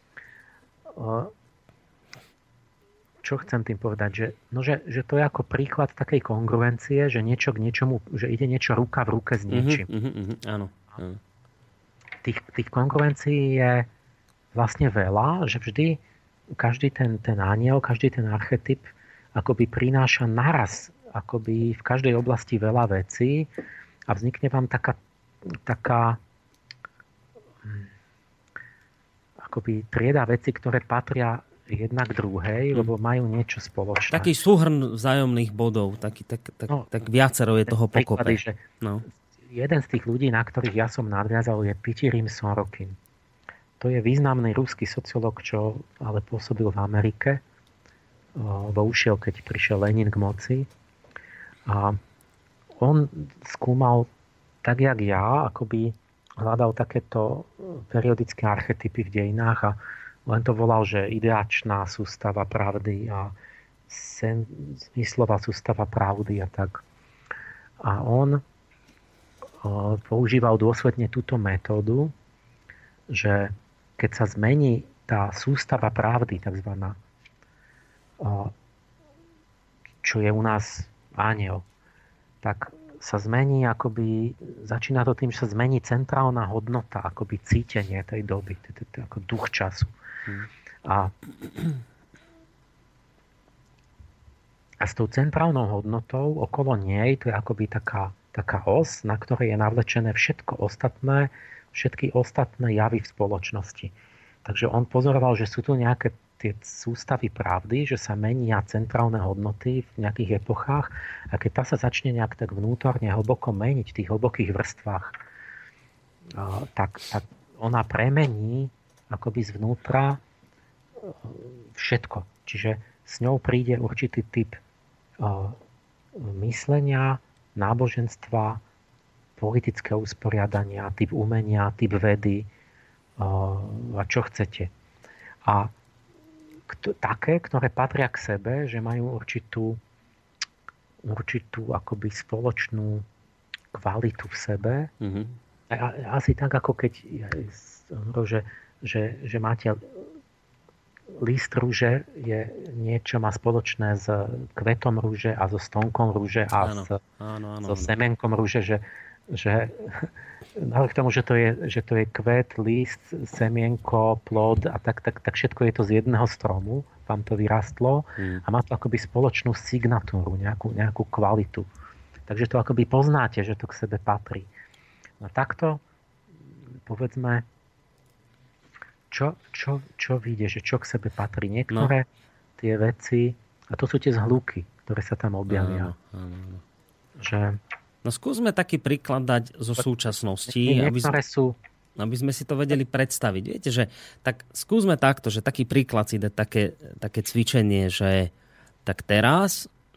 Čo chcem tým povedať? Že, no, že, že to je ako príklad takej kongruencie, že niečo k niečomu, že ide niečo ruka v ruke s niečím. Mm-hmm, mm-hmm, áno. áno. Tých, tých kongruencií je vlastne veľa, že vždy každý ten, ten aniel, každý ten archetyp akoby prináša naraz akoby v každej oblasti veľa vecí a vznikne vám taká, taká akoby trieda veci, ktoré patria jedna k druhej, lebo majú niečo spoločné. Taký súhrn vzájomných bodov, taký, tak, tak, no, tak viacero je toho pokope. Príklady, no. Jeden z tých ľudí, na ktorých ja som nadviazal, je Pitirim Sorokin. To je významný ruský sociológ, čo ale pôsobil v Amerike. Bo ušiel, keď prišiel Lenin k moci. A on skúmal, tak jak ja, akoby hľadal takéto periodické archetypy v dejinách a len to volal, že ideačná sústava pravdy a sen, zmyslová sústava pravdy a tak. A on o, používal dôsledne túto metódu, že keď sa zmení tá sústava pravdy, takzvaná, o, čo je u nás aniel, tak sa zmení akoby, začína to tým, že sa zmení centrálna hodnota, akoby cítenie tej doby, ako duch času. A, a s tou centrálnou hodnotou okolo nej to je akoby taká, taká os, na ktorej je navlečené všetko ostatné, všetky ostatné javy v spoločnosti. Takže on pozoroval, že sú tu nejaké tie sústavy pravdy, že sa menia centrálne hodnoty v nejakých epochách a keď tá sa začne nejak tak vnútorne hlboko meniť v tých hlbokých vrstvách, tak, tak ona premení akoby zvnútra všetko. Čiže s ňou príde určitý typ myslenia, náboženstva, politického usporiadania, typ umenia, typ vedy a čo chcete. A také, ktoré patria k sebe, že majú určitú, určitú akoby spoločnú kvalitu v sebe. Mm-hmm. Asi tak, ako keď že, že, že máte list rúže, je niečo má spoločné s kvetom rúže a so stonkom rúže a áno, s, áno, áno, so semenkom rúže, že, že napriek tomu, že to, je, že to je kvet, list, semienko, plod a tak, tak, tak všetko je to z jedného stromu, vám to vyrastlo mm. a má to akoby spoločnú signatúru, nejakú, nejakú kvalitu. Takže to akoby poznáte, že to k sebe patrí. No takto, povedzme, čo, čo, čo vyjde, že čo k sebe patrí. Niektoré no. tie veci, a to sú tie zhlúky, ktoré sa tam objavia. No, no, no. Že... No skúsme taký príklad dať zo súčasnosti, aby sme, sú... aby sme si to vedeli predstaviť. Viete, že tak skúsme takto, že taký príklad si dať také, také cvičenie, že tak teraz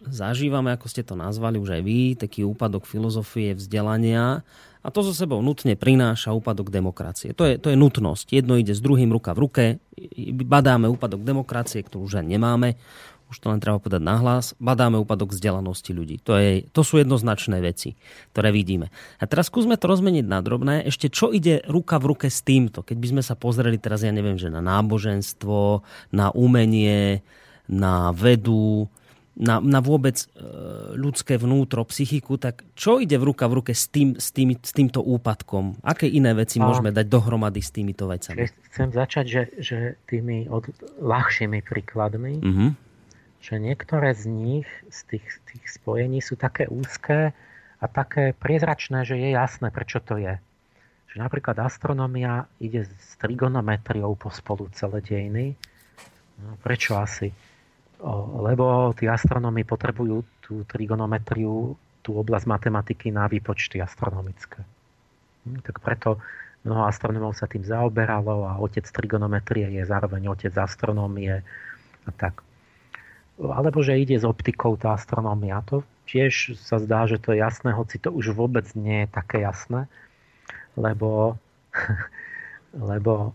zažívame, ako ste to nazvali už aj vy, taký úpadok filozofie, vzdelania a to so sebou nutne prináša úpadok demokracie. To je, to je nutnosť. Jedno ide s druhým ruka v ruke. Badáme úpadok demokracie, ktorú už nemáme. Už to len treba povedať nahlas. Badáme úpadok vzdelanosti ľudí. To, je, to sú jednoznačné veci, ktoré vidíme. A teraz skúsme to rozmeniť na drobné. Ešte čo ide ruka v ruke s týmto? Keď by sme sa pozreli teraz, ja neviem, že na náboženstvo, na umenie, na vedu, na, na vôbec e, ľudské vnútro, psychiku, tak čo ide v ruka v ruke s, tým, s, tým, s týmto úpadkom? Aké iné veci a môžeme dať dohromady s týmito vecami? Chcem začať, že, že tými od, ľahšími príkladmi, mm-hmm. že niektoré z nich, z tých, tých spojení sú také úzké a také priezračné, že je jasné, prečo to je. Že napríklad astronómia ide s trigonometriou pospolu celé dejiny. No, prečo asi? O, lebo tí astronómi potrebujú tú trigonometriu, tú oblasť matematiky na výpočty astronomické. Hm, tak preto mnoho astronómov sa tým zaoberalo a otec trigonometrie je zároveň otec astronómie a tak. Alebo že ide s optikou tá astronómia. To tiež sa zdá, že to je jasné, hoci to už vôbec nie je také jasné, lebo, lebo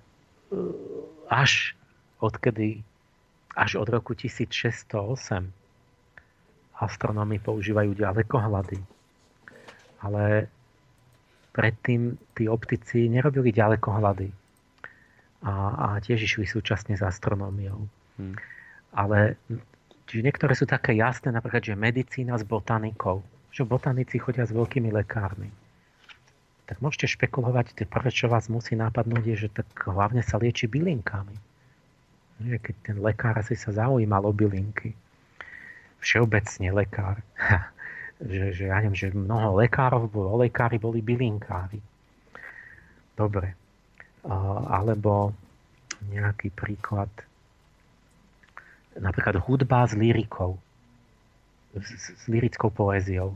až odkedy až od roku tisícšesťstoosem astronómi používajú ďalekohľady. Ale predtým tí optici nerobili ďalekohľady. A, a tiež išli súčasne s astronómiou. Hmm. Ale čiže niektoré sú také jasné, napríklad, že medicína s botanikou. Že botanici chodia s veľkými lekármi. Tak môžete špekulovať, že prvé, čo vás musí napadnúť, je, že tak hlavne sa lieči bylinkami. Keď ten lekár asi sa zaujímal o bylinky. Všeobecne lekár. že, že ja neviem, že mnoho lekárov bolo, lekári boli bylinkári. Dobre. Alebo nejaký príklad. Napríklad hudba s lyrikou. S, s lyrickou poéziou.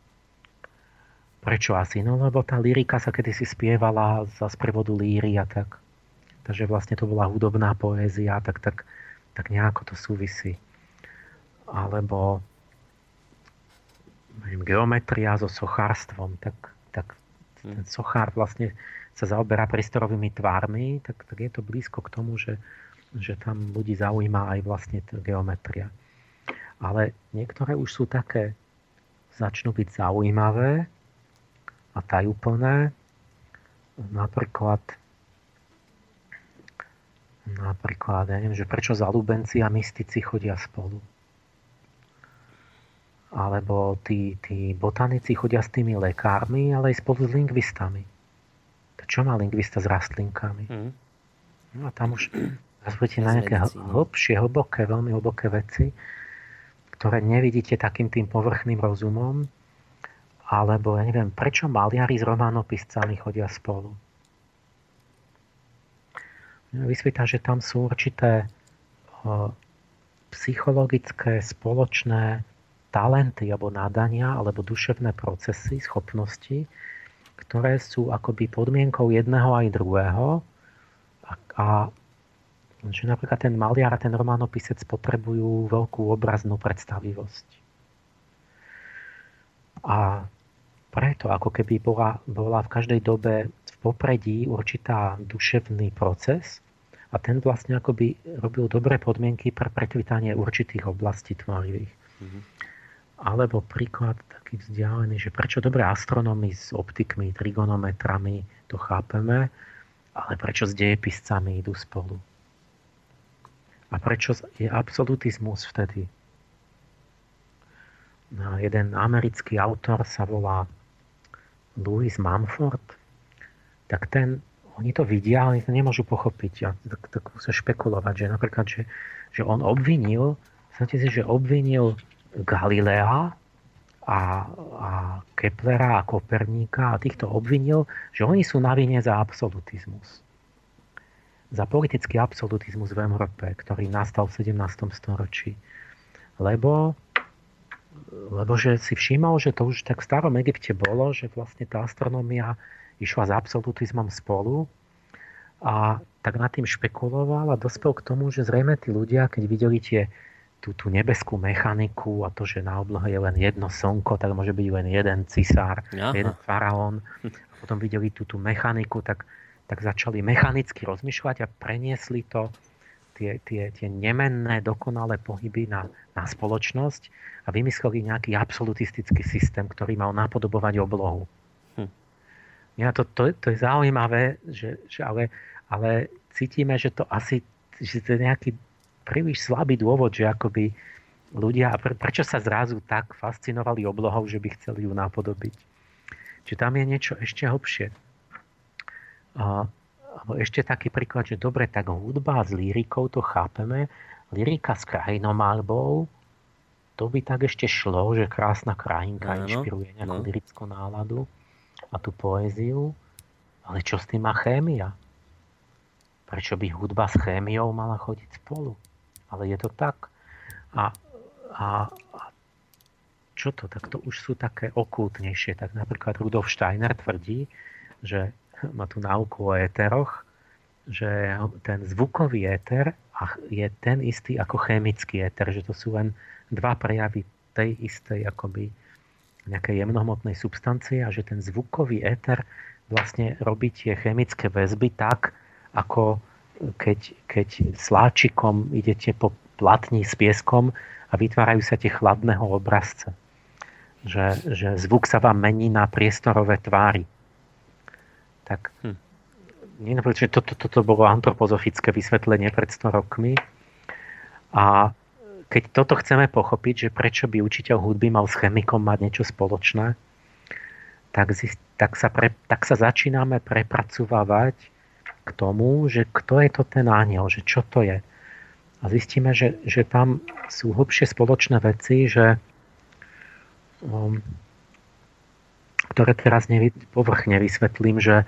Prečo asi? No lebo tá lyrika sa kedysi spievala za sprievodu líry a tak. Takže vlastne to bola hudobná poézia, tak, tak, tak nejako to súvisí. Alebo neviem, geometria so sochárstvom. Tak, tak ten sochár vlastne sa zaoberá priestorovými tvármi, tak, tak je to blízko k tomu, že, že tam ľudí zaujíma aj vlastne geometria. Ale niektoré už sú také, začnú byť zaujímavé a tajúplné. Napríklad Napríklad, ja neviem, že prečo zaľúbenci a mystici chodia spolu. Alebo tí, tí botanici chodia s tými lekármi, ale aj spolu s lingvistami. To čo má lingvista s rastlinkami? Mm. No a tam už zazvete na nejaké hlbšie, hlboké, veľmi hlboké veci, ktoré nevidíte takým tým povrchným rozumom. Alebo, ja neviem, prečo maliari s románopiscami chodia spolu? Vysvetá, že tam sú určité o, psychologické, spoločné talenty alebo nadania, alebo duševné procesy, schopnosti, ktoré sú akoby podmienkou jedného aj druhého. A, a že napríklad ten maliar a ten románopisec potrebujú veľkú obraznú predstavivosť. A preto, ako keby bola, bola v každej dobe v popredí určitá duševný proces, a ten vlastne akoby robil dobré podmienky pre prekvitanie určitých oblastí tvorivých. Mm-hmm. Alebo príklad taký vzdialený, že prečo dobré astronómy s optikmi, trigonometrami, to chápeme, ale prečo s dejepiscami idú spolu. A prečo je absolutizmus vtedy? No, jeden americký autor sa volá Louis Mumford, tak ten oni to vidia, ale to nemôžu pochopiť. Ja tak, tak musia špekulovať, že napríklad, že, že on obvinil, znáte si, že obvinil Galilea a, a Keplera a Koperníka a týchto obvinil, že oni sú na vine za absolutizmus. Za politický absolutizmus v Európe, ktorý nastal v sedemnástom storočí. Lebo, lebo že si všímal, že to už tak v starom Egypte bolo, že vlastne tá astronómia išla s absolutizmom spolu a tak nad tým špekuloval a dospel k tomu, že zrejme tí ľudia, keď videli tie, tú, tú nebeskú mechaniku a to, že na oblohe je len jedno slnko, tak môže byť len jeden cisár, Aha. jeden faraón. A potom videli tú, tú mechaniku, tak, tak začali mechanicky rozmýšľať a preniesli to, tie, tie, tie nemenné, dokonalé pohyby na, na spoločnosť a vymysleli nejaký absolutistický systém, ktorý mal napodobovať oblohu. Hm. Ja, to, to, to je zaujímavé, že, že ale, ale cítime, že to asi že to je nejaký príliš slabý dôvod, že akoby ľudia, pre, prečo sa zrazu tak fascinovali oblohou, že by chceli ju napodobiť. Čiže tam je niečo ešte hlbšie. A, ešte taký príklad, že dobre, tak hudba s lyrikou to chápeme, lyrika s krajinomálbou, to by tak ešte šlo, že krásna krajinka no, inšpiruje nejakú no. lyrickú náladu a tú poéziu, ale čo s tým má chémia? Prečo by hudba s chémiou mala chodiť spolu? Ale je to tak. A, a, a čo to? Tak to už sú také okultnejšie. Tak napríklad Rudolf Steiner tvrdí, že má tú náuku o éteroch, že ten zvukový éter je ten istý ako chemický éter, že to sú len dva prejavy tej istej akoby nejakej jemnohmotnej substancie a že ten zvukový éter vlastne robí tie chemické väzby tak, ako keď, keď sláčikom idete po platni s pieskom a vytvárajú sa tie chladného obrazce. Že, že zvuk sa vám mení na priestorové tvári. Tak hm. nie, pretože toto to, to, to bolo antropozofické vysvetlenie pred sto rokmi. A keď toto chceme pochopiť, že prečo by učiteľ hudby mal s chemikom mať niečo spoločné, tak, tak, sa, pre, tak sa začíname prepracovávať k tomu, že kto je to ten aniel, že čo to je. A zistíme, že, že tam sú hlbšie spoločné veci, že, um, ktoré teraz nevy, povrchne vysvetlím, že,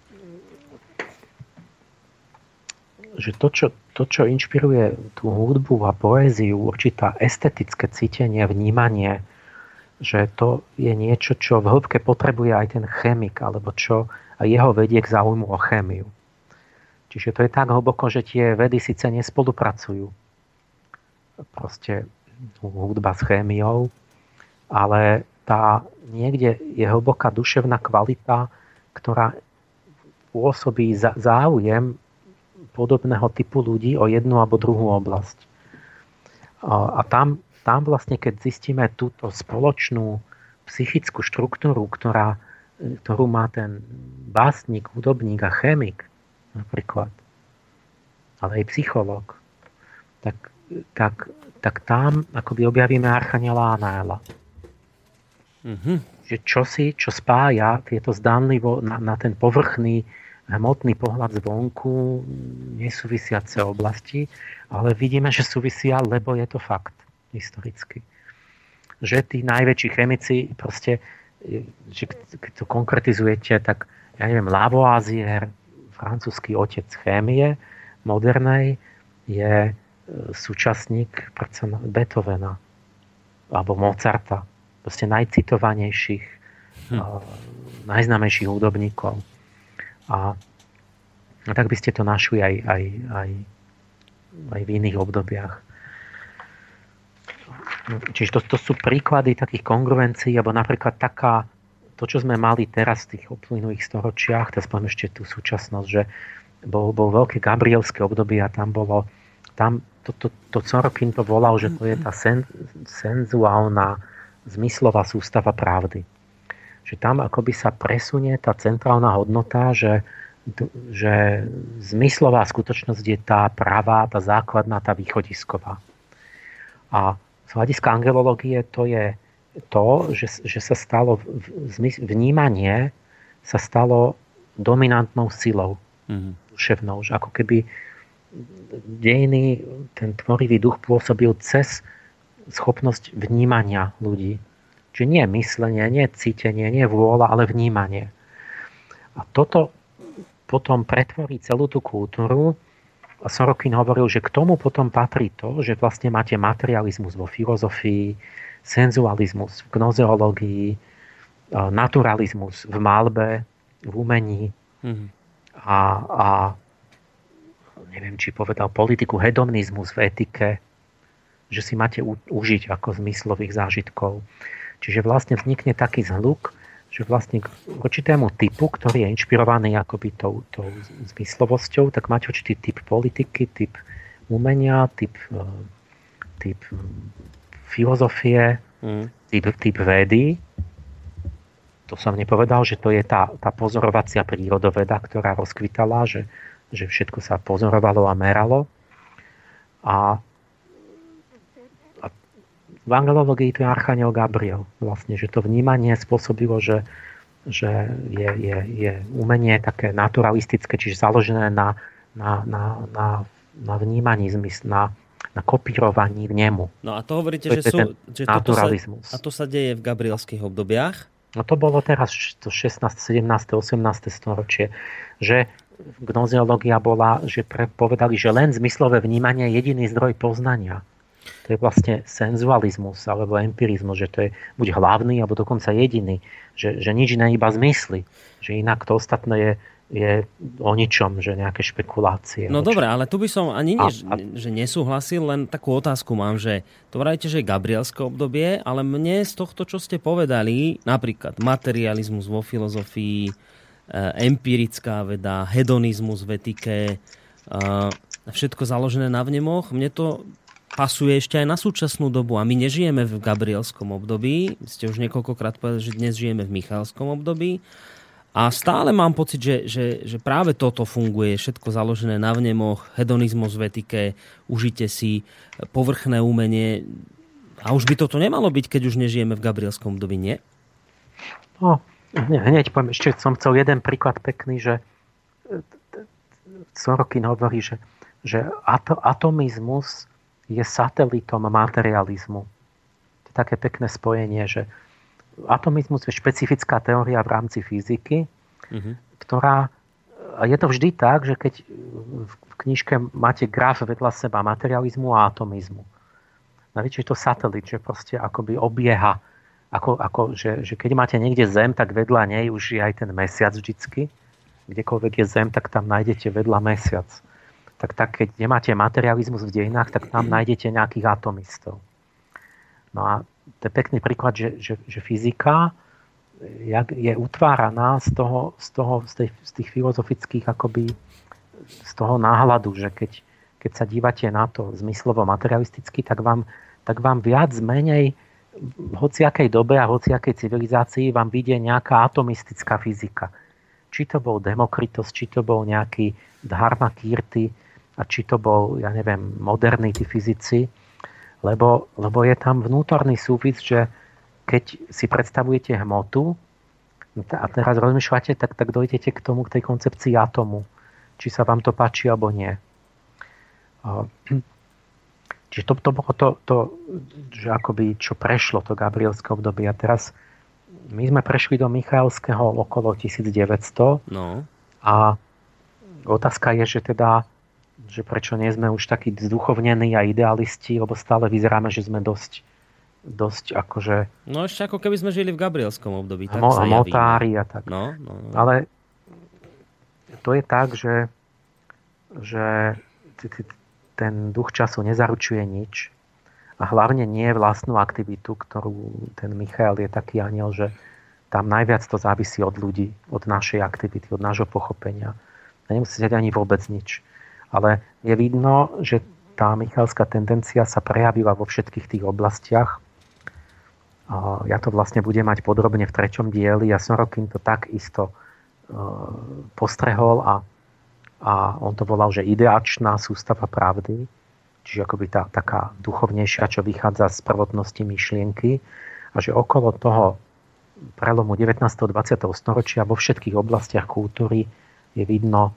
že to, čo, to, čo inšpiruje tú hudbu a poéziu, určitá estetické cítenie, vnímanie, že to je niečo, čo v hĺbke potrebuje aj ten chemik, alebo čo a jeho vedie k záujmu o chémiu. Čiže to je tak hlboko, že tie vedy síce nespolupracujú. Proste hudba s chémiou, ale tá niekde je hlboká duševná kvalita, ktorá pôsobí záujem podobného typu ľudí o jednu alebo druhú oblasť. A tam, tam vlastne, keď zistíme túto spoločnú psychickú štruktúru, ktorá, ktorú má ten básnik, hudobník a chemik, napríklad, ale aj psychológ, tak, tak, tak tam akoby objavíme archaniela Anáela. Mm-hmm. Že čosi, čo spája tieto zdánlivo na, na ten povrchný hmotný pohľad zvonku nesúvisiace oblasti, ale vidíme, že súvisia, lebo je to fakt historicky. Že tí najväčší chemici proste, že keď to konkretizujete, tak ja neviem, Lavoisier, francúzsky otec chémie modernej, je súčasník Beethovena alebo Mozarta, proste najcitovanejších, hm. najznámejších hudobníkov. A, a tak by ste to našli aj, aj, aj, aj v iných obdobiach. Čiže to, to sú príklady takých kongruencií, alebo napríklad taká to, čo sme mali teraz v tých uplynulých storočiach, teraz poviem ešte tú súčasnosť, že bol, bol veľké gabrielské obdobie a tam bolo, tam to, to, to Sorokin to volal, že to je tá sen, senzuálna zmyslová sústava pravdy. Že tam akoby sa presunie tá centrálna hodnota, že, že zmyslová skutočnosť je tá pravá, tá základná, tá východisková. A z hľadiska angelológie to je to, že, že sa stalo vnímanie sa stalo dominantnou silou mm-hmm. duševnou, že ako keby dejiny, ten tvorivý duch pôsobil cez schopnosť vnímania ľudí. Čiže nie myslenie, nie cítenie, nie vôľa, ale vnímanie. A toto potom pretvorí celú tú kultúru. A Sorokin hovoril, že k tomu potom patrí to, že vlastne máte materializmus vo filozofii, senzualizmus v gnozeológii, naturalizmus v malbe, v umení mm-hmm. a, a neviem, či povedal politiku, hedonizmus v etike, že si máte u, užiť ako zmyslových zážitkov. Čiže vlastne vznikne taký zhluk, že vlastne k určitému typu, ktorý je inšpirovaný akoby tou, tou zmyslovosťou, tak máte určitý typ politiky, typ umenia, typ, typ filozofie, mm. typ, typ védy. To som nepovedal, že to je tá, tá pozorovacia prírodoveda, ktorá rozkvitala, že, že všetko sa pozorovalo a meralo. A, a v angelológii to je archaniel Gabriel. Vlastne, že to vnímanie spôsobilo, že, že je, je, je umenie také naturalistické, čiže založené na, na, na, na, na vnímaní zmysl, na, na kopírovaní vnemu. No a to hovoríte, to že, sú, že toto sa, a to sa deje v gabrielských obdobiach? No to bolo teraz to šestnáste, sedemnáste, osemnáste storočie, že gnoziológia bola, že pre, povedali, že len zmyslové vnímanie je jediný zdroj poznania. To je vlastne senzualizmus alebo empirizmus, že to je buď hlavný, alebo dokonca jediný. Že, že nič iné, iba zmysly. Že inak to ostatné je, je o ničom, že nejaké špekulácie. No dobre, ale tu by som ani nie, a, a... že nesúhlasil, len takú otázku mám, že to vrajte, že je gabrielské obdobie, ale mne z tohto, čo ste povedali, napríklad materializmus vo filozofii, empirická veda, hedonizmus v etike, všetko založené na vnemoch, mne to pasuje ešte aj na súčasnú dobu a my nežijeme v gabrielskom období, ste už niekoľkokrát povedali, že dnes žijeme v michaelskom období a stále mám pocit, že, že, že práve toto funguje, všetko založené na vnemoch, hedonizmus v etike, užite si povrchné umenie a už by toto nemalo byť, keď už nežijeme v gabrielskom období, nie? No, hneď poviem, ešte som chcel jeden príklad pekný, že Sorokin hovorí, že, že ato, atomizmus je satelitom materializmu. To je také pekné spojenie, že atomizmus je špecifická teória v rámci fyziky, uh-huh. ktorá... A je to vždy tak, že keď v knižke máte graf vedľa seba materializmu a atomizmu. Navíc je to satelit, že proste akoby obieha. Ako, ako, že, že keď máte niekde Zem, tak vedľa nej už je aj ten mesiac vždycky. Kdekoľvek je Zem, tak tam nájdete vedľa mesiac. Tak, tak keď nemáte materializmus v dejinách, tak tam nájdete nejakých atomistov. No a to je pekný príklad, že, že, že fyzika je utváraná z, toho, z, toho, z, tej, z tých filozofických akoby, z toho náhľadu, že keď, keď sa dívate na to zmyslovo materialisticky, tak vám, tak vám viac menej v hociakej dobe a hociakej civilizácii vám vidie nejaká atomistická fyzika. Či to bol Demokritos, či to bol nejaký Dharma Kirti, a či to bol, ja neviem, moderní tí fyzici, lebo, lebo je tam vnútorný súvis, že keď si predstavujete hmotu a teraz rozmýšľate, tak, tak dojdete k tomu, k tej koncepcii atomu. Či sa vám to páči, alebo nie. Čiže to, to bolo to, to, že akoby čo prešlo to gabrielské obdobie. A teraz my sme prešli do Michaelského okolo tisícdeväťsto no. A otázka je, že teda že prečo nie sme už takí zduchovnení a idealisti, lebo stále vyzeráme, že sme dosť, dosť akože... No ešte ako keby sme žili v gabrielskom období. Tak mo- sa motári a tak. No, no, no. Ale to je tak, že, že ten duch času nezaručuje nič a hlavne nie vlastnú aktivitu, ktorú ten Michael je taký aniel, že tam najviac to závisí od ľudí, od našej aktivity, od nášho pochopenia. A nemusíte ani vôbec nič. Ale je vidno, že tá michaelská tendencia sa prejavila vo všetkých tých oblastiach. Ja to vlastne budem mať podrobne v treťom dieli a Sorokin to tak isto postrehol a, a on to volal, že ideačná sústava pravdy, čiže akoby tá taká duchovnejšia, čo vychádza z prvotnosti myšlienky a že okolo toho prelomu devätnásteho a dvadsiateho storočia vo všetkých oblastiach kultúry je vidno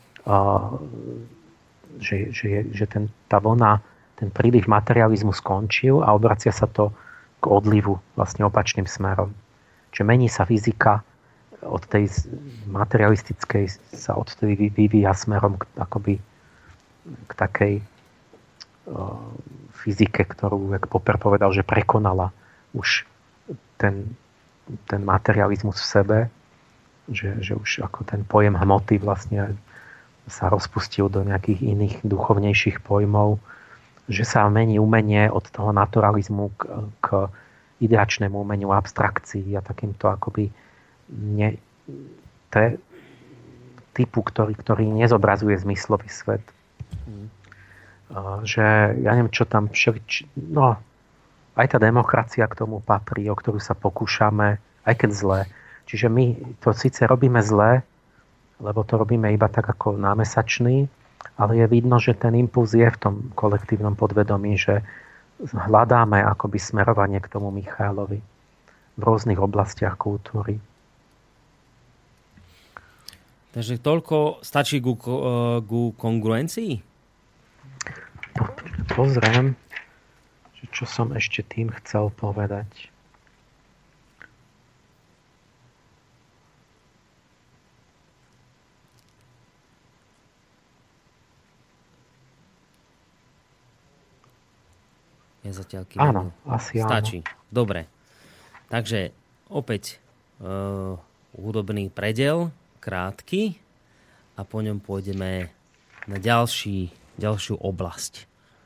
že, že, že ten, tá vlna, ten príliv materializmu skončil a obracia sa to k odlivu vlastne opačným smerom. Čiže mení sa fyzika od tej materialistickej sa od tej vyvíja smerom k, akoby k takej uh, fyzike, ktorú, jak Popper povedal, že prekonala už ten, ten materializmus v sebe, že, že už ako ten pojem hmoty vlastne sa rozpustil do nejakých iných duchovnejších pojmov, že sa mení umenie od toho naturalizmu k, k ideačnému umeniu, abstrakcii a takýmto akoby ne, te, typu, ktorý, ktorý nezobrazuje zmyslový svet. Mm. Že ja neviem, čo tam všelič... No, aj tá demokracia k tomu patrí, o ktorú sa pokúšame, aj keď zlé. Čiže my to síce robíme zlé, lebo to robíme iba tak ako námesačný, ale je vidno, že ten impuls je v tom kolektívnom podvedomí, že hľadáme akoby smerovanie k tomu Michailovi v rôznych oblastiach kultúry. Takže toľko stačí ku, ku kongruencii? Po, pozriem, čo som ešte tým chcel povedať. Ja zatiaľ áno, asi stačí. Áno. Dobre. Takže opäť uh, hudobný predel, krátky, a po ňom pôjdeme na ďalší, ďalšiu oblasť.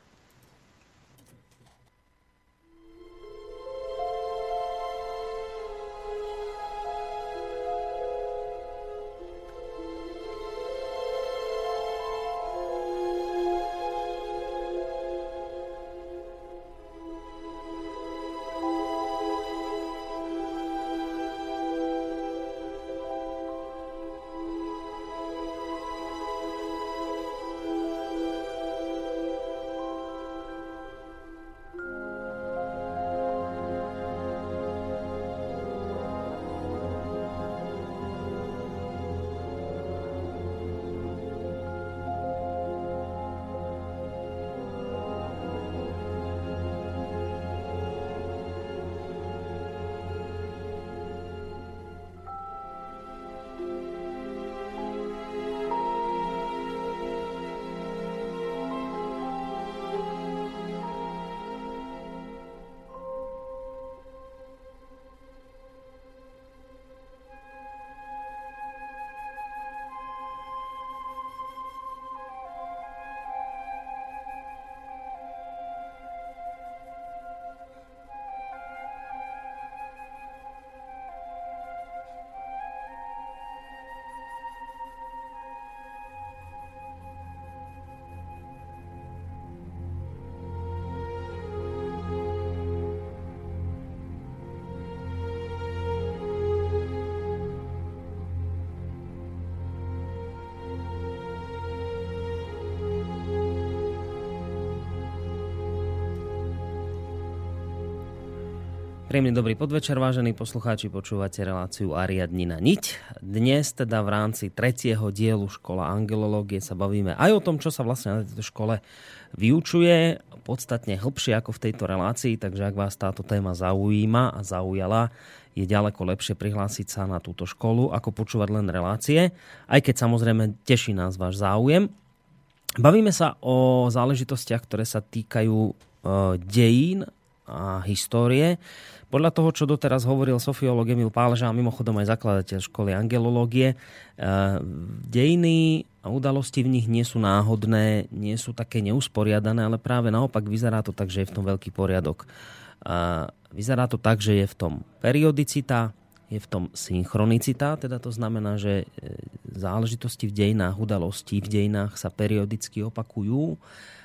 Príjemný dobrý podvečer, vážení poslucháči, počúvate reláciu Ariadnina niť. Dnes teda v rámci tretieho dielu Škola angelológie sa bavíme aj o tom, čo sa vlastne na tejto škole vyučuje, podstatne hlbšie ako v tejto relácii, takže ak vás táto téma zaujíma a zaujala, je ďaleko lepšie prihlásiť sa na túto školu, ako počúvať len relácie, aj keď samozrejme teší nás váš záujem. Bavíme sa o záležitostiach, ktoré sa týkajú e, dejín a histórie. Podľa toho, čo doteraz hovoril sofiológ Emil Pálež a mimochodom aj zakladateľ školy angelológie, dejiny a udalosti v nich nie sú náhodné, nie sú také neusporiadané, ale práve naopak vyzerá to tak, že je v tom veľký poriadok. Vyzerá to tak, že je v tom periodicita, je v tom synchronicita, teda to znamená, že záležitosti v dejinách, udalosti v dejinách sa periodicky opakujú.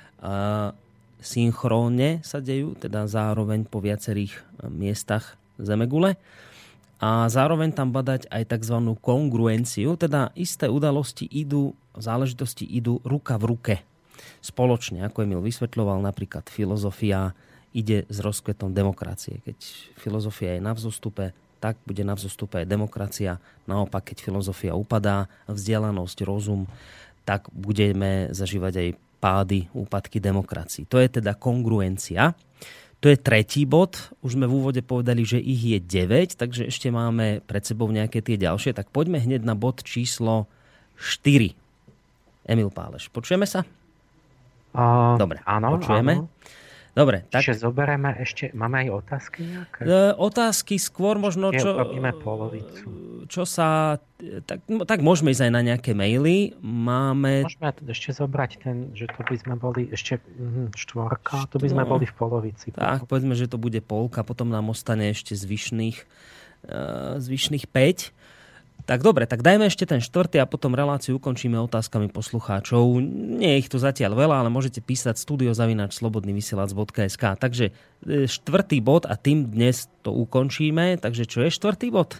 Synchrónne sa dejú, teda zároveň po viacerých miestach zemegule. A zároveň tam badať aj tzv. Kongruenciu, teda isté udalosti idú, záležitosti idú ruka v ruke. Spoločne, ako Emil vysvetľoval, napríklad filozofia ide s rozkvetom demokracie. Keď filozofia je na vzostupe, tak bude na vzostupe aj demokracia. Naopak, keď filozofia upadá, vzdelanosť, rozum, tak budeme zažívať aj pády, úpadky demokracii. To je teda kongruencia. To je tretí bod. Už sme v úvode povedali, že ich je deväť, takže ešte máme pred sebou nejaké tie ďalšie. Tak poďme hneď na bod číslo štyri. Emil Pálež, počujeme sa? Uh, Dobre, áno, počujeme. Áno. Dobre, tak... Čiže zoberieme ešte, máme aj otázky nejaké? E, otázky skôr možno, čo... Robíme polovicu. čo sa... Tak, tak môžeme ísť aj na nejaké maily. Máme... Môžeme ešte zobrať ten, že to by sme boli ešte štvorka, to by sme boli v polovici. Tak, potom. Povedzme, že to bude polka, potom nám ostane ešte zvyšných, uh, zvyšných päť. Tak dobre, tak dajme ešte ten štvrtý a potom reláciu ukončíme otázkami poslucháčov. Nie je ich tu zatiaľ veľa, ale môžete písať studio zavináč slobodný vysielač bodka es ká. Takže štvrtý bod a tým dnes to ukončíme. Takže čo je štvrtý bod?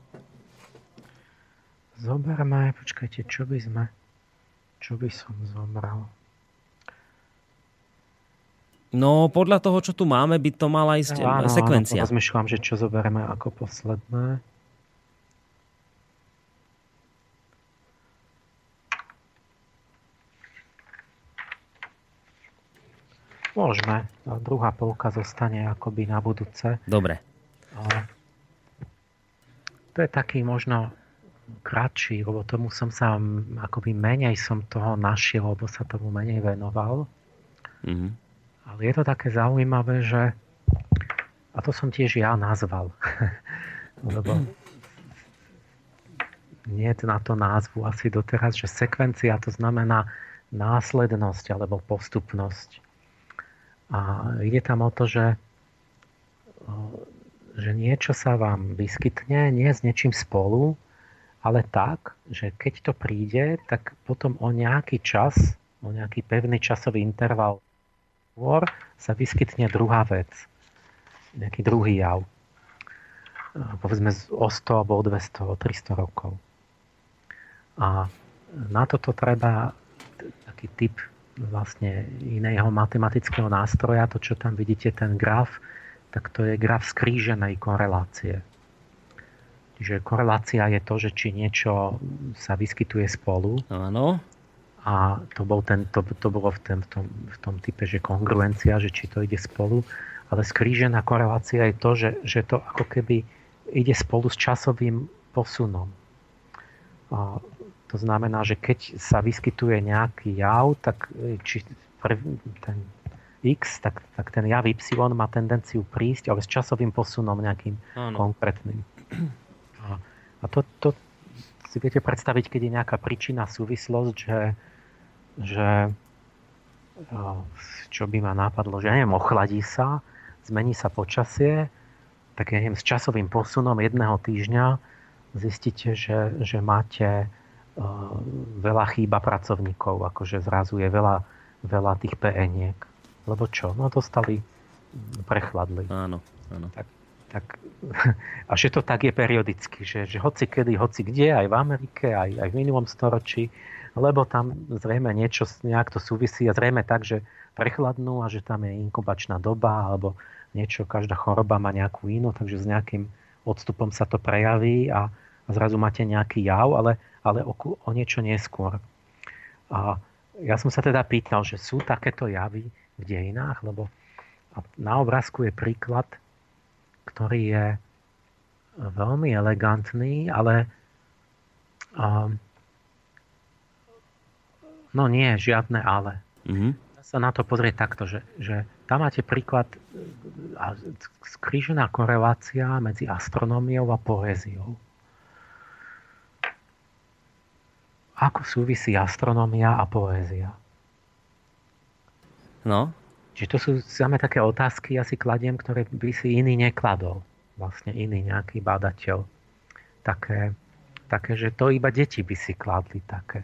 Zoberme, počkajte, čo by sme... Čo by som zobral? No, podľa toho, čo tu máme, by to mala ísť no, áno, sekvencia. Áno, rozmýšľam, že čo zoberieme ako posledné. Môžeme. A druhá polka zostane akoby na budúce. Dobre. A to je taký možno kratší, lebo tomu som sa akoby menej som toho našiel, lebo sa tomu menej venoval. Mm-hmm. Ale je to také zaujímavé, že a to som tiež ja nazval. Lebo nie je na to názvu asi doteraz, že sekvencia to znamená následnosť alebo postupnosť. A ide tam o to, že, že niečo sa vám vyskytne, nie s niečím spolu, ale tak, že keď to príde, tak potom o nejaký čas, o nejaký pevný časový interval sa vyskytne druhá vec, nejaký druhý jav. Povedzme o sto alebo o dvesto, o tristo rokov. A na toto treba taký typ vlastne iného matematického nástroja. To, čo tam vidíte, ten graf, tak to je graf skríženej korelácie. Čiže korelácia je to, že či niečo sa vyskytuje spolu. Áno. A to, bol ten, to, to bolo v, ten, v, tom, v tom type, že kongruencia, že či to ide spolu. Ale skrížená korelácia je to, že, že to ako keby ide spolu s časovým posunom. A to znamená, že keď sa vyskytuje nejaký jav, tak či prv, ten X, tak, tak ten jav Y má tendenciu prísť, ale s časovým posunom nejakým ano. Konkrétnym. A, a to, to si viete predstaviť, keď je nejaká príčina, súvislosť, že, že čo by ma napadlo, že neviem, ochladí sa, zmení sa počasie, tak ja neviem, s časovým posunom jedného týždňa zistíte, že, že máte veľa chýba pracovníkov, akože zrazu je veľa, veľa tých pé eniek. Lebo čo? No dostali, prechladli. Áno, áno. Tak, tak, a že to tak je periodicky, že, že hoci kedy, hoci kde, aj v Amerike, aj, aj v minulom storočí, lebo tam zrejme niečo nejak to súvisí a zrejme tak, že prechladnú a že tam je inkubačná doba alebo niečo, každá choroba má nejakú inú, takže s nejakým odstupom sa to prejaví a, a zrazu máte nejaký jav, ale ale o, o niečo neskôr. A ja som sa teda pýtal, že sú takéto javy v dejinách, lebo na obrázku je príklad, ktorý je veľmi elegantný, ale um, no nie, žiadne ale. Mm-hmm. Sa na to pozrieť takto, že, že tam máte príklad skrížená korelácia medzi astronómiou a poéziou. Ako súvisí astronómia a poézia? No. Čiže to sú samé také otázky, ja si kladiem, ktoré by si iný nekladol. Vlastne iný nejaký badateľ. Také, také, že to iba deti by si kladli také.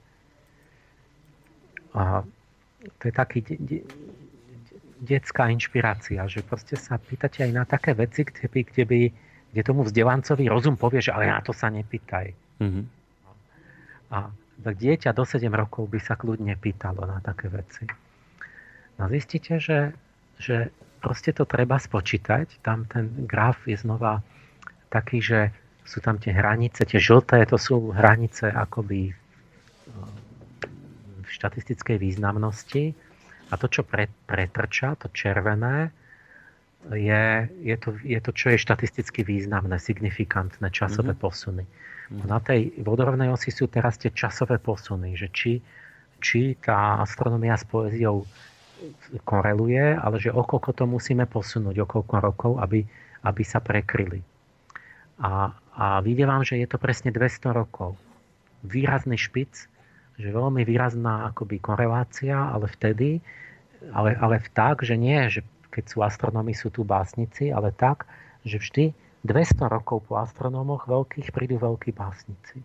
A to je taký de, de, detská inšpirácia, že proste sa pýtate aj na také veci, kde, by, kde, by, kde tomu vzdelancovi rozum povie, že ale na to sa nepýtaj. Mhm. A tak dieťa do sedem rokov by sa kľudne pýtalo na také veci. No zistíte, že, že proste to treba spočítať. Tam ten graf je znova taký, že sú tam tie hranice, tie žlté, to sú hranice akoby v štatistickej významnosti. A to, čo pre, pretrča, to červené, je, je, to, je to, čo je štatisticky významné, signifikantné časové mm-hmm. posuny. Na tej vodorovnej osi sú teraz tie časové posuny, že či, či tá astronomia s poéziou koreluje, ale že okoľko to musíme posunúť, okoľko rokov, aby, aby sa prekryli. A, A vyjde vám, že je to presne dvesto rokov. Výrazný špic, že veľmi výrazná akoby korelácia, ale vtedy, ale, ale tak, že nie, že keď sú astronómi, sú tu básnici, ale tak, že vždy dvesto rokov po astronómoch veľkých prídu veľkí básnici.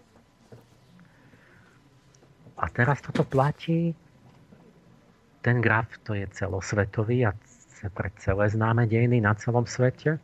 A teraz toto platí, ten graf to je celosvetový a pre celé známe dejiny na celom svete.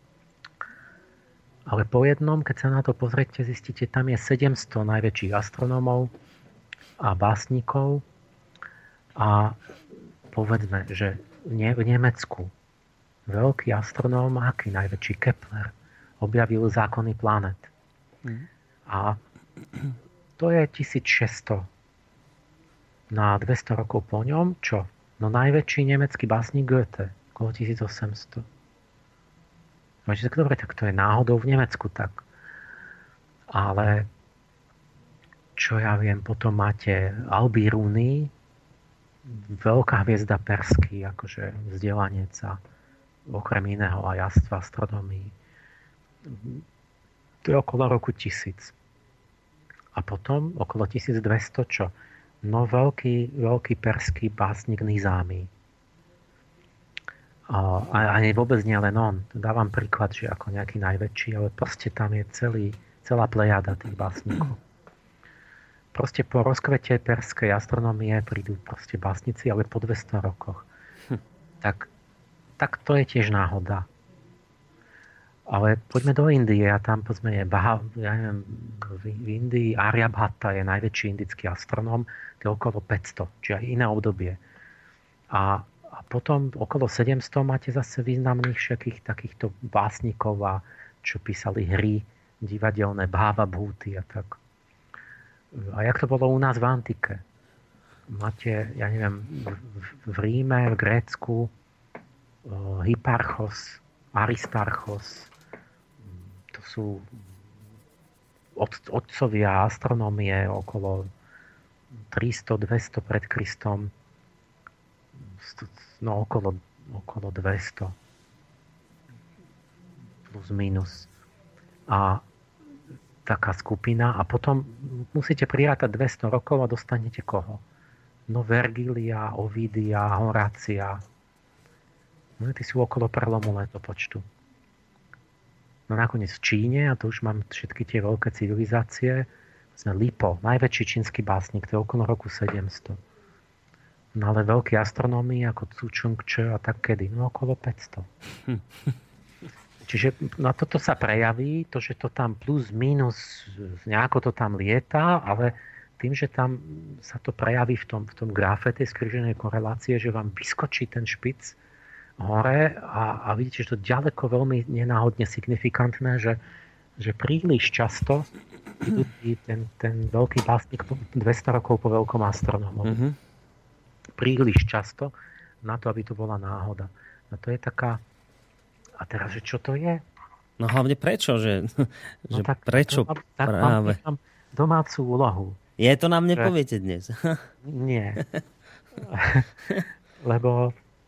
Ale po jednom, keď sa na to pozriete, zistíte, tam je sedemsto najväčších astronómov a básnikov. A povedzme, že v Nemecku veľký astronóm, aký najväčší Kepler, objavil zákony planet. Mm. A to je tisícšesťsto. Na dvesto rokov po ňom, čo? No najväčší nemecký básnik Goethe, okolo tisícosemsto. Máte tak dobre, tak to je náhodou v Nemecku tak. Ale čo ja viem, potom máte Albiruni, veľká hviezda perský, akože vzdelanec a okrem iného aj jazdva astronomii. To je okolo roku tisíc. A potom okolo tisícdvesto čo? No veľký, veľký perský básnik Nizámi. A, a nie vôbec nie len on. Dávam príklad, že ako nejaký najväčší, ale proste tam je celý, celá plejada tých básnikov. Proste po rozkvete perskej astronómie prídu proste básnici, ale po dvesto rokoch. Hm. Tak, tak to je tiež náhoda. Ale poďme do Indie a tam povedzme je Baha, ja neviem, v, v Indii Aryabhata je najväčší indický astronóm, to je okolo päťsto, čiže aj iné obdobie. A A potom okolo sedemsto máte zase významných všetkých takýchto básnikov, a čo písali hry divadelné, Bhava Bhuti a tak. A jak to bolo u nás v antike? Máte, ja neviem, v, v Ríme, v Grécku Hipparchos, Aristarchos, to sú od, otcovia astronómie okolo tristo dvesto pred Kristom, no okolo, okolo dvesto plus minus a taká skupina a potom musíte prirátať dvesto rokov a dostanete koho? No Vergilia, Ovidia, Horácia, no tí sú okolo prelomu letopočtu. No nakoniec v Číne, a to už mám všetky tie veľké civilizácie, sme Lipo, najväčší čínsky básnik, to je okolo roku sedemsto. No ale veľký astronómii ako Tzu Chung Che a tak kedy? No okolo päťsto. Čiže na toto sa prejaví, to, že to tam plus, minus, nejako to tam lieta, ale tým, že tam sa to prejaví v tom, v tom grafe tej skríženej korelácie, že vám vyskočí ten špic hore a, a vidíte, že to ďaleko veľmi nenáhodne signifikantné, že, že príliš často ten, ten veľký básnik dvesto rokov po veľkom astronómovi. Mm-hmm. Príliš často na to, aby to bola náhoda. A to je taká... A teraz, že čo to je? No hlavne prečo? Že, no že tak, prečo to, tak práve? Mám domácu úlohu. Je to nám nepoviete že... dnes? Nie. Lebo...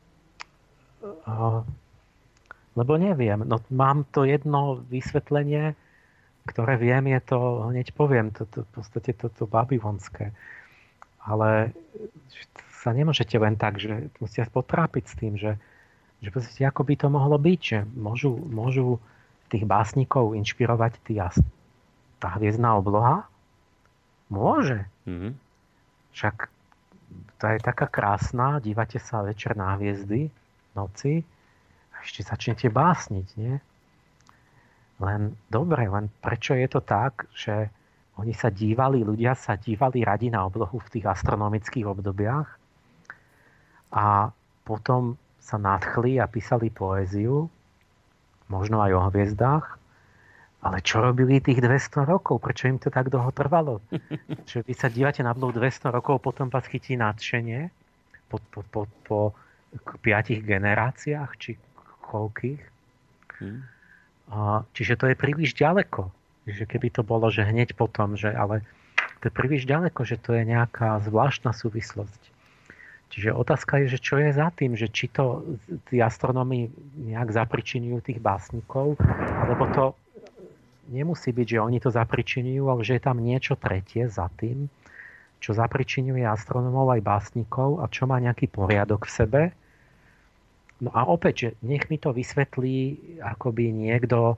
Lebo neviem. No, mám to jedno vysvetlenie, ktoré viem, je to, hneď poviem, to, to, v podstate toto babylonské. Ale sa nemôžete len tak, že musíte potrápiť s tým, že, že podstate, ako by to mohlo byť, že môžu, môžu tých básnikov inšpirovať tí, tá hviezdna obloha? Môže. Mm-hmm. Však tá je taká krásna, dívate sa večer na hviezdy, noci, a ešte začnete básniť, nie? Len, dobre, len prečo je to tak, že oni sa dívali, ľudia sa dívali radi na oblohu v tých astronomických obdobiach a potom sa nadchli a písali poéziu, možno aj o hviezdách, ale čo robili tých dvesto rokov? Prečo im to tak dlho trvalo? Že vy sa dívate na oblohu dvesto rokov, potom vás chytí nadšenie po, po, po, po piatich generáciách, či koľkých. Hmm. Čiže to je príliš ďaleko. Že keby to bolo, že hneď potom, že ale to je príliš ďaleko, že to je nejaká zvláštna súvislosť. Čiže otázka je, že čo je za tým, že či to tí astronómi nejak zapričinujú tých básnikov, alebo to nemusí byť, že oni to zapričiňujú, ale že je tam niečo tretie za tým, čo zapričiňuje astronómov aj básnikov a čo má nejaký poriadok v sebe. No a opäť, že nech mi to vysvetlí akoby niekto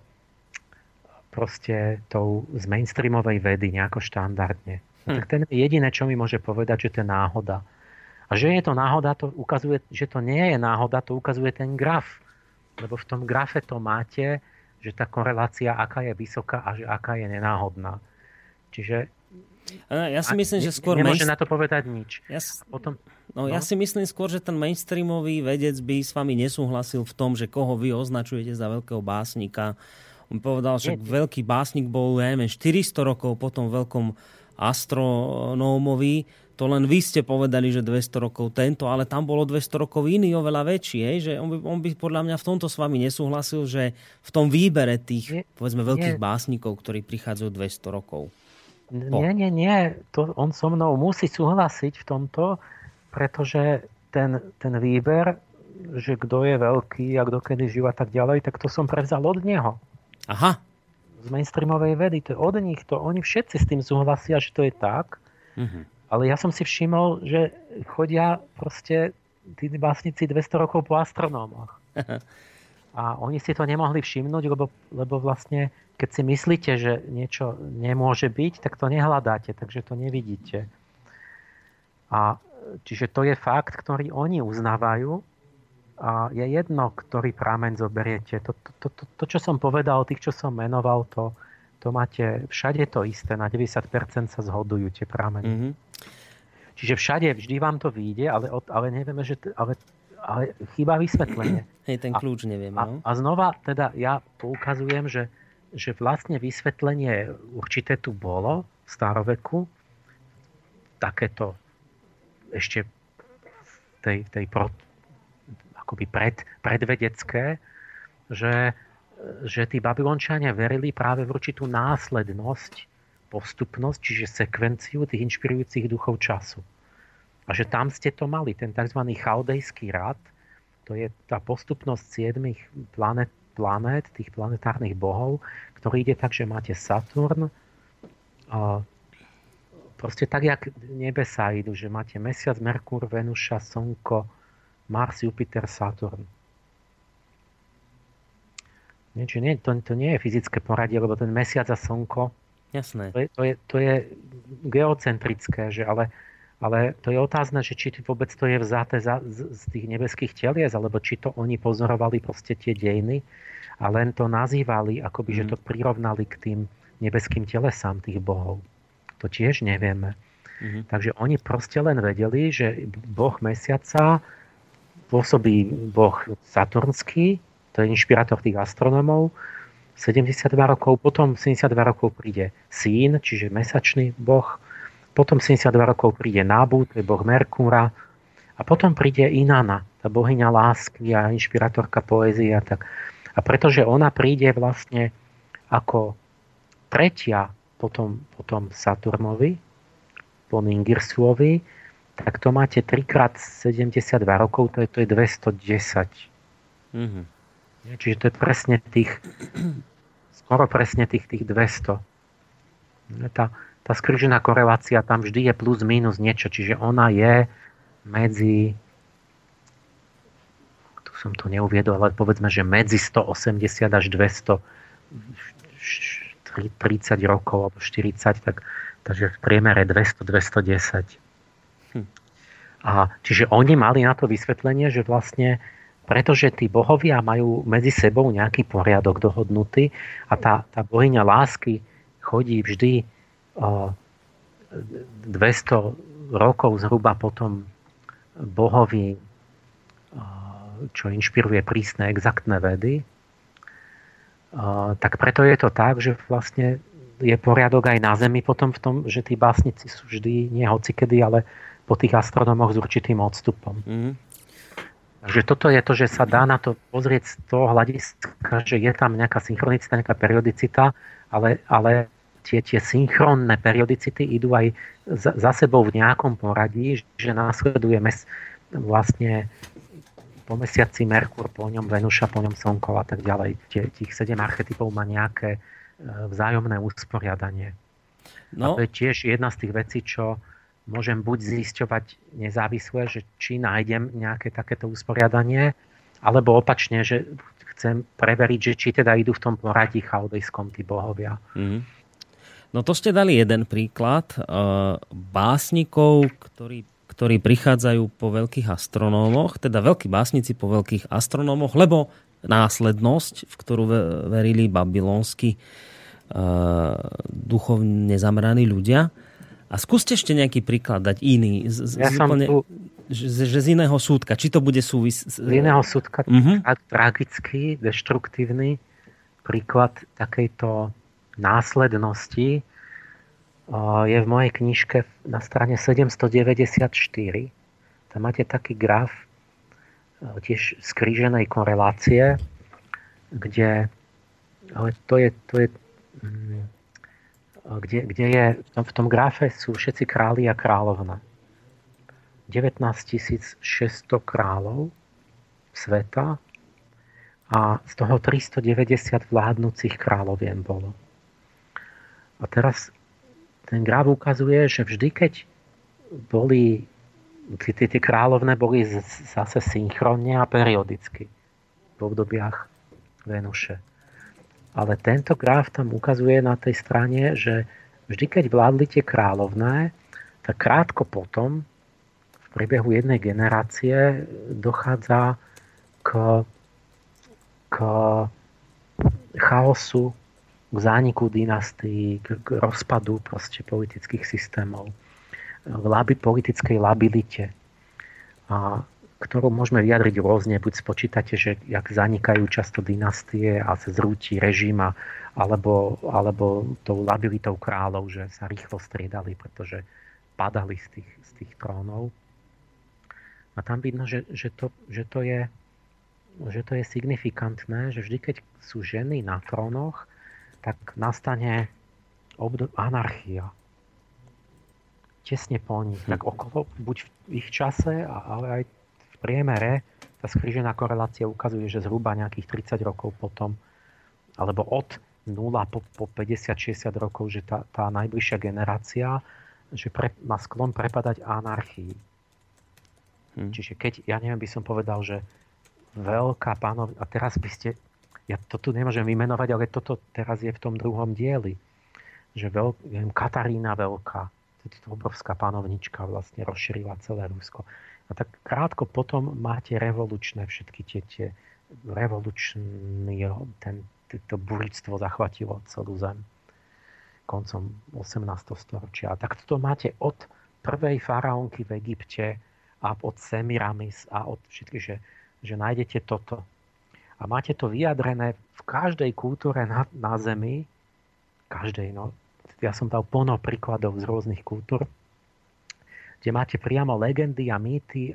proste tou z mainstreamovej vedy nejako štandardne. Hm. Tak ten jediné, čo mi môže povedať, že to je náhoda. A že je to náhoda, to ukazuje, že to nie je náhoda, to ukazuje ten graf. Lebo v tom grafe to máte, že tá korelácia, aká je vysoká a že aká je nenáhodná. Čiže ja si myslím, že skôr nemôže main... na to povedať nič. Ja, si... Potom, no, no. ja si myslím skôr, že ten mainstreamový vedec by s vami nesúhlasil v tom, že koho vy označujete za veľkého básnika. On povedal, že veľký básnik bol, ja neviem, štyristo rokov po tom veľkom astronómovi. To len vy ste povedali, že dvesto rokov tento, ale tam bolo dvesto rokov iný, oveľa väčší. Hej? Že on, by, on by podľa mňa v tomto s vami nesúhlasil, že v tom výbere tých, nie, povedzme, veľkých nie. básnikov, ktorí prichádzajú dvesto rokov. Po. Nie, nie, nie. To, on so mnou musí súhlasiť v tomto, pretože ten, ten výber, že kto je veľký a kto kedy žil a tak ďalej, tak to som prevzal od neho. Aha. Z mainstreamovej vedy. To je od nich. To oni všetci s tým súhlasia, že to je tak. Mhm. Ale ja som si všimol, že chodia proste tí básnici dvesto rokov po astronómoch. A oni si to nemohli všimnúť, lebo, lebo vlastne, keď si myslíte, že niečo nemôže byť, tak to nehľadáte, takže to nevidíte. A čiže to je fakt, ktorý oni uznávajú a je jedno, ktorý prameň zoberiete. To, to, to, to, to čo som povedal, tých, čo som menoval, to, to máte všade to isté, na deväťdesiat percent sa zhodujú tie pramene. Mm-hmm. Čiže všade, vždy vám to vyjde, ale, ale nevieme, že... Ale, ale chýba vysvetlenie. Hej, ten kľúč nevieme. No? A, a znova teda ja poukazujem, že, že vlastne vysvetlenie určité tu bolo v staroveku, takéto ešte v tej, tej pro, akoby pred, predvedecké, že, že tí Babylončania verili práve v určitú následnosť, postupnosť, čiže sekvenciu tých inšpirujúcich duchov času. A že tam ste to mali, ten tzv. Chaldejský rad, to je tá postupnosť siedmých planet, planet, tých planetárnych bohov, ktorý ide tak, že máte Saturn, a proste tak, jak nebesá idú, že máte Mesiac, Merkúr, Venuša, Slnko, Mars, Jupiter, Saturn. Nie, nie, to, to nie je fyzické poradie, lebo ten Mesiac a Slnko, jasné. To je, to je, to je geocentrické, že ale, ale to je otázne, že či vôbec to je vzaté za, z, z tých nebeských telies, alebo či to oni pozorovali proste tie dejiny a len to nazývali, akoby, mm. že to prirovnali k tým nebeským telesám tých bohov. To tiež nevieme. Mm. Takže oni proste len vedeli, že boh mesiaca pôsobí boh Saturnský, to je inšpirátor tých astronómov, sedemdesiatdva rokov, potom sedemdesiatdva rokov príde Sín, čiže mesačný boh, potom sedemdesiatdva rokov príde Nábu, to je boh Merkúra, a potom príde Inanna, tá bohyňa lásky a inšpirátorka poézie. A, tak. A pretože ona príde vlastne ako tretia potom, potom Saturnovi, po Ningirsuovi, tak to máte tri krát sedemdesiatdva rokov, to je, to je dvestodesať. Mhm. Čiže to je presne tých, skoro presne tých, tých dvesto. Tá, tá skrížená korelácia tam vždy je plus minus niečo, čiže ona je medzi, tu som to neuviedol, ale povedzme, že medzi stoosemdesiat až dvestotridsať rokov alebo štyridsať, tak, takže v priemere dvesto až dvestodesať. Hm. A čiže oni mali na to vysvetlenie, že vlastne pretože tí bohovia majú medzi sebou nejaký poriadok dohodnutý a tá, tá bohyňa lásky chodí vždy uh, dvesto rokov zhruba potom bohovi, uh, čo inšpiruje prísne exaktné vedy. Uh, tak preto je to tak, že vlastne je poriadok aj na Zemi potom v tom, že tí básnici sú vždy nie hocikedy, ale po tých astronómoch s určitým odstupom. Mm-hmm. Takže toto je to, že sa dá na to pozrieť z toho hľadiska, že je tam nejaká synchronicita, nejaká periodicita, ale, ale tie, tie synchronné periodicity idú aj za, za sebou v nejakom poradí, že následuje mes, vlastne po mesiaci Merkúr, po ňom Venuša, po ňom Slnko a tak ďalej. Tie, tých sedem archetypov má nejaké vzájomné usporiadanie. No. A to je tiež jedna z tých vecí, čo môžem buď zisťovať nezávisle, že či nájdem nejaké takéto usporiadanie, alebo opačne, že chcem preveriť, že či teda idú v tom poradí chaldejskom tí bohovia. Mm. No to ste dali jeden príklad básnikov, ktorí, ktorí prichádzajú po veľkých astronómoch, teda veľkí básnici po veľkých astronómoch, lebo následnosť, v ktorú verili babylonsky duchovne zameraní ľudia. A skúste ešte nejaký príklad dať iný, z, ja z, úplne, tu, že, že z iného súdka. Či to bude súvis... Z iného súdka, uh-huh. tragický, deštruktívny príklad takejto následnosti je v mojej knižke na strane sedemstodeväťdesiatštyri. Tam máte taký graf tiež skríženej korelácie, kde ale to je, to je Kde, kde je, v tom, v tom grafe sú všetci králi a kráľovna. devätnásťtisícšesťsto kráľov sveta a z toho tristodeväťdesiat vládnúcich kráľovien bolo. A teraz ten graf ukazuje, že vždy, keď boli tie, tie kráľovné boli zase synchronne a periodicky v obdobiach Venuše. Ale tento graf tam ukazuje na tej strane, že vždy, keď vládli tie kráľovné, tak krátko potom, v priebehu jednej generácie, dochádza k, k chaosu, k zániku dynastií, k, k rozpadu proste politických systémov, k labi, politickej labilite. A ktorú môžeme vyjadriť rôzne, buď spočítate, že jak zanikajú často dynastie a sa zrúti režim, alebo, alebo tou labilitou kráľov, že sa rýchlo striedali, pretože padali z tých, z tých trónov. A tam vidno, že, že, to, že, to je, že to je signifikantné, že vždy, keď sú ženy na trónoch, tak nastane obdob- anarchia. Tesne po nich, tak okolo, buď v ich čase, ale aj v priemere tá skrížená korelácia ukazuje, že zhruba nejakých tridsať rokov potom, alebo od nula po, po päťdesiat šesťdesiat rokov, že tá, tá najbližšia generácia že pre, má sklon prepadať anarchii. Hmm. Čiže keď, ja neviem, by som povedal, že veľká pánov, a teraz by ste, ja to tu nemôžem vymenovať, ale toto teraz je v tom druhom dieli, že veľ, neviem, Katarína Veľká, to je obrovská panovnička, vlastne rozšírila celé Rusko. A tak krátko potom máte revolučné všetky tie, tie revolučný, ten, to burictvo zachvatilo celú zem koncom osemnásteho storočia. A tak toto máte od prvej faraónky v Egypte a od Semiramis a od všetkých, že, že nájdete toto. A máte to vyjadrené v každej kultúre na, na zemi, každej, no, ja som dal plno príkladov z rôznych kultúr, kde máte priamo legendy a mýty,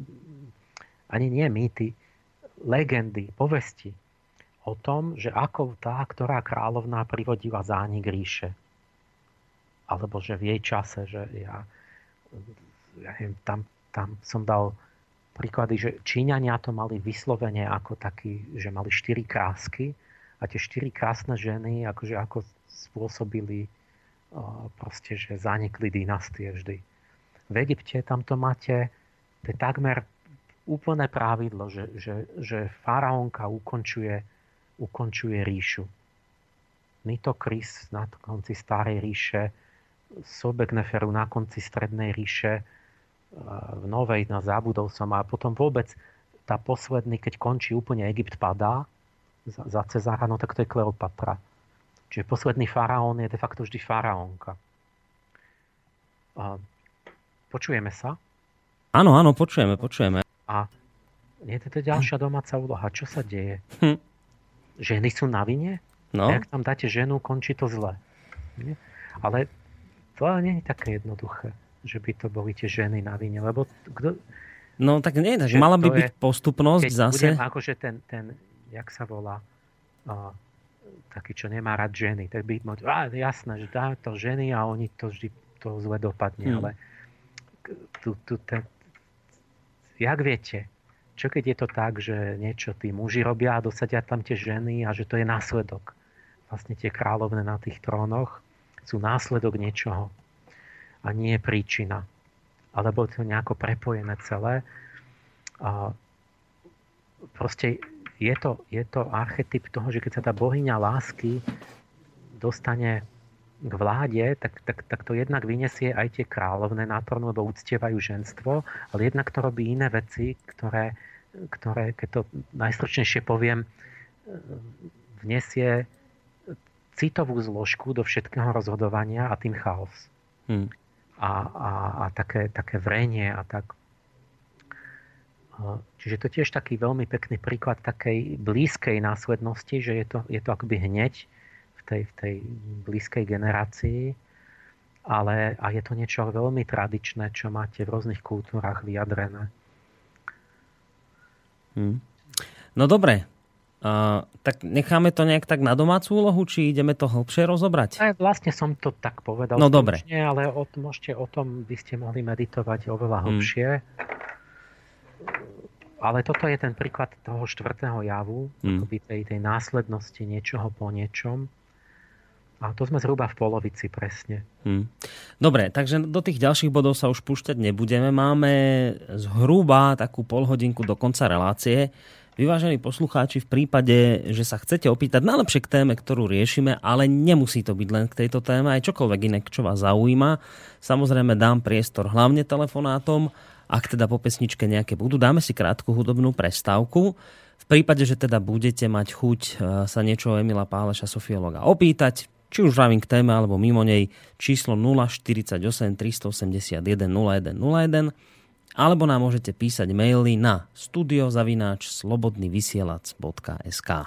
ani nie mýty, legendy, povesti o tom, že ako tá, ktorá kráľovná privodila zánik ríše. Alebo že v jej čase, že ja, ja neviem, tam, tam som dal príklady, že Číňania to mali vyslovene ako taký, že mali štyri krásky a tie štyri krásne ženy akože ako spôsobili proste, že zanikli dynastie vždy. V Egypte tam to máte, to je takmer úplné pravidlo, že, že, že faraónka ukončuje, ukončuje ríšu. Nitokris na konci starej ríše, Sobekneferu na konci strednej ríše, v novej, na zábudol som, a potom vôbec tá posledný, keď končí úplne Egypt padá za, za Cezára, no tak to je Kleopatra. Čiže posledný faraón je de facto vždy faraónka. Počujeme sa? Áno, áno, počujeme, počujeme. A je to ďalšia domáca úloha. Čo sa deje? Hm. Ženy sú na vine? No. A ak tam dáte ženu, končí to zle. Nie? Ale to nie je také jednoduché, že by to boli tie ženy na vine, lebo kto... No tak nie, tak mala by byť je, postupnosť keď zase. Budem akože ten, ten, jak sa volá, uh, taký, čo nemá rád ženy, tak by môže, á, jasné, že dá to ženy a oni to vždy to zle dopadne, hmm. ale tu, tu ten, jak viete, čo keď je to tak, že niečo tí muži robia a dosadia tam tie ženy a že to je následok vlastne tie kráľovné na tých trónoch sú následok niečoho a nie je príčina. Alebo to nejako prepojené celé. A proste je to, je to archetyp toho, že keď sa tá bohyňa lásky dostane k vláde, tak, tak, tak to jednak vyniesie aj tie kráľovné na trón, lebo uctievajú ženstvo, ale jednak to robí iné veci, ktoré, ktoré, keď to najstručnejšie poviem, vniesie citovú zložku do všetkého rozhodovania a tým chaos. Hmm. A, a, a také, také vrenie a tak. Čiže to tiež taký veľmi pekný príklad takej blízkej následnosti, že je to, je to akoby hneď v tej, v tej blízkej generácii, ale a je to niečo veľmi tradičné, čo máte v rôznych kultúrach vyjadrené. Hmm. No dobre. Uh, tak necháme to nejak tak na domácu úlohu, či ideme to hlbšie rozobrať? Aj vlastne som to tak povedal. No dobre. Ale o, môžete o tom by ste mohli meditovať oveľa hlbšie. Hmm. Ale toto je ten príklad toho štvrtého javu, hmm. akoby tej, tej následnosti niečoho po niečom. A to sme zhruba v polovici presne. Hmm. Dobre, takže do tých ďalších bodov sa už púšťať nebudeme. Máme zhruba takú polhodinku do konca relácie. Vyvážení poslucháči, v prípade, že sa chcete opýtať najlepšie k téme, ktorú riešime, ale nemusí to byť len k tejto téme, aj čokoľvek iné, čo vás zaujíma. Samozrejme dám priestor hlavne telefonátom, ak teda po pesničke nejaké budú. Dáme si krátku hudobnú prestávku. V prípade, že teda budete mať chuť sa niečo Emila Páleša, sofiológa, opýtať, či už vravím k téme, alebo mimo nej, číslo nula štyridsaťosem tristoosemdesiatjeden nula jeden nula jeden, alebo nám môžete písať maily na studio zavináč slobodnyvysielac bodka es ká.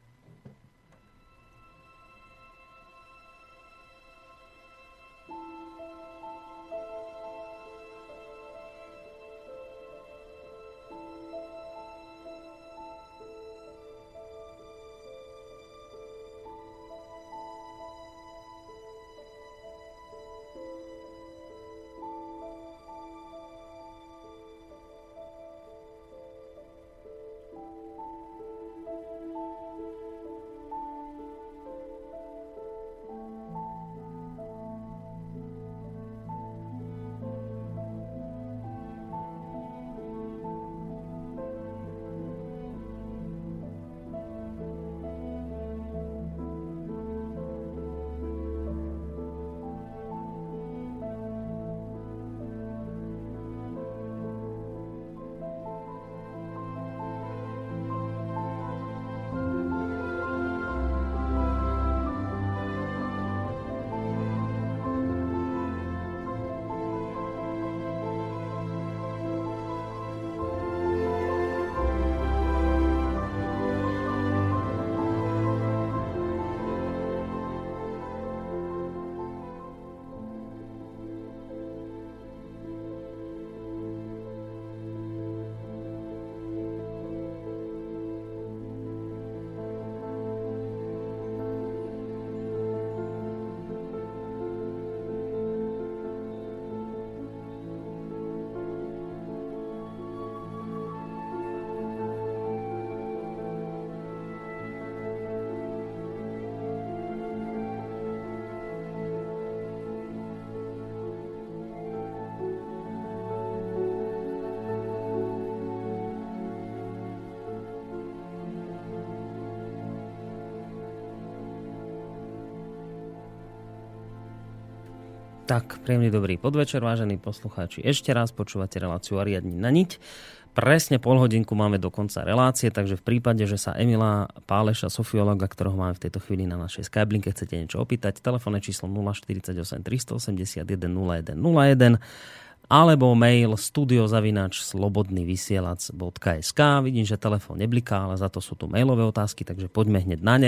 Tak, príjemný dobrý podvečer, vážení poslucháči. Ešte raz počúvate reláciu Ariadne na niť. Presne pol hodinku máme do konca relácie, takže v prípade, že sa Emila Páleša, sofiológa, ktorého máme v tejto chvíli na našej Skyblinke, chcete niečo opýtať, telefónne číslo nula štyridsaťosem tristoosemdesiatjeden nula jeden nula jeden alebo mail studio zavináč slobodnyvysielac bodka es ká. Vidím, že telefón nebliká, ale za to sú tu mailové otázky, takže poďme hneď na ne.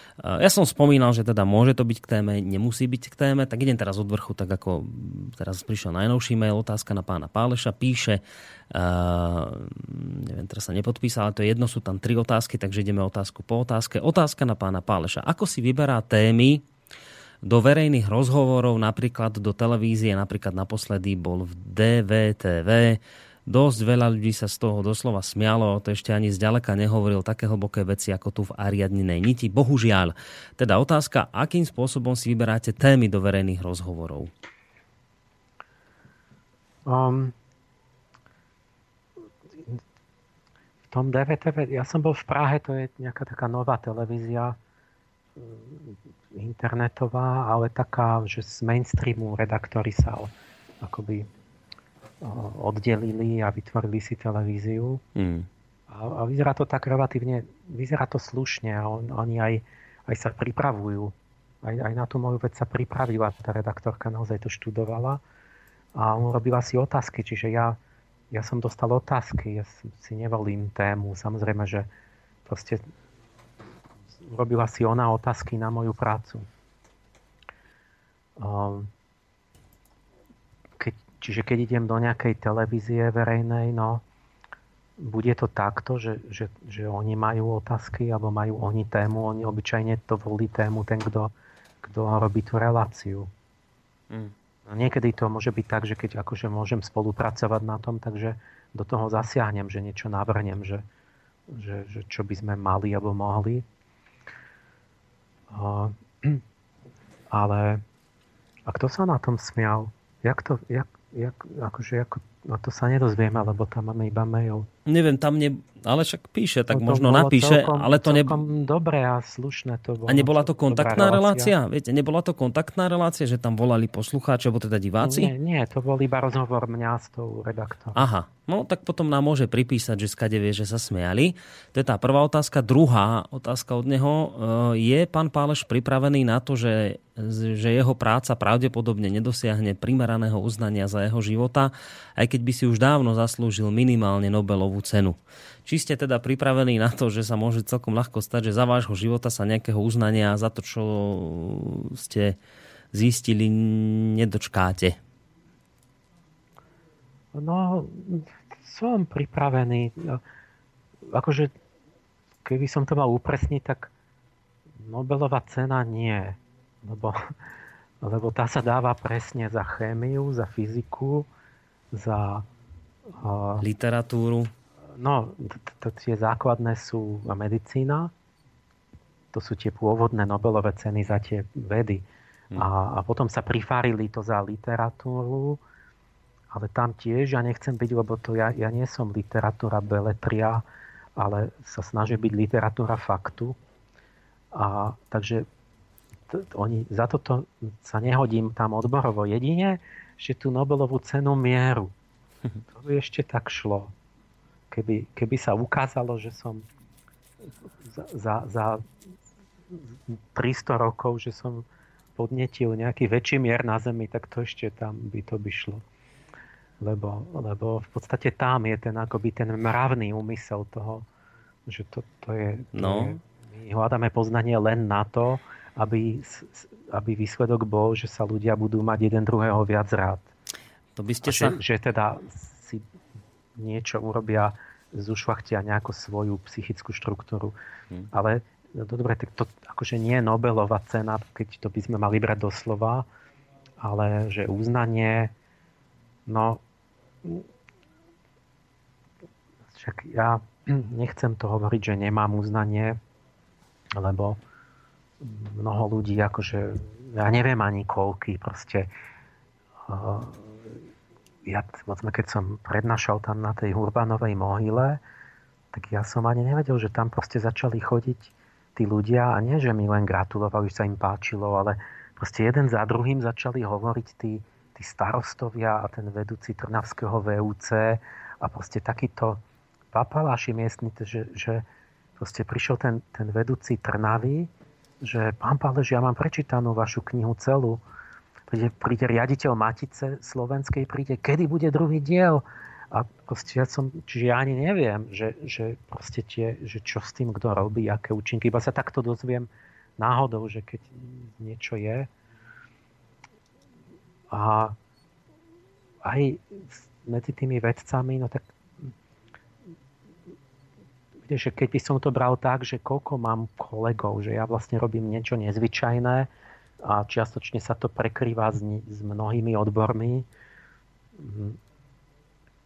Ja som spomínal, že teda môže to byť k téme, nemusí byť k téme, tak idem teraz od vrchu, tak ako teraz prišiel najnovší mail, otázka na pána Páleša, píše, uh, neviem, teraz sa nepodpísal, ale to je jedno, sú tam tri otázky, takže ideme otázku po otázke. Otázka na pána Páleša. Ako si vyberá témy do verejných rozhovorov, napríklad do televízie, napríklad naposledy bol v dé vé té vé Dosť veľa ľudí sa z toho doslova smialo, to ešte ani zďaleka nehovoril také hlboké veci ako tu v Ariadninej niti. Bohužiaľ. Teda otázka, akým spôsobom si vyberáte témy do verejných rozhovorov? Um, v tom dé vé té vé, ja som bol v Prahe, to je nejaká taká nová televízia, internetová, ale taká, že z mainstreamu redaktori sa akoby oddelili a vytvorili si televíziu. Mm. A, a vyzerá to tak relatívne, vyzerá to slušne a on, oni aj, aj sa pripravujú. Aj, aj na tú moju vec sa pripravila, tá redaktorka naozaj to študovala a urobila si otázky, čiže ja, ja som dostal otázky, ja si nevolím tému, samozrejme, že proste urobila si ona otázky na moju prácu. Um, Čiže keď idem do nejakej televízie verejnej, no, bude to takto, že, že, že oni majú otázky, alebo majú oni tému, oni obyčajne to volí tému ten, kto, kto robí tú reláciu. Mm. No, niekedy to môže byť tak, že keď akože môžem spolupracovať na tom, takže do toho zasiahnem, že niečo navrhnem, že, že, že čo by sme mali alebo mohli. Uh, ale a kto sa na tom smial? Jak to... Jak, Jak, akože, ako, no to sa nedozvieme, lebo tam máme iba mail. Neviem, tam ne... Ale však píše, tak no, možno napíše, celkom, ale to ne... celkom dobré a slušné to bolo. A nebola to kontaktná relácia? relácia? Viete, nebola to kontaktná relácia, že tam volali poslucháči, alebo teda diváci? Nie, nie, to bol iba rozhovor mňa s tou redaktorom. Aha, no tak potom nám môže pripísať, že skade vie, že sa smiali. To je tá prvá otázka. Druhá otázka od neho. Je pán Páleš pripravený na to, že, že jeho práca pravdepodobne nedosiahne primeraného uznania za jeho života, aj keď by si už dávno zaslúžil minimálne Nobelovú cenu? Či ste teda pripravení na to, že sa môže celkom ľahko stať, že za vášho života sa nejakého uznania za to, čo ste zistili, nedočkáte? No, som pripravený. Akože, keby som to mal upresniť, tak Nobelová cena nie. Lebo, lebo tá sa dáva presne za chémiu, za fyziku, za... Uh, literatúru. No, tie základné sú medicína, to sú tie pôvodné Nobelové ceny za tie vedy. Hmm. A, a potom sa prifárili to za literatúru, ale tam tiež ja nechcem byť, lebo to ja, ja nie som literatúra beletria, ale sa snaží byť literatúra faktu. A takže t- oni, za toto sa nehodím tam odborovo. Jedine, že tú Nobelovú cenu mieru. To by ešte tak šlo. Keby, keby sa ukázalo, že som za, za, za tristo rokov, že som podnetil nejaký väčší mier na Zemi, tak to ešte tam by to by šlo. Lebo, lebo v podstate tam je ten, akoby ten mravný úmysel toho, že to, to je... To no. je my hľadáme poznanie len na to, aby, aby výsledok bol, že sa ľudia budú mať jeden druhého viac rád. To by ste že, sa... že teda si niečo urobia, zušľachtia nejakú svoju psychickú štruktúru. Hmm. Ale no, dobre, tak to akože nie je Nobelová cena, keď to by sme mali brať doslova, ale že uznanie, no však ja nechcem to hovoriť, že nemám uznanie, lebo mnoho ľudí, akože ja neviem ani koľky, proste uh, ja, keď som prednášal tam na tej Urbanovej mohyle, tak ja som ani nevedel, že tam proste začali chodiť tí ľudia a nie, že mi len gratulovali, že sa im páčilo, ale proste jeden za druhým začali hovoriť tí, tí starostovia a ten vedúci Trnavského vé ú cé a proste takýto papaláši miestni, že, že proste prišiel ten, ten vedúci Trnavy, že pán Pálež, ja mám prečítanú vašu knihu celú. Príde, príde riaditeľ Matice slovenskej, príde, kedy bude druhý diel. A proste ja som, čiže ja ani neviem, že, že proste tie, že čo s tým kto robí, aké účinky. Iba sa takto dozviem náhodou, že keď niečo je. A aj medzi tými vedcami, no tak vieš, že keď by som to bral tak, že koľko mám kolegov, že ja vlastne robím niečo nezvyčajné, a čiastočne sa to prekrýva s, s mnohými odbormi. A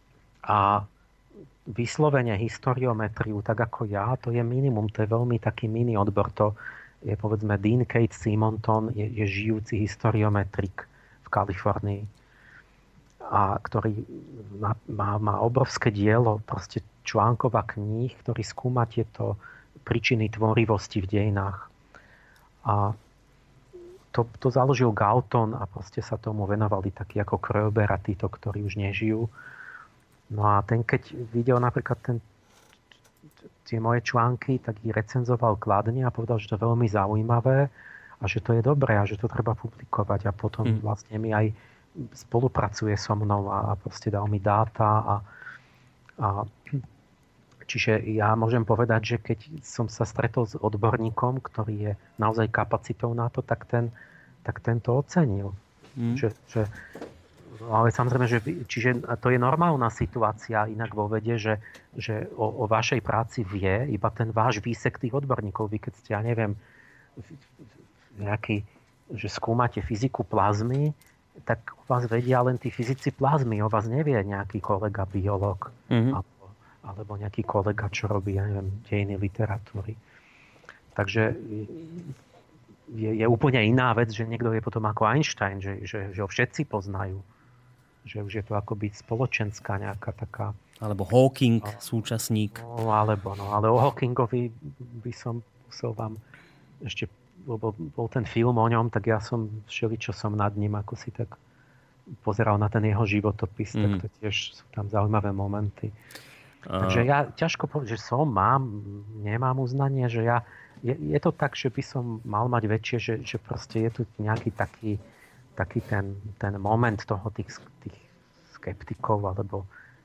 A vyslovene historiometriu, tak ako ja, to je minimum, to je veľmi taký mini odbor. To je povedzme Dean Kate Simonton, je, je žijúci historiometrik v Kalifornii, a ktorý má, má, má obrovské dielo, proste článkov a kníh, ktorý skúma tieto príčiny tvorivosti v dejinách. A to, to založil Galton a proste sa tomu venovali takí ako Kroeber a títo, ktorí už nežijú. No a ten, keď videl napríklad ten, tie moje články, tak ich recenzoval kladne a povedal, že to je veľmi zaujímavé a že to je dobré a že to treba publikovať. A potom mm. vlastne mi aj spolupracuje so mnou a proste dal mi dáta. A, a, čiže ja môžem povedať, že keď som sa stretol s odborníkom, ktorý je naozaj kapacitou na to, tak ten, tak ten to ocenil. Mm. Že, že ale samozrejme, že čiže to je normálna situácia inak vo vede, že, že o, o vašej práci vie iba ten váš výsek tých odborníkov. Vy keď ste, ja neviem, nejaký, že skúmate fyziku plazmy, tak o vás vedia len tí fyzici plazmy. O vás nevie nejaký kolega biológ mm-hmm. alebo, alebo nejaký kolega, čo robí, ja neviem, dejiny literatúry. Takže je, je úplne iná vec, že niekto je potom ako Einstein, že, že, že ho všetci poznajú. Že už je to akoby spoločenská nejaká taká... Alebo Hawking, no, súčasník. No, alebo, no, ale o Hawkingovi by som musel vám ešte, lebo bol ten film o ňom, tak ja som všeličo som nad ním, ako si tak pozeral na ten jeho životopis, mm. tak to tiež sú tam zaujímavé momenty. Uh. Takže ja ťažko povedať, že som, mám, nemám uznanie, že ja... Je, je to tak, že by som mal mať väčšie, že, že proste je tu nejaký taký taký ten, ten moment toho tých, tých skeptikov alebo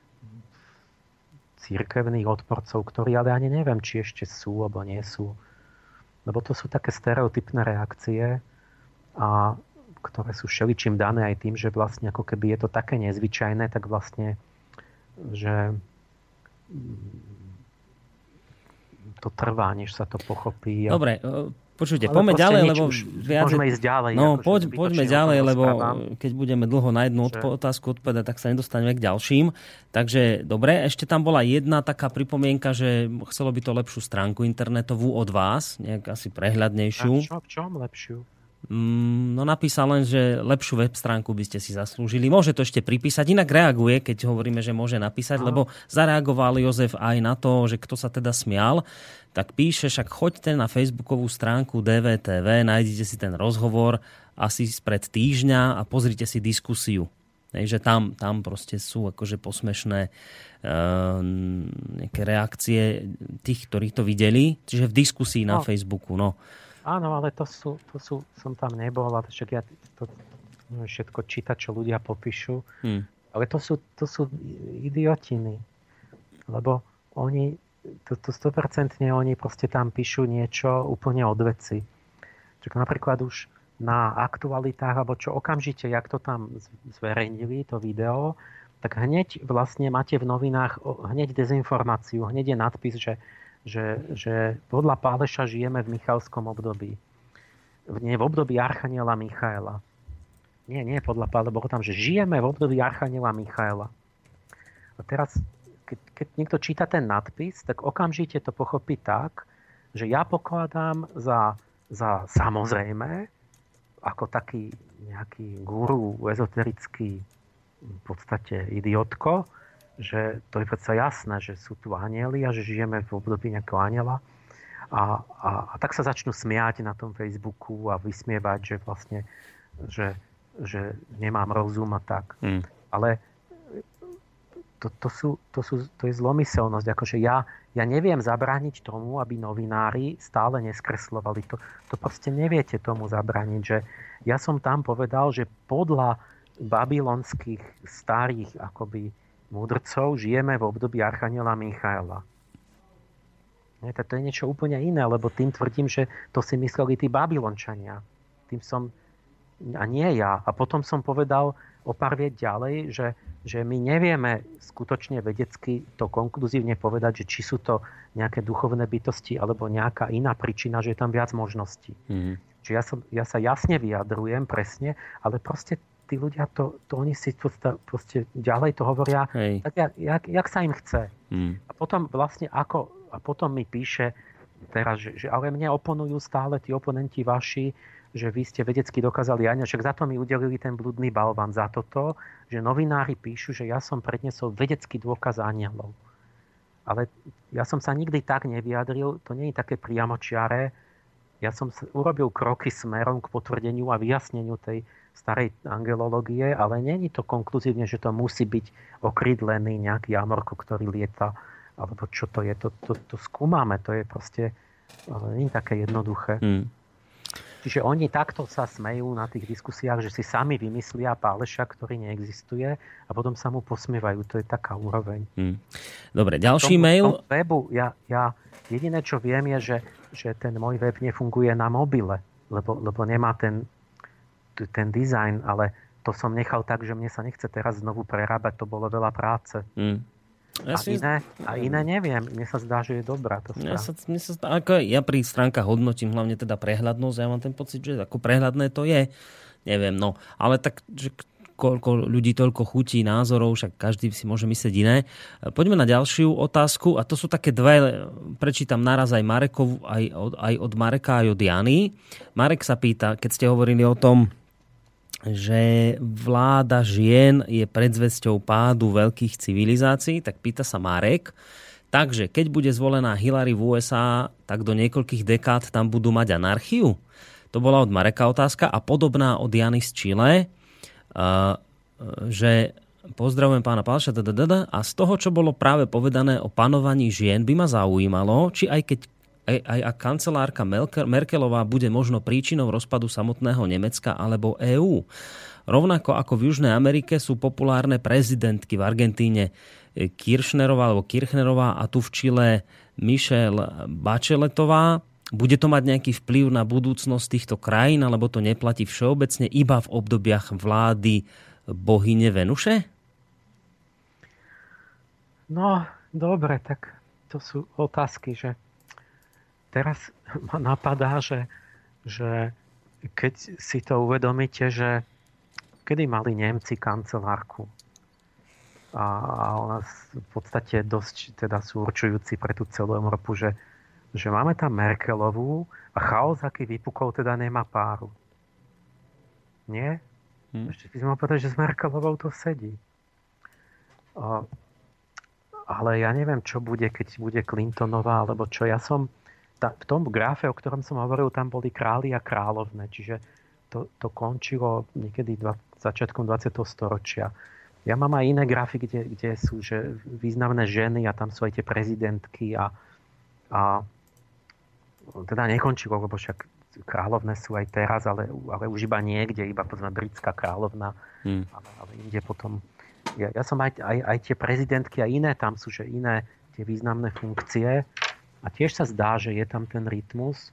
cirkevných odporcov, ktorí ale ani neviem, či ešte sú alebo nie sú. Lebo to sú také stereotypné reakcie, a ktoré sú všeličím dané aj tým, že vlastne ako keby je to také nezvyčajné, tak vlastne, že to trvá, než sa to pochopí. Dobre, počujte, poďme ďalej, lebo viac... Môžeme ísť ďalej. No, ako, poď, poďme ďalej, lebo rozprávam. Keď budeme dlho na jednu že... otázku odpovedať, tak sa nedostaneme k ďalším. Takže, dobre, ešte tam bola jedna taká pripomienka, že chcelo by to lepšiu stránku internetovú od vás, nejak asi prehľadnejšiu. A čo, v čom lepšiu? Mm, no napísal len, že lepšiu web stránku by ste si zaslúžili. Môže to ešte pripísať, inak reaguje, keď hovoríme, že môže napísať, no. Lebo zareagoval Jozef aj na to, že kto sa teda smial, tak píše, však choďte na facebookovú stránku dé vé té vé, nájdete si ten rozhovor asi spred týždňa a pozrite si diskusiu. Hej, že tam, tam proste sú akože posmešné uh, nejaké reakcie tých, ktorí to videli. Čiže v diskusii no. na Facebooku, no. Áno, ale to sú, to sú, som tam nebol, ale však ja to, to všetko čítať, čo ľudia popíšu. Hmm. Ale to sú, to sú idiotiny. Lebo oni, to, to sto percent oni proste tam píšu niečo úplne od veci. Čiže napríklad už na aktualitách, alebo čo okamžite, jak to tam zverejnili, to video, tak hneď vlastne máte v novinách hneď dezinformáciu, hneď je nadpis, že Že, že podľa Páleša žijeme v Michalskom období. Nie, v období Archaniela Michaela. Nie, nie podľa Páleša, bolo tam, že žijeme v období Archaniela Michaela. A teraz, keď, keď niekto číta ten nadpis, tak okamžite to pochopí tak, že ja pokladám za, za samozrejme, ako taký nejaký guru, ezoterický v podstate idiotko, že to je predsa jasné, že sú tu anjeli a že žijeme v období nejakého anjela. A, a, a tak sa začnú smiať na tom Facebooku a vysmievať, že vlastne, že, že nemám rozum a tak. Mm. Ale to, to, sú, to, sú, to je zlomyselnosť. Akože ja, ja neviem zabrániť tomu, aby novinári stále neskreslovali. To, to proste neviete tomu zabrániť. Že ja som tam povedal, že podľa babylonských starých akoby múdrcov žijeme v období Archaniela Michaela. Nie, to je niečo úplne iné, lebo tým tvrdím, že to si mysleli tí Babylončania. Tým som, a nie ja. A potom som povedal o pár viet ďalej, že, že my nevieme skutočne vedecky to konkluzívne povedať, že či sú to nejaké duchovné bytosti alebo nejaká iná príčina, že je tam viac možností. Mm. Čiže ja, som, ja sa jasne vyjadrujem presne, ale proste tí ľudia, to, to oni si to, proste ďalej to hovoria, Hej. tak jak, jak, jak sa im chce. Hmm. A potom vlastne ako, a potom mi píše teraz, že, že ale mne oponujú stále tí oponenti vaši, že vy ste vedecky dokázali aj, však za to mi udelili ten blúdny balván, za toto, že novinári píšu, že ja som prednesol vedecký dôkaz anielov. Ale ja som sa nikdy tak nevyjadril, to nie je také priamočiare. Ja som urobil kroky smerom k potvrdeniu a vyjasneniu tej starej angelológie, ale nie je to konkluzívne, že to musí byť okrydlený nejaký jamorko, ktorý lieta, alebo čo to je. To, to, to skúmame, to je proste nie je také jednoduché. Hmm. Čiže oni takto sa smejú na tých diskusiách, že si sami vymyslia páleša, ktorý neexistuje a potom sa mu posmievajú. To je taká úroveň. Hmm. Dobre, ďalší tomu, mail. Tomu webu, ja, ja jediné, čo viem, je, že, že ten môj web nefunguje na mobile, lebo, lebo nemá ten, ten dizajn, ale to som nechal tak, že mne sa nechce teraz znovu prerábať, to bolo veľa práce. Hmm. Ja a, si... iné, a iné neviem. Mne sa zdá, že je dobrá tá stránka. Ja, sa, mne sa zdá, ako ja pri stránkach hodnotím hlavne teda prehľadnosť. Ja mám ten pocit, že ako prehľadné to je. Neviem, no. Ale tak, že koľko ľudí, toľko chutí, názorov, však každý si môže myslieť iné. Poďme na ďalšiu otázku. A to sú také dve, prečítam naraz aj Marekov, aj od, aj od Mareka, aj od Jany. Marek sa pýta, keď ste hovorili o tom, že vláda žien je predzvesťou pádu veľkých civilizácií, tak pýta sa Marek. Takže, keď bude zvolená Hillary v ú es á, tak do niekoľkých dekád tam budú mať anarchiu? To bola od Mareka otázka a podobná od Jany z Chile, že pozdravujem pána Pálša a z toho, čo bolo práve povedané o panovaní žien, by ma zaujímalo, či aj keď Aj, aj ak kancelárka Merkelová bude možno príčinou rozpadu samotného Nemecka alebo EÚ. Rovnako ako v Južnej Amerike sú populárne prezidentky v Argentíne Kirchnerová alebo Kirchnerová a tu v Čile Michelle Bacheletová. Bude to mať nejaký vplyv na budúcnosť týchto krajín, alebo to neplatí všeobecne iba v obdobiach vlády bohyne Venuše? No, dobre, tak to sú otázky, že teraz ma napadá, že, že keď si to uvedomíte, že kedy mali Nemci kancelárku a, a ona v podstate dosť teda sú určujúci pre tú celú Európu, že, že máme tam Merkelovú a chaos, aký vypukol, teda nemá páru. Nie? Hmm. Ešte by sme mohli povedať, že s Merkelovou to sedí. A, ale ja neviem, čo bude, keď bude Clintonová, alebo čo. Ja som v tom grafe, o ktorom som hovoril, tam boli králi a kráľovné. Čiže to, to končilo niekedy dva, začiatkom dvadsiateho storočia. Ja mám aj iné grafy, kde, kde sú že významné ženy a tam sú aj tie prezidentky a, a teda nekončilo, lebo však kráľovné sú aj teraz, ale, ale už iba niekde, iba povedzme britská kráľovná, hmm. ale, ale inde potom. Ja, ja som aj, aj, aj tie prezidentky a iné, tam sú že iné tie významné funkcie. A tiež sa zdá, že je tam ten rytmus,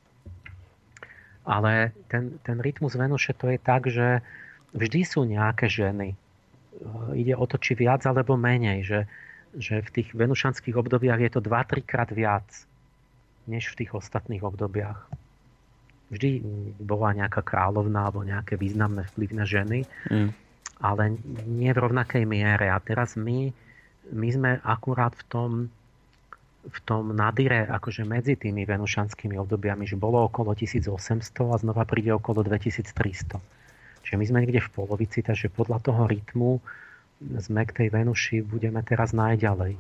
ale ten, ten rytmus Venuše to je tak, že vždy sú nejaké ženy. Ide o to, či viac alebo menej, že, že v tých venušanských obdobiach je to dva tri krát viac, než v tých ostatných obdobiach. Vždy bola nejaká kráľovná alebo nejaké významné vplyvné ženy, mm. ale nie v rovnakej miere. A teraz my, my sme akurát v tom v tom nadire, akože medzi tými venušanskými obdobiami, že bolo okolo tisícosemsto a znova príde okolo dvetisíctristo. Čiže my sme niekde v polovici, takže podľa toho rytmu sme k tej Venuši budeme teraz najďalej.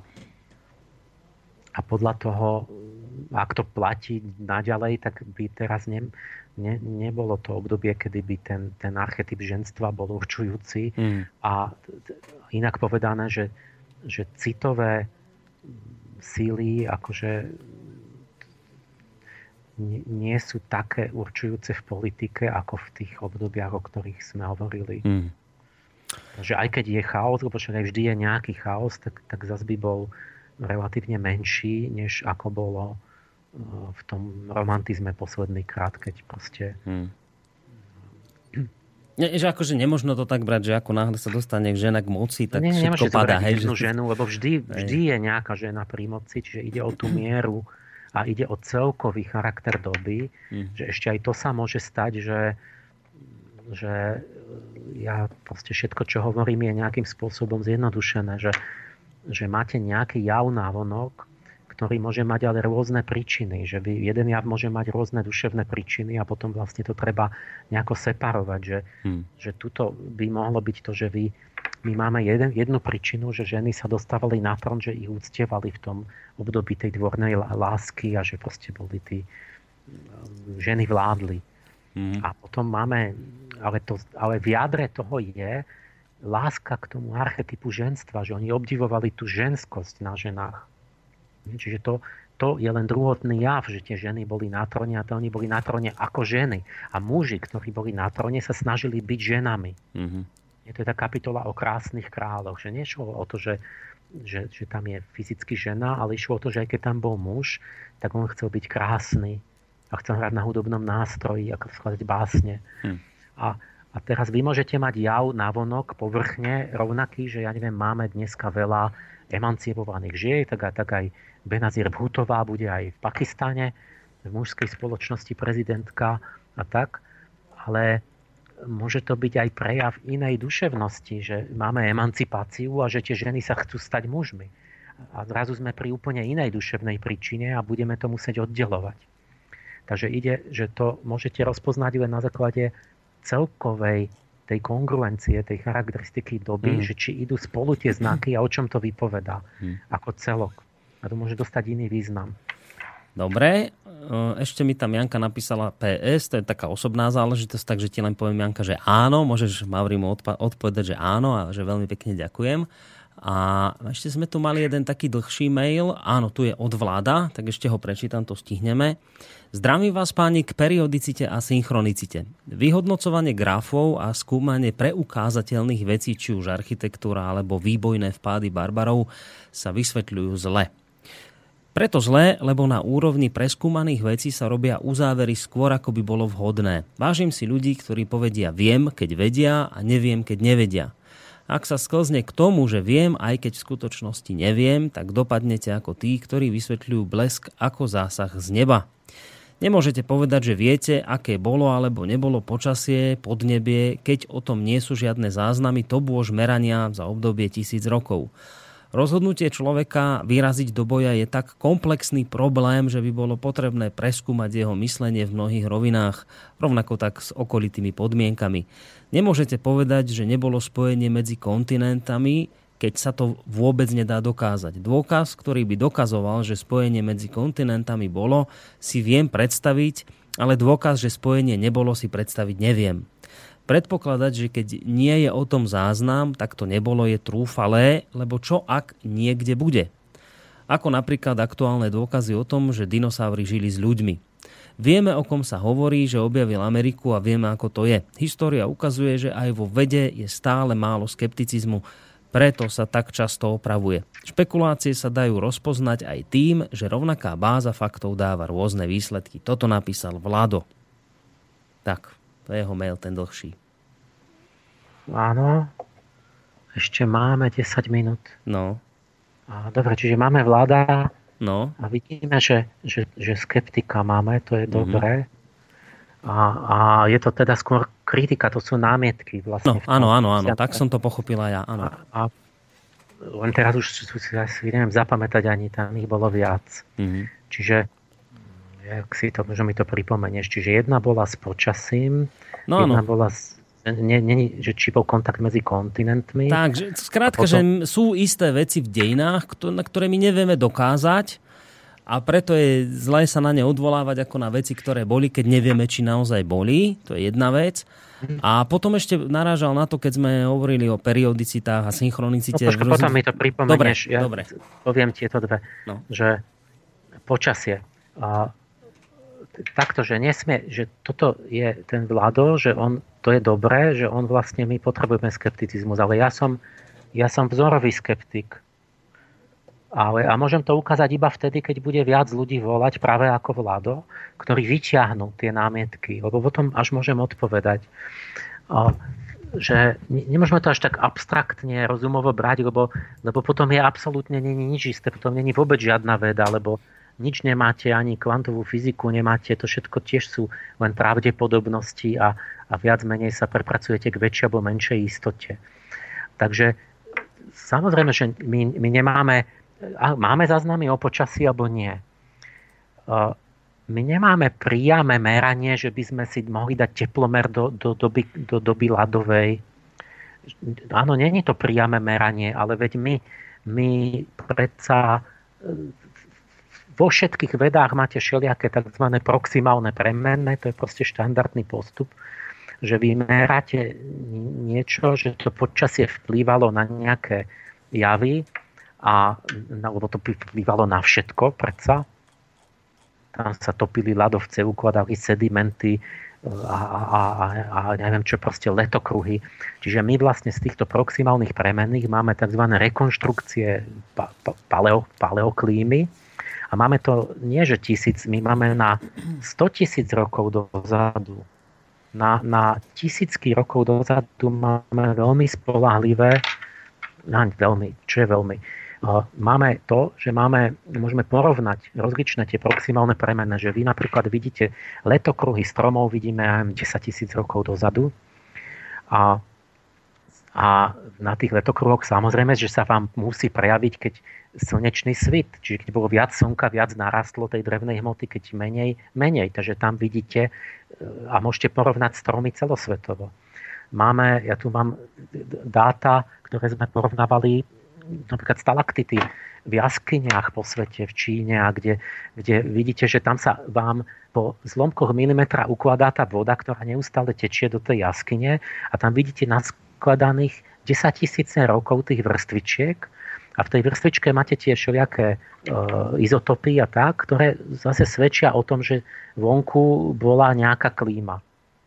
A podľa toho, ak to platí naďalej, tak by teraz ne, ne, nebolo to obdobie, kedy by ten, ten archetyp ženstva bol určujúci. Mm. A inak povedané, že, že citové síly akože nie sú také určujúce v politike ako v tých obdobiach, o ktorých sme hovorili. Mm. Takže aj keď je chaos, lebo však aj vždy je nejaký chaos, tak, tak zase by bol relatívne menší, než ako bolo v tom romantizme posledný krát, keď proste mm. Nie, že akože nemožno to tak brať, že ako náhle sa dostane žena k moci, tak nie, všetko padá. Hej, jednu že... ženu, lebo vždy, vždy je nejaká žena pri moci, čiže ide o tú mieru a ide o celkový charakter doby, mm. že ešte aj to sa môže stať, že, že ja proste všetko, čo hovorím, je nejakým spôsobom zjednodušené, že, že máte nejaký jav návonok, ktorý môže mať ale rôzne príčiny. Že vy, jeden jav môže mať rôzne duševné príčiny a potom vlastne to treba nejako separovať. Že, hmm. že tuto by mohlo byť to, že vy, my máme jeden, jednu príčinu, že ženy sa dostávali na trón, že ich uctievali v tom období tej dvornej lásky a že proste boli tí ženy vládli. Hmm. A potom máme, ale, to, ale v jadre toho je láska k tomu archetypu ženstva, že oni obdivovali tú ženskosť na ženách. Čiže to, to je len druhotný jav, že tie ženy boli na tróne a to oni boli na tróne ako ženy. A muži, ktorí boli na tróne, sa snažili byť ženami. Mm-hmm. Je to tá kapitola o krásnych kráľoch, že nešlo o to, že, že, že tam je fyzicky žena, ale išlo o to, že aj keď tam bol muž, tak on chcel byť krásny a chcel hrať na hudobnom nástroji, ako skladať básne. Mm. A, a teraz vy môžete mať jav navonok, povrchne, rovnaký, že ja neviem, máme dneska veľa emancipovaných žien, tak aj, tak aj Benazir Bhuttová bude aj v Pakistane, v mužskej spoločnosti prezidentka a tak. Ale môže to byť aj prejav inej duševnosti, že máme emancipáciu a že tie ženy sa chcú stať mužmi. A zrazu sme pri úplne inej duševnej príčine a budeme to musieť oddelovať. Takže ide, že to môžete rozpoznať len na základe celkovej tej kongruencie, tej charakteristiky doby, mm. že či idú spolu tie znaky a o čom to vypovedá mm. ako celok. A to môže dostať iný význam. Dobre, ešte mi tam Janka napísala pé es, to je taká osobná záležitosť, takže ti len poviem, Janka, že áno, môžeš Mavrimu odpa- odpovedať, že áno a že veľmi pekne ďakujem. A ešte sme tu mali jeden taký dlhší mail, áno, tu je od Vláda, tak ešte ho prečítam, to stihneme. Zdravím vás, páni, k periodicite a synchronicite. Vyhodnocovanie grafov a skúmanie preukázateľných vecí, či už architektúra alebo výbojné vpády barbarov, sa vysvetľujú zle. Preto zle, lebo na úrovni preskúmaných vecí sa robia uzávery skôr, ako by bolo vhodné. Vážim si ľudí, ktorí povedia viem, keď vedia a neviem, keď nevedia. Ak sa sklzne k tomu, že viem, aj keď v skutočnosti neviem, tak dopadnete ako tí, ktorí vysvetľujú blesk ako zásah z neba. Nemôžete povedať, že viete, aké bolo alebo nebolo počasie, podnebie, keď o tom nie sú žiadne záznamy, to bôž merania za obdobie tisíc rokov. Rozhodnutie človeka vyraziť do boja je tak komplexný problém, že by bolo potrebné preskúmať jeho myslenie v mnohých rovinách, rovnako tak s okolitými podmienkami. Nemôžete povedať, že nebolo spojenie medzi kontinentami, keď sa to vôbec nedá dokázať. Dôkaz, ktorý by dokazoval, že spojenie medzi kontinentami bolo, si viem predstaviť, ale dôkaz, že spojenie nebolo, si predstaviť neviem. Predpokladať, že keď nie je o tom záznam, tak to nebolo, je trúfalé, lebo čo ak niekde bude? Ako napríklad aktuálne dôkazy o tom, že dinosaury žili s ľuďmi. Vieme, o kom sa hovorí, že objavil Ameriku a vieme, ako to je. História ukazuje, že aj vo vede je stále málo skepticizmu, preto sa tak často opravuje. Špekulácie sa dajú rozpoznať aj tým, že rovnaká báza faktov dáva rôzne výsledky. Toto napísal Vlado. Tak, to je jeho mail, ten dlhší. Áno, ešte máme desať minút. No. A, dobre, čiže máme Vláda. No. A vidíme, že, že, že skeptika máme, to je mm-hmm. dobré. A, a je to teda skôr kritika, to sú námietky vlastne. No, áno, áno, áno, tak som to pochopila ja, áno. A, a len teraz už si neviem zapamätať, ani tam ich bolo viac. Mm-hmm. Čiže jak si to, možno mi to pripomenieš, čiže jedna bola s počasím, no, jedna áno. bola s Nie, nie, že či bol kontakt medzi kontinentmi. Takže skrátka, potom... že sú isté veci v dejinách, ktoré my nevieme dokázať a preto je zlé sa na ne odvolávať ako na veci, ktoré boli, keď nevieme, či naozaj boli. To je jedna vec. A potom ešte narážal na to, keď sme hovorili o periodicitách a synchronicite. No, počka, potom mi to pripomenieš. Dobre, ja dobre. Poviem tieto dve. No. Že počasie. A takto, že nesmie, že toto je ten Vlado, že on, to je dobré, že on vlastne, my potrebujeme skepticizmus, ale ja som, ja som vzorový skeptik. Ale, a môžem to ukázať iba vtedy, keď bude viac ľudí volať práve ako Vlado, ktorí vyťahnú tie námietky, lebo potom až môžem odpovedať. A, že nemôžeme to až tak abstraktne, rozumovo brať, lebo, lebo potom je absolútne není nič isté, potom není vôbec žiadna veda, lebo nič nemáte, ani kvantovú fyziku nemáte, to všetko tiež sú len pravdepodobnosti a, a viac menej sa prepracujete k väčšej alebo menšej istote. Takže samozrejme, že my, my nemáme, máme záznamy o počasí alebo nie. My nemáme priame meranie, že by sme si mohli dať teplomer do, do, doby, do doby ľadovej. Áno, nie je to priame meranie, ale veď my, my predsa vo všetkých vedách máte všelijaké tzv. Proximálne premenné, to je proste štandardný postup, že vy meráte niečo, že to počasie vplývalo na nejaké javy, a, lebo to vplyvalo na všetko, predsa. Tam sa topili ľadovce, ukladali sedimenty a, a, a, a neviem čo, proste letokruhy. Čiže my vlastne z týchto proximálnych premenných máme tzv. Rekonštrukcie pa, pa, paleo, paleoklímy. A máme to nie, že tisíc, my máme na sto tisíc rokov dozadu. Na, na tisícky rokov dozadu máme veľmi spoľahlivé, veľmi, čo je veľmi, máme to, že máme, môžeme porovnať rozličné tie proximálne premenné, že vy napríklad vidíte letokruhy stromov, vidíme aj desať tisíc rokov dozadu a, a na tých letokruhoch samozrejme, že sa vám musí prejaviť, keď slnečný svit, čiže keď bolo viac slnka, viac narastlo tej drevnej hmoty, keď menej, menej. Takže tam vidíte a môžete porovnať stromy celosvetovo. Máme, ja tu mám dáta, ktoré sme porovnávali, napríklad stalaktity v jaskyniach po svete, v Číne, a kde, kde vidíte, že tam sa vám po zlomkoch milimetra ukladá tá voda, ktorá neustále tečie do tej jaskyne, a tam vidíte naskladaných desaťtisíce rokov tých vrstvičiek. A v tej vrstvičke máte tie všelijaké e, izotopy a tak, ktoré zase svedčia o tom, že vonku bola nejaká klíma.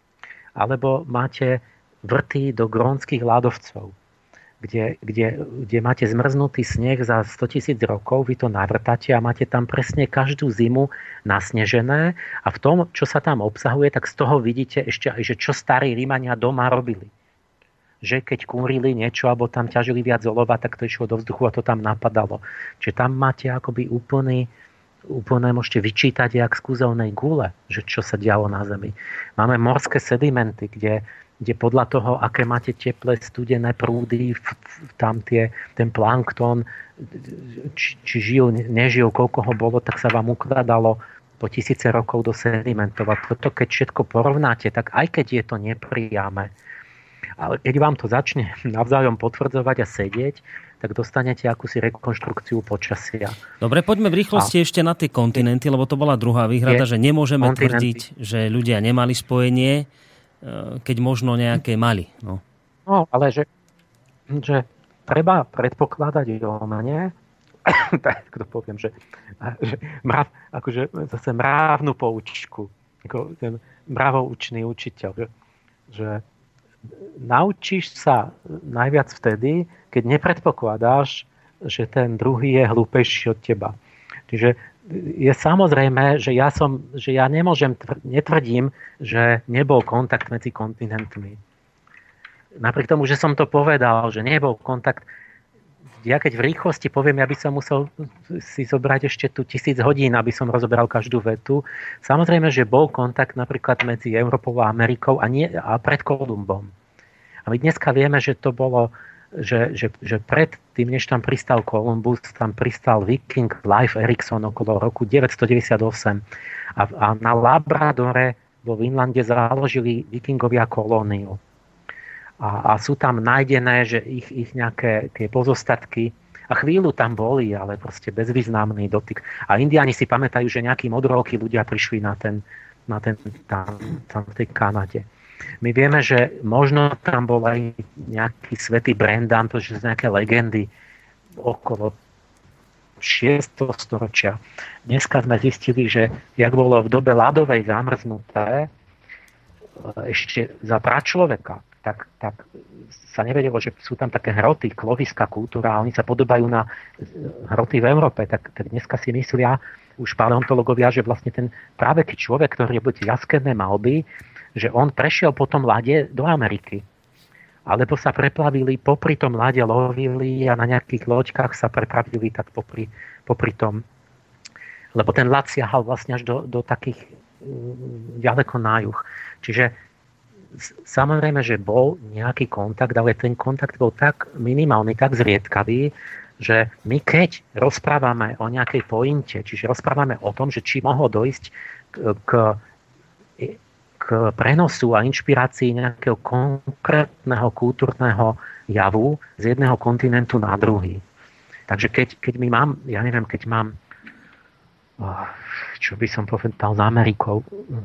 Alebo máte vrty do grónskych ľadovcov, kde, kde, kde máte zmrznutý sneh za sto tisíc rokov, vy to navrtáte a máte tam presne každú zimu nasnežené, a v tom, čo sa tam obsahuje, tak z toho vidíte ešte aj, že čo starí Rímania doma robili. Že keď kúrili niečo alebo tam ťažili viac olova, tak to išlo do vzduchu a to tam napadalo. Čiže tam máte akoby úplný, úplne môžete vyčítať jak z kúzelnej gule, že čo sa dialo na Zemi. Máme morské sedimenty, kde, kde podľa toho, aké máte teplé, studené prúdy, tam tie, ten plankton, či, či žil, nežil, koľko ho bolo, tak sa vám ukladalo po tisíce rokov do sedimentov. A toto, keď všetko porovnáte, tak aj keď je to nepriame, ale keď vám to začne navzájom potvrdzovať a sedieť, tak dostanete akúsi rekonštrukciu počasia. Dobre, poďme v rýchlosti a ešte na tie kontinenty, lebo to bola druhá výhrada, že nemôžeme kontinenty. tvrdiť, že ľudia nemali spojenie, keď možno nejaké mali. No, no ale že, že treba predpokladať o mne, tak to poviem, že, že mrav, akože zase mravnú poučku, ako ten mravoučný učiteľ, že, že naučíš sa najviac vtedy, keď nepredpokladáš, že ten druhý je hlúpejší od teba. Čiže je samozrejme, že ja, som, že ja nemôžem, netvrdím, že nebol kontakt medzi kontinentmi. Napriek tomu, že som to povedal, že nebol kontakt, ja keď v rýchlosti poviem, ja by som musel si zobrať ešte tu tisíc hodín, aby som rozoberal každú vetu. Samozrejme, že bol kontakt napríklad medzi Európou a Amerikou a, nie, a pred Kolumbom. A my dneska vieme, že to bolo, že, že, že pred tým, než tam pristal Kolumbus, tam pristal Viking Leif Erikson okolo roku deväťstodeväťdesiatosem. A, a na Labradore vo Vinlande založili Vikingovia kolóniu. A, a sú tam nájdené, že ich, ich nejaké tie pozostatky, a chvíľu tam boli, ale proste bezvýznamný dotyk. A Indiáni si pamätajú, že nejakí modrookí ľudia prišli na ten, na ten tam, tam v tej Kanade. My vieme, že možno tam bol aj nejaký svätý Brendan, to sú nejaké legendy okolo šiesteho storočia. Dneska sme zistili, že jak bolo v dobe ľadovej zamrznuté ešte za pračloveka, tak, tak sa nevedelo, že sú tam také hroty, kloviská kultúra, a oni sa podobajú na hroty v Európe. Tak, tak dneska si myslia už paleontológovia, že vlastne ten práve keď človek, ktorý robí jaskenné malby, že on prešiel po tom ľade do Ameriky. Alebo sa preplavili, popri tom ľade lovili a na nejakých loďkách sa prepravili tak popri, popri tom lebo ten ľad siahal vlastne až do, do takých ďaleko na juh. Čiže samozrejme, že bol nejaký kontakt, ale ten kontakt bol tak minimálny, tak zriedkavý, že my keď rozprávame o nejakej pointe, čiže rozprávame o tom, že či mohlo dojsť k, k, k prenosu a inšpirácii nejakého konkrétneho kultúrneho javu z jedného kontinentu na druhý. Takže keď, keď my mám, ja neviem, keď mám, čo by som povedal, s Amerikou,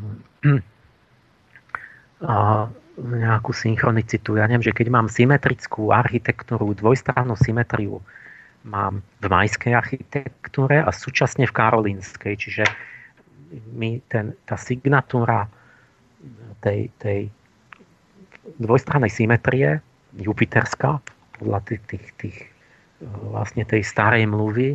a nejakú synchronicitu. Ja neviem, že keď mám symetrickú architektúru, dvojstrannú symetriu mám v majskej architektúre a súčasne v karolínskej. Čiže mi ten, tá signatúra tej, tej dvojstrannej symetrie, jupiterská, podľa tých, tých, tých vlastne tej starej mluvy,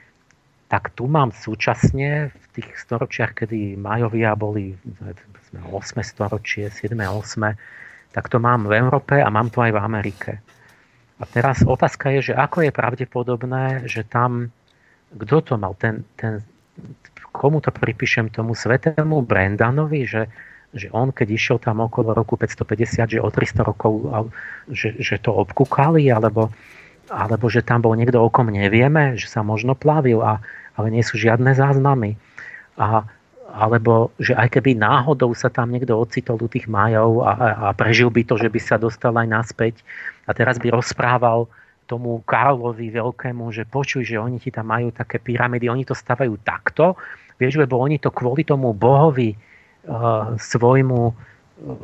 tak tu mám súčasne v tých storočiach, kedy Majovia boli ôsme storočie, siedme ôsme, tak to mám v Európe a mám to aj v Amerike. A teraz otázka je, že ako je pravdepodobné, že tam, kto to mal, ten, ten, komu to pripíšem, tomu svetému Brandanovi, že, že on, keď išiel tam okolo roku päťstopäťdesiat, že o tristo rokov, že, že to obkúkali, alebo alebo že tam bol niekto, o kom nevieme, že sa možno plavil, a, ale nie sú žiadne záznamy. A, alebo že aj keby náhodou sa tam niekto ocitol u tých Majov a, a prežil by to, že by sa dostal aj naspäť a teraz by rozprával tomu Karlovi Veľkému, že počuj, že oni ti tam majú také pyramídy, oni to stavajú takto, vieš, lebo oni to kvôli tomu bohovi uh, svojmu,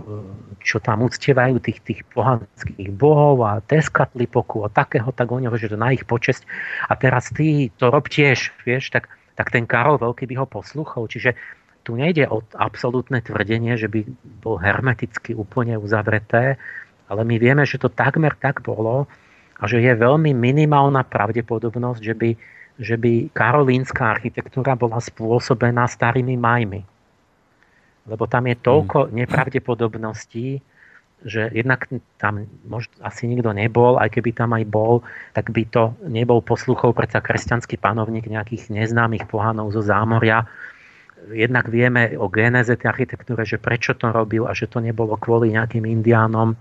čo tam uctievajú tých, tých pohanských bohov a Tezcatlipocu a takého, tak oni hovoria, že to na ich počesť. A teraz ty to rob tiež, vieš, tak, tak ten Karol Veľký by ho poslúchol. Čiže tu nejde o absolútne tvrdenie, že by bol hermeticky úplne uzavreté, ale my vieme, že to takmer tak bolo a že je veľmi minimálna pravdepodobnosť, že by, že by karolínska architektúra bola spôsobená starými Majmi. Lebo tam je toľko nepravdepodobností, že jednak tam možno asi nikto nebol, aj keby tam aj bol, tak by to nebol posluchol predsa kresťanský panovník nejakých neznámych pohanov zo zámoria. Jednak vieme o géneze tej architektúre, že prečo to robil a že to nebolo kvôli nejakým indiánom.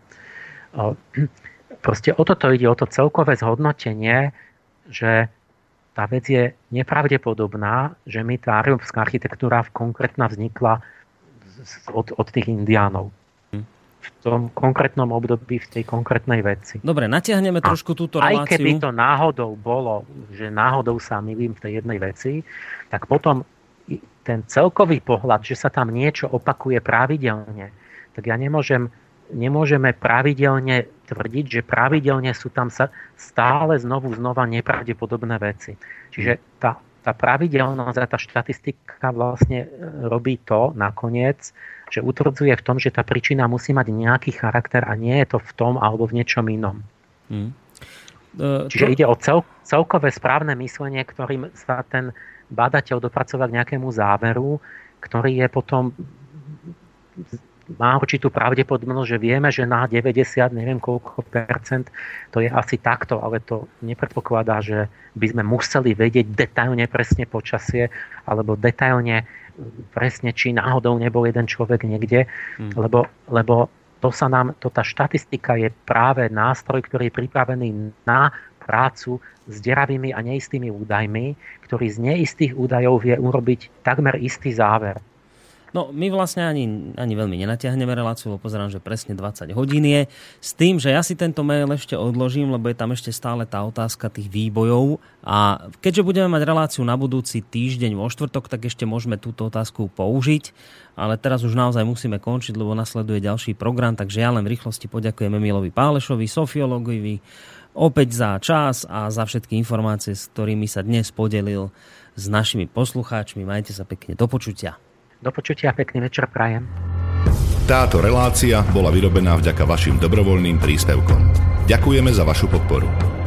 Proste o toto ide, o to celkové zhodnotenie, že tá vec je nepravdepodobná, že mi tá európska architektúra konkrétna vznikla Od, od tých indiánov. V tom konkrétnom období, v tej konkrétnej veci. Dobre, natiahneme trošku túto reláciu. Aj keby to náhodou bolo, že náhodou sa milím v tej jednej veci, tak potom ten celkový pohľad, že sa tam niečo opakuje pravidelne, tak ja nemôžem, nemôžeme pravidelne tvrdiť, že pravidelne sú tam sa stále znovu znova nepravdepodobné veci. Čiže tá Tá pravidelnosť a tá štatistika vlastne robí to nakoniec, že utvrdzuje v tom, že tá príčina musí mať nejaký charakter a nie je to v tom alebo v niečom inom. Hmm. Uh, Čiže to... ide o cel, celkové správne myslenie, ktorým sa ten badateľ dopracoval k nejakému záveru, ktorý je potom má určitú pravdepodobnosť, že vieme, že na deväťdesiat, neviem koľko percent, to je asi takto, ale to nepredpokladá, že by sme museli vedieť detailne presne počasie, alebo detailne presne, či náhodou nebol jeden človek niekde, hmm. lebo, lebo to sa nám, to tá štatistika je práve nástroj, ktorý je pripravený na prácu s deravými a neistými údajmi, ktorý z neistých údajov vie urobiť takmer istý záver. No, my vlastne ani, ani veľmi nenatiahneme reláciu, lebo pozerám, že presne dvadsať hodín je. S tým, že ja si tento mail ešte odložím, lebo je tam ešte stále tá otázka tých výbojov. A keďže budeme mať reláciu na budúci týždeň vo štvrtok, tak ešte môžeme túto otázku použiť. Ale teraz už naozaj musíme končiť, lebo nasleduje ďalší program. Takže ja len v rýchlosti poďakujem Emilovi Pálešovi, sofiológovi, opäť za čas a za všetky informácie, s ktorými sa dnes podelil s našimi poslucháčmi. Majte sa pekne. Do počutia. Do počutia, pekný večer prajem. Táto relácia bola vyrobená vďaka vašim dobrovoľným príspevkom. Ďakujeme za vašu podporu.